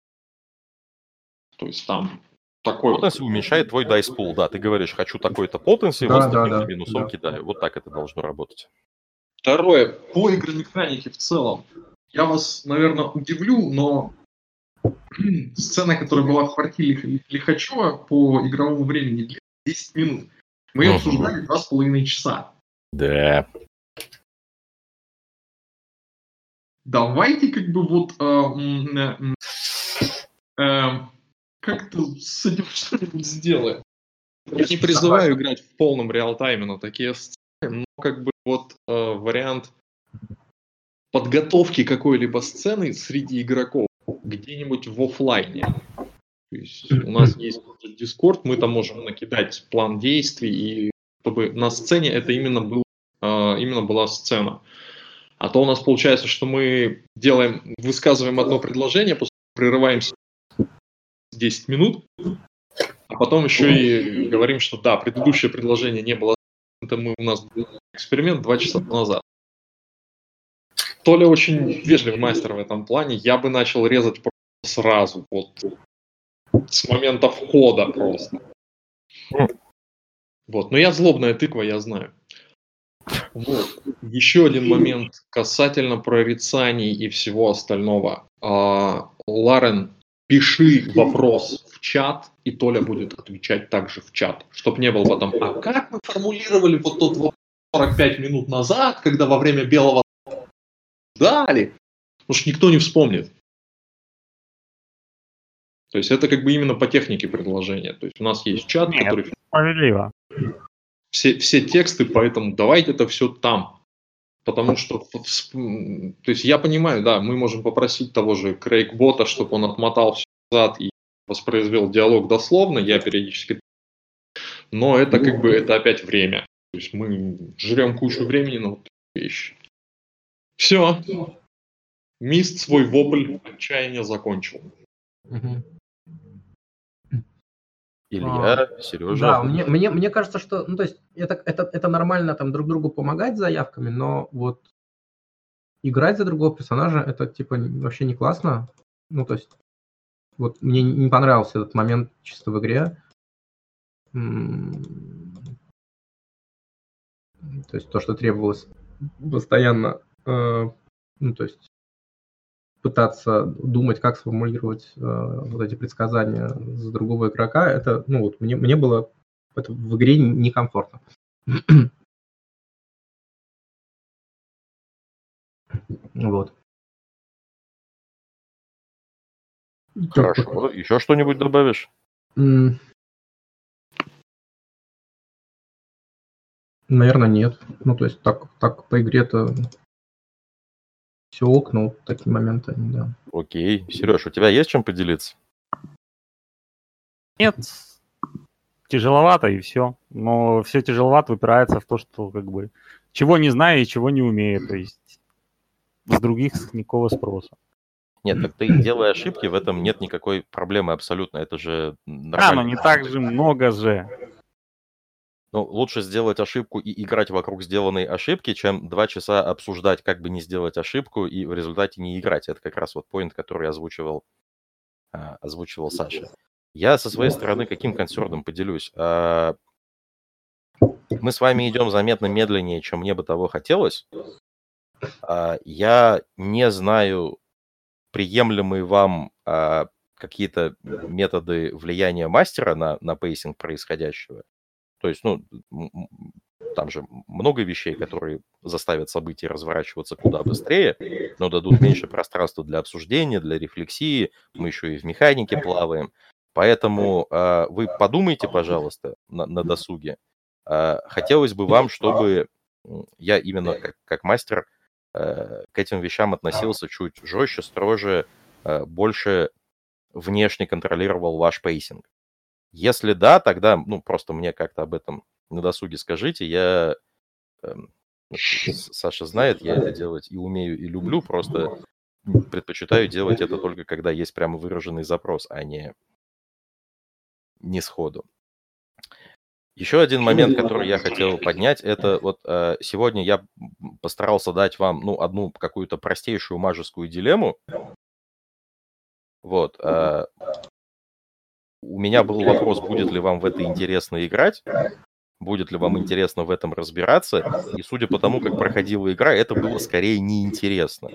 То есть там такой Потенси уменьшает твой дайс-пул, да. Ты говоришь, хочу такой-то потенси, вот с таким минусом кидаю. Вот так это должно работать. Второе. По игромеханике в целом. Я вас, наверное, удивлю, но сцена, которая была в квартире Лихачева по игровому времени длилась 10 минут. Мы ее обсуждали 2,5 часа. Да. Давайте как бы вот как-то с этим что-нибудь сделаем. Я не призываю играть в полном реал-тайме на такие сцены, но как бы вот вариант подготовки какой-либо сцены среди игроков где-нибудь в офлайне. То есть у нас есть Discord, мы там можем накидать план действий, и чтобы на сцене это именно была сцена. А то у нас получается, что мы высказываем одно предложение, после прерываемся 10 минут, а потом еще и говорим, что да, предыдущее предложение не было, это у нас был эксперимент 2 часа назад. Толя очень вежливый мастер в этом плане, я бы начал резать просто сразу, вот с момента входа просто. Вот, но я злобная тыква, я знаю. Вот. Еще один момент касательно прорицаний и всего остального. Ларен, пиши вопрос в чат, и Толя будет отвечать также в чат, чтобы не было потом, а как мы формулировали вот тот вопрос 45 минут назад, когда во время белого дали, потому что никто не вспомнит. То есть это как бы именно по технике предложения. То есть у нас есть чат, который... Справедливо. Все тексты, поэтому давайте это все там. Потому что, то есть я понимаю, да, мы можем попросить того же Крейг-бота, чтобы он отмотал все назад и воспроизвел диалог дословно, я периодически... Но это как бы, это опять время. То есть мы жрем кучу времени на вот такие вещи. Все. Мист свой вопль отчаяния закончил. Илья, Сережа. Да, мне кажется, что, ну, то есть это нормально там друг другу помогать с заявками, но вот играть за другого персонажа это типа вообще не классно. Ну, то есть вот мне не понравился этот момент чисто в игре. То есть то, что требовалось постоянно, ну, то есть пытаться думать, как сформулировать вот эти предсказания за другого игрока, это, ну, вот мне было это в игре некомфортно. Вот. Хорошо. Еще что-нибудь добавишь? Наверное, нет. Ну, то есть так по игре-то все ок, но вот такие моменты, да. Окей. Сереж, у тебя есть чем поделиться? Нет, тяжеловато и все. Но все тяжеловато упирается в то, что как бы чего не знаю и чего не умею. То есть с других никакого спроса. Нет, так ты делай ошибки, в этом нет никакой проблемы абсолютно. Это же Да, но нормально. не так же много же. Ну, лучше сделать ошибку и играть вокруг сделанной ошибки, чем 2 часа обсуждать, как бы не сделать ошибку, и в результате не играть. Это как раз вот поинт, который озвучивал Саша. Я со своей стороны каким консерном поделюсь? Мы с вами идем заметно медленнее, чем мне бы того хотелось. Я не знаю, приемлемые вам какие-то методы влияния мастера на пейсинг происходящего. То есть, ну, там же много вещей, которые заставят события разворачиваться куда быстрее, но дадут меньше пространства для обсуждения, для рефлексии. Мы еще и в механике плаваем. Поэтому вы подумайте, пожалуйста, на досуге. Хотелось бы вам, чтобы я именно как мастер к этим вещам относился чуть жестче, строже, больше внешне контролировал ваш пейсинг. Если да, тогда, ну, просто мне как-то об этом на досуге скажите. Я, Саша знает, я это делать и умею, и люблю, просто предпочитаю делать это только когда есть прямо выраженный запрос, а не сходу. Еще один момент, который я хотел поднять, это вот сегодня я постарался дать вам, ну, одну какую-то простейшую мажескую дилемму. Вот. У меня был вопрос, будет ли вам в это интересно играть, будет ли вам интересно в этом разбираться, и судя по тому, как проходила игра, это было скорее неинтересно.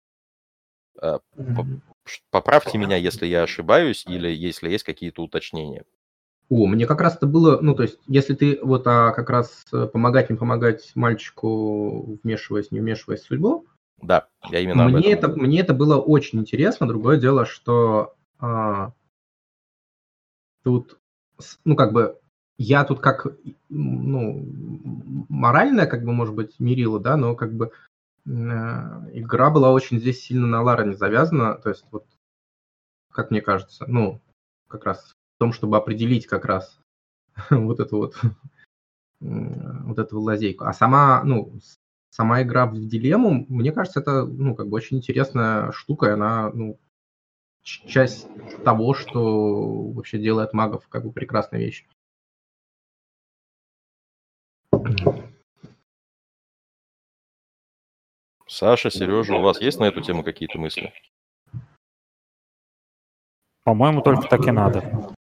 Поправьте меня, если я ошибаюсь, или если есть какие-то уточнения. Мне как раз это было, ну, то есть, если ты вот как раз помогать, не помогать мальчику, вмешиваясь, не вмешиваясь в судьбу, Да, я именно об этом. мне это было очень интересно. Другое дело, что тут, ну, как бы, я тут как, ну, моральная, как бы, может быть, мерила, да, но как бы игра была очень здесь сильно на Ларене завязана, то есть вот, как мне кажется, ну, как раз в том, чтобы определить как раз вот эту вот эту лазейку. А сама игра в дилемму, мне кажется, это, ну, как бы очень интересная штука, и она, ну, часть того, что вообще делает магов как бы прекрасной вещью. Саша, Сережа, у вас есть на эту тему какие-то мысли? По-моему, только так и надо.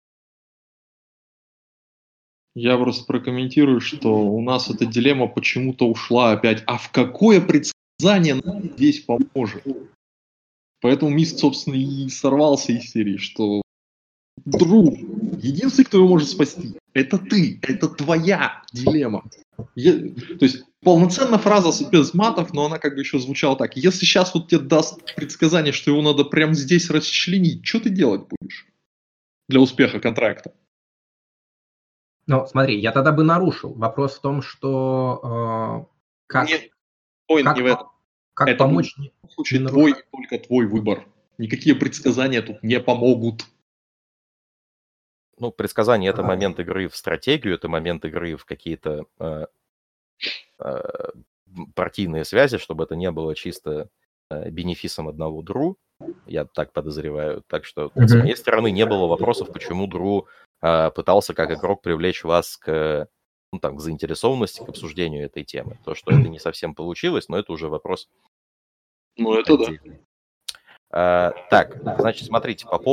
Я просто прокомментирую, что у нас эта дилемма почему-то ушла опять. А в какое предсказание нам здесь поможет? Поэтому Мист, собственно, и сорвался из серии, что друг, единственный, кто его может спасти, это ты, это твоя дилемма. То есть полноценная фраза без матов, но она как бы еще звучала так. Если сейчас вот тебе даст предсказание, что его надо прямо здесь расчленить, что ты делать будешь для успеха контракта? Ну, смотри, я тогда бы нарушил. Вопрос в том, что как не в этом. Это помочь... В случае только твой выбор. Никакие предсказания тут не помогут. Ну, предсказание – это момент игры в стратегию, это момент игры в какие-то партийные связи, чтобы это не было чисто бенефисом одного Дру. Я так подозреваю. Так что с моей стороны не было вопросов, почему Дру пытался как игрок привлечь вас к заинтересованности, к обсуждению этой темы. То, что это не совсем получилось, но это уже вопрос. Ну, это отдельный. Так, значит, смотрите, по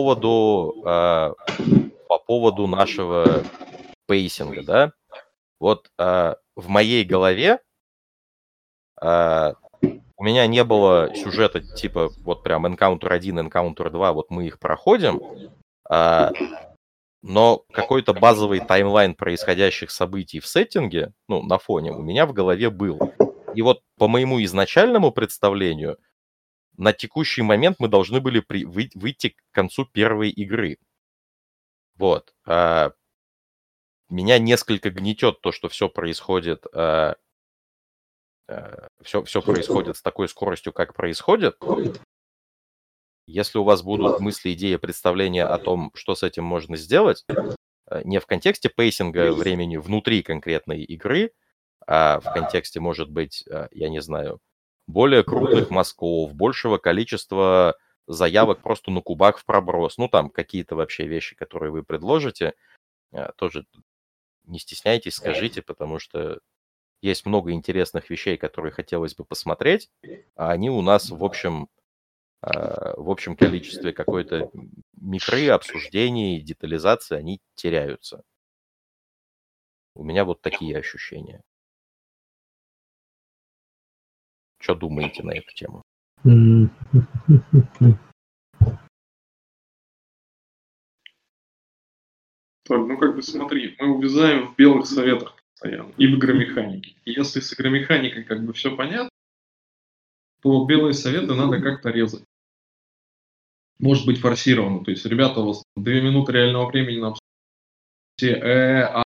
поводу нашего пейсинга, да, вот в моей голове у меня не было сюжета типа вот прям Encounter 1, Encounter 2, вот мы их проходим, но какой-то базовый таймлайн происходящих событий в сеттинге, ну, на фоне, у меня в голове был. И вот по моему изначальному представлению, на текущий момент мы должны были выйти к концу первой игры. Вот. Меня несколько гнетет то, что все происходит, все происходит с такой скоростью, как происходит. Если у вас будут мысли, идеи, представления о том, что с этим можно сделать, не в контексте пейсинга времени внутри конкретной игры, а в контексте, может быть, я не знаю, более крупных мазков, большего количества заявок просто на кубах в проброс, ну там какие-то вообще вещи, которые вы предложите, тоже не стесняйтесь, скажите, потому что есть много интересных вещей, которые хотелось бы посмотреть, а они у нас в общем количестве какой-то микры, обсуждений, детализации, они теряются. У меня вот такие ощущения. Что думаете на эту тему? Так, ну как бы смотри, мы увязаем в белых советах постоянно и в игромеханике. И если с игромеханикой как бы все понятно, то белые советы надо как-то резать. Может быть форсировано. То есть, ребята, у вас 2 минуты реального времени на все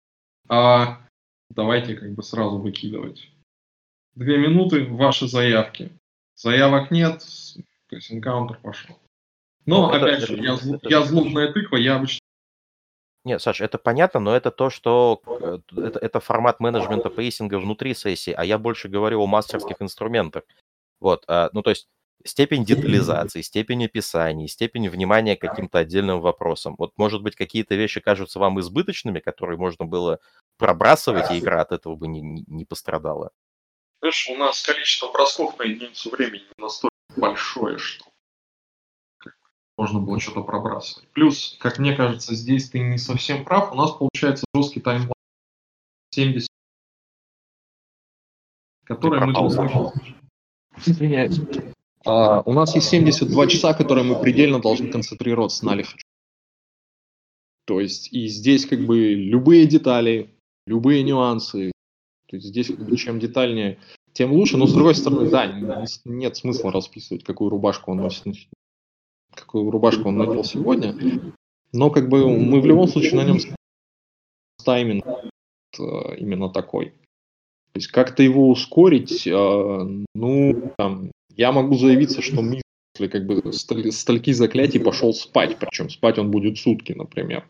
давайте как бы сразу выкидывать. 2 минуты ваши заявки. Заявок нет, то есть энкаунтер пошел. Но, опять же, я злобная тыква, я обычно... Нет, Саш, это понятно, но это то, что это формат менеджмента пейсинга внутри сессии, а я больше говорю о мастерских инструментах. Вот, ну то есть степень детализации, степень описаний, степень внимания к каким-то отдельным вопросам. Вот, может быть, какие-то вещи кажутся вам избыточными, которые можно было пробрасывать, и игра от этого бы не пострадала. Знаешь, у нас количество бросков на единицу времени настолько большое, что можно было что-то пробрасывать. Плюс, как мне кажется, здесь ты не совсем прав. У нас получается жесткий таймлайн 70, который мы должны... Извиняюсь. У нас есть 72 часа, которые мы предельно должны концентрироваться на лихаче. То есть и здесь как бы любые детали, любые нюансы. То есть здесь как бы чем детальнее, тем лучше. Но с другой стороны, да, нет смысла расписывать, какую рубашку он надел сегодня. Но как бы мы в любом случае на нем тайминг именно такой. То есть как-то его ускорить, ну, там, я могу заявиться, что Миш после как бы стольки заклятий пошел спать, причем спать он будет сутки, например.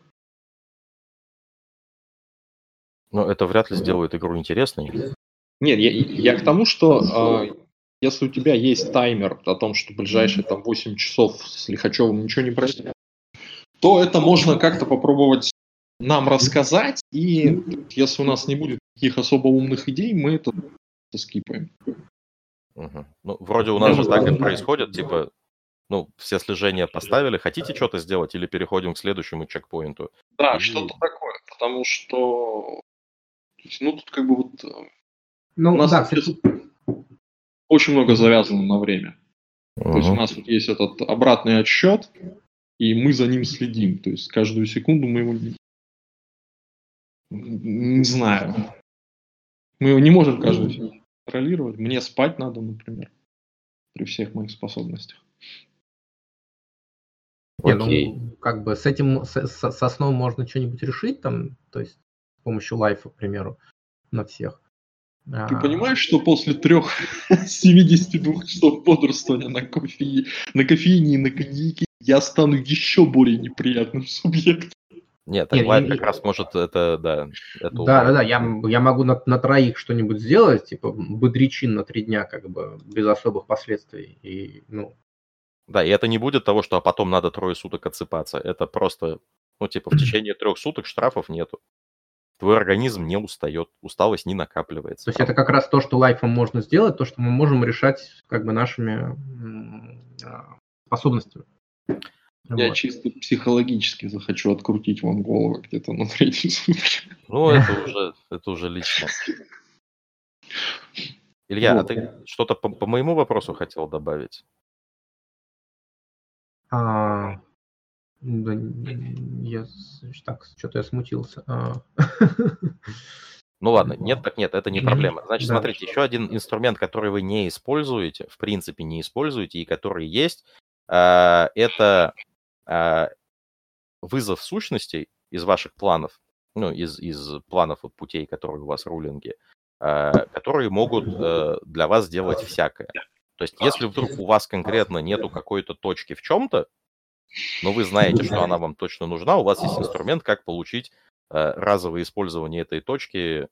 Но это вряд ли сделает игру интересной. Нет, я к тому, что если у тебя есть таймер о том, что ближайшие там 8 часов с Лихачевым ничего не произойдет, то это можно как-то попробовать нам рассказать, и если у нас не будет таких особо умных идей, мы это скипаем. Угу. Ну, вроде у нас же так и происходит, типа, ну, все слежения поставили, хотите что-то сделать или переходим к следующему чекпоинту? Да, что-то такое, потому что, ну, тут как бы вот... Ну, у нас да, очень много завязано на время. Угу. То есть у нас вот есть этот обратный отсчет, и мы за ним следим. То есть каждую секунду мы его... Не знаю. Мы его не можем каждую секунду контролировать. Мне спать надо, например, при всех моих способностях. Не, ну, как бы с этим, со сном можно что-нибудь решить, там, то есть с помощью лайфа, к примеру, на всех. Ты понимаешь, что после 72 часов бодрствования на кофеине и на коньяке я стану еще более неприятным субъектом? Нет, так лайф как раз может это, да. Это да, я могу на троих что-нибудь сделать, типа бодричин на 3 дня, как бы, без особых последствий. И, ну... Да, и это не будет того, что потом надо 3 суток отсыпаться. Это просто, ну, типа, в течение 3 суток штрафов нету. Твой организм не устает, усталость не накапливается. То есть это как раз то, что лайфом можно сделать, то, что мы можем решать как бы нашими способностями. Я чисто психологически захочу открутить вам голову где-то на 3-й сутки. Ну, это уже лично. Илья, а ты что-то по моему вопросу хотел добавить? Да, я так, что-то я смутился. Ну ладно, нет, так нет, это не проблема. Значит, Да. смотрите, еще один инструмент, который вы не используете, в принципе не используете, и который есть, это вызов сущностей из ваших планов, ну, из планов вот, путей, которые у вас рулинги, которые могут для вас делать всякое. То есть, если вдруг у вас конкретно нету какой-то точки в чем-то, но вы знаете, что она вам точно нужна, у вас есть инструмент, как получить разовое использование этой точки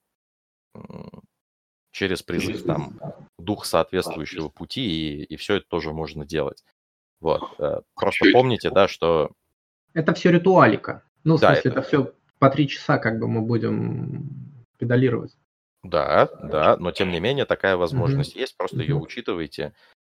через призыв, там, дух соответствующего пути, и все это тоже можно делать. Вот. Просто помните, да, что... Это все ритуалика. Ну, в Да, смысле, это все по 3 часа как бы мы будем педалировать. Да, но тем не менее такая возможность есть, просто ее учитывайте.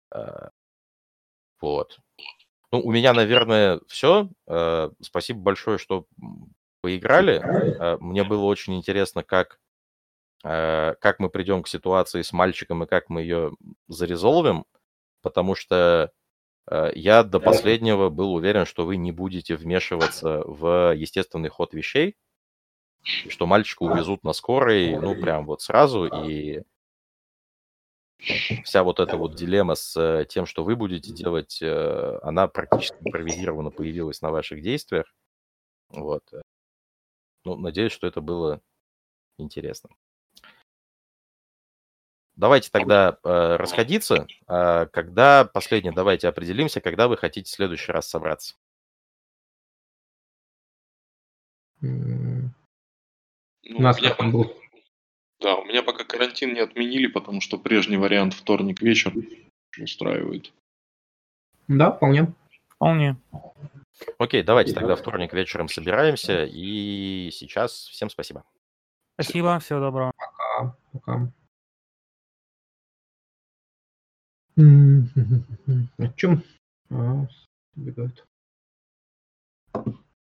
Вот. Ну, у меня, наверное, все. Спасибо большое, что поиграли. Мне было очень интересно, как мы придем к ситуации с мальчиком и как мы ее зарезолвим, потому что я до последнего был уверен, что вы не будете вмешиваться в естественный ход вещей, и что мальчика увезут на скорой, ну, прям вот сразу, и вся вот эта вот дилемма с тем, что вы будете делать, она практически импровизированно появилась на ваших действиях. Вот. Ну, надеюсь, что это было интересно. Давайте тогда расходиться. Когда, последнее, давайте определимся, когда вы хотите в следующий раз собраться. М, Ну, У нас меня как там был? Да, у меня пока карантин не отменили, потому что прежний вариант вторник вечер устраивает. Да, вполне. Вполне. Окей, давайте тогда вторник вечером собираемся. И сейчас всем спасибо. Спасибо, всего доброго. Пока. О чем? Убегают.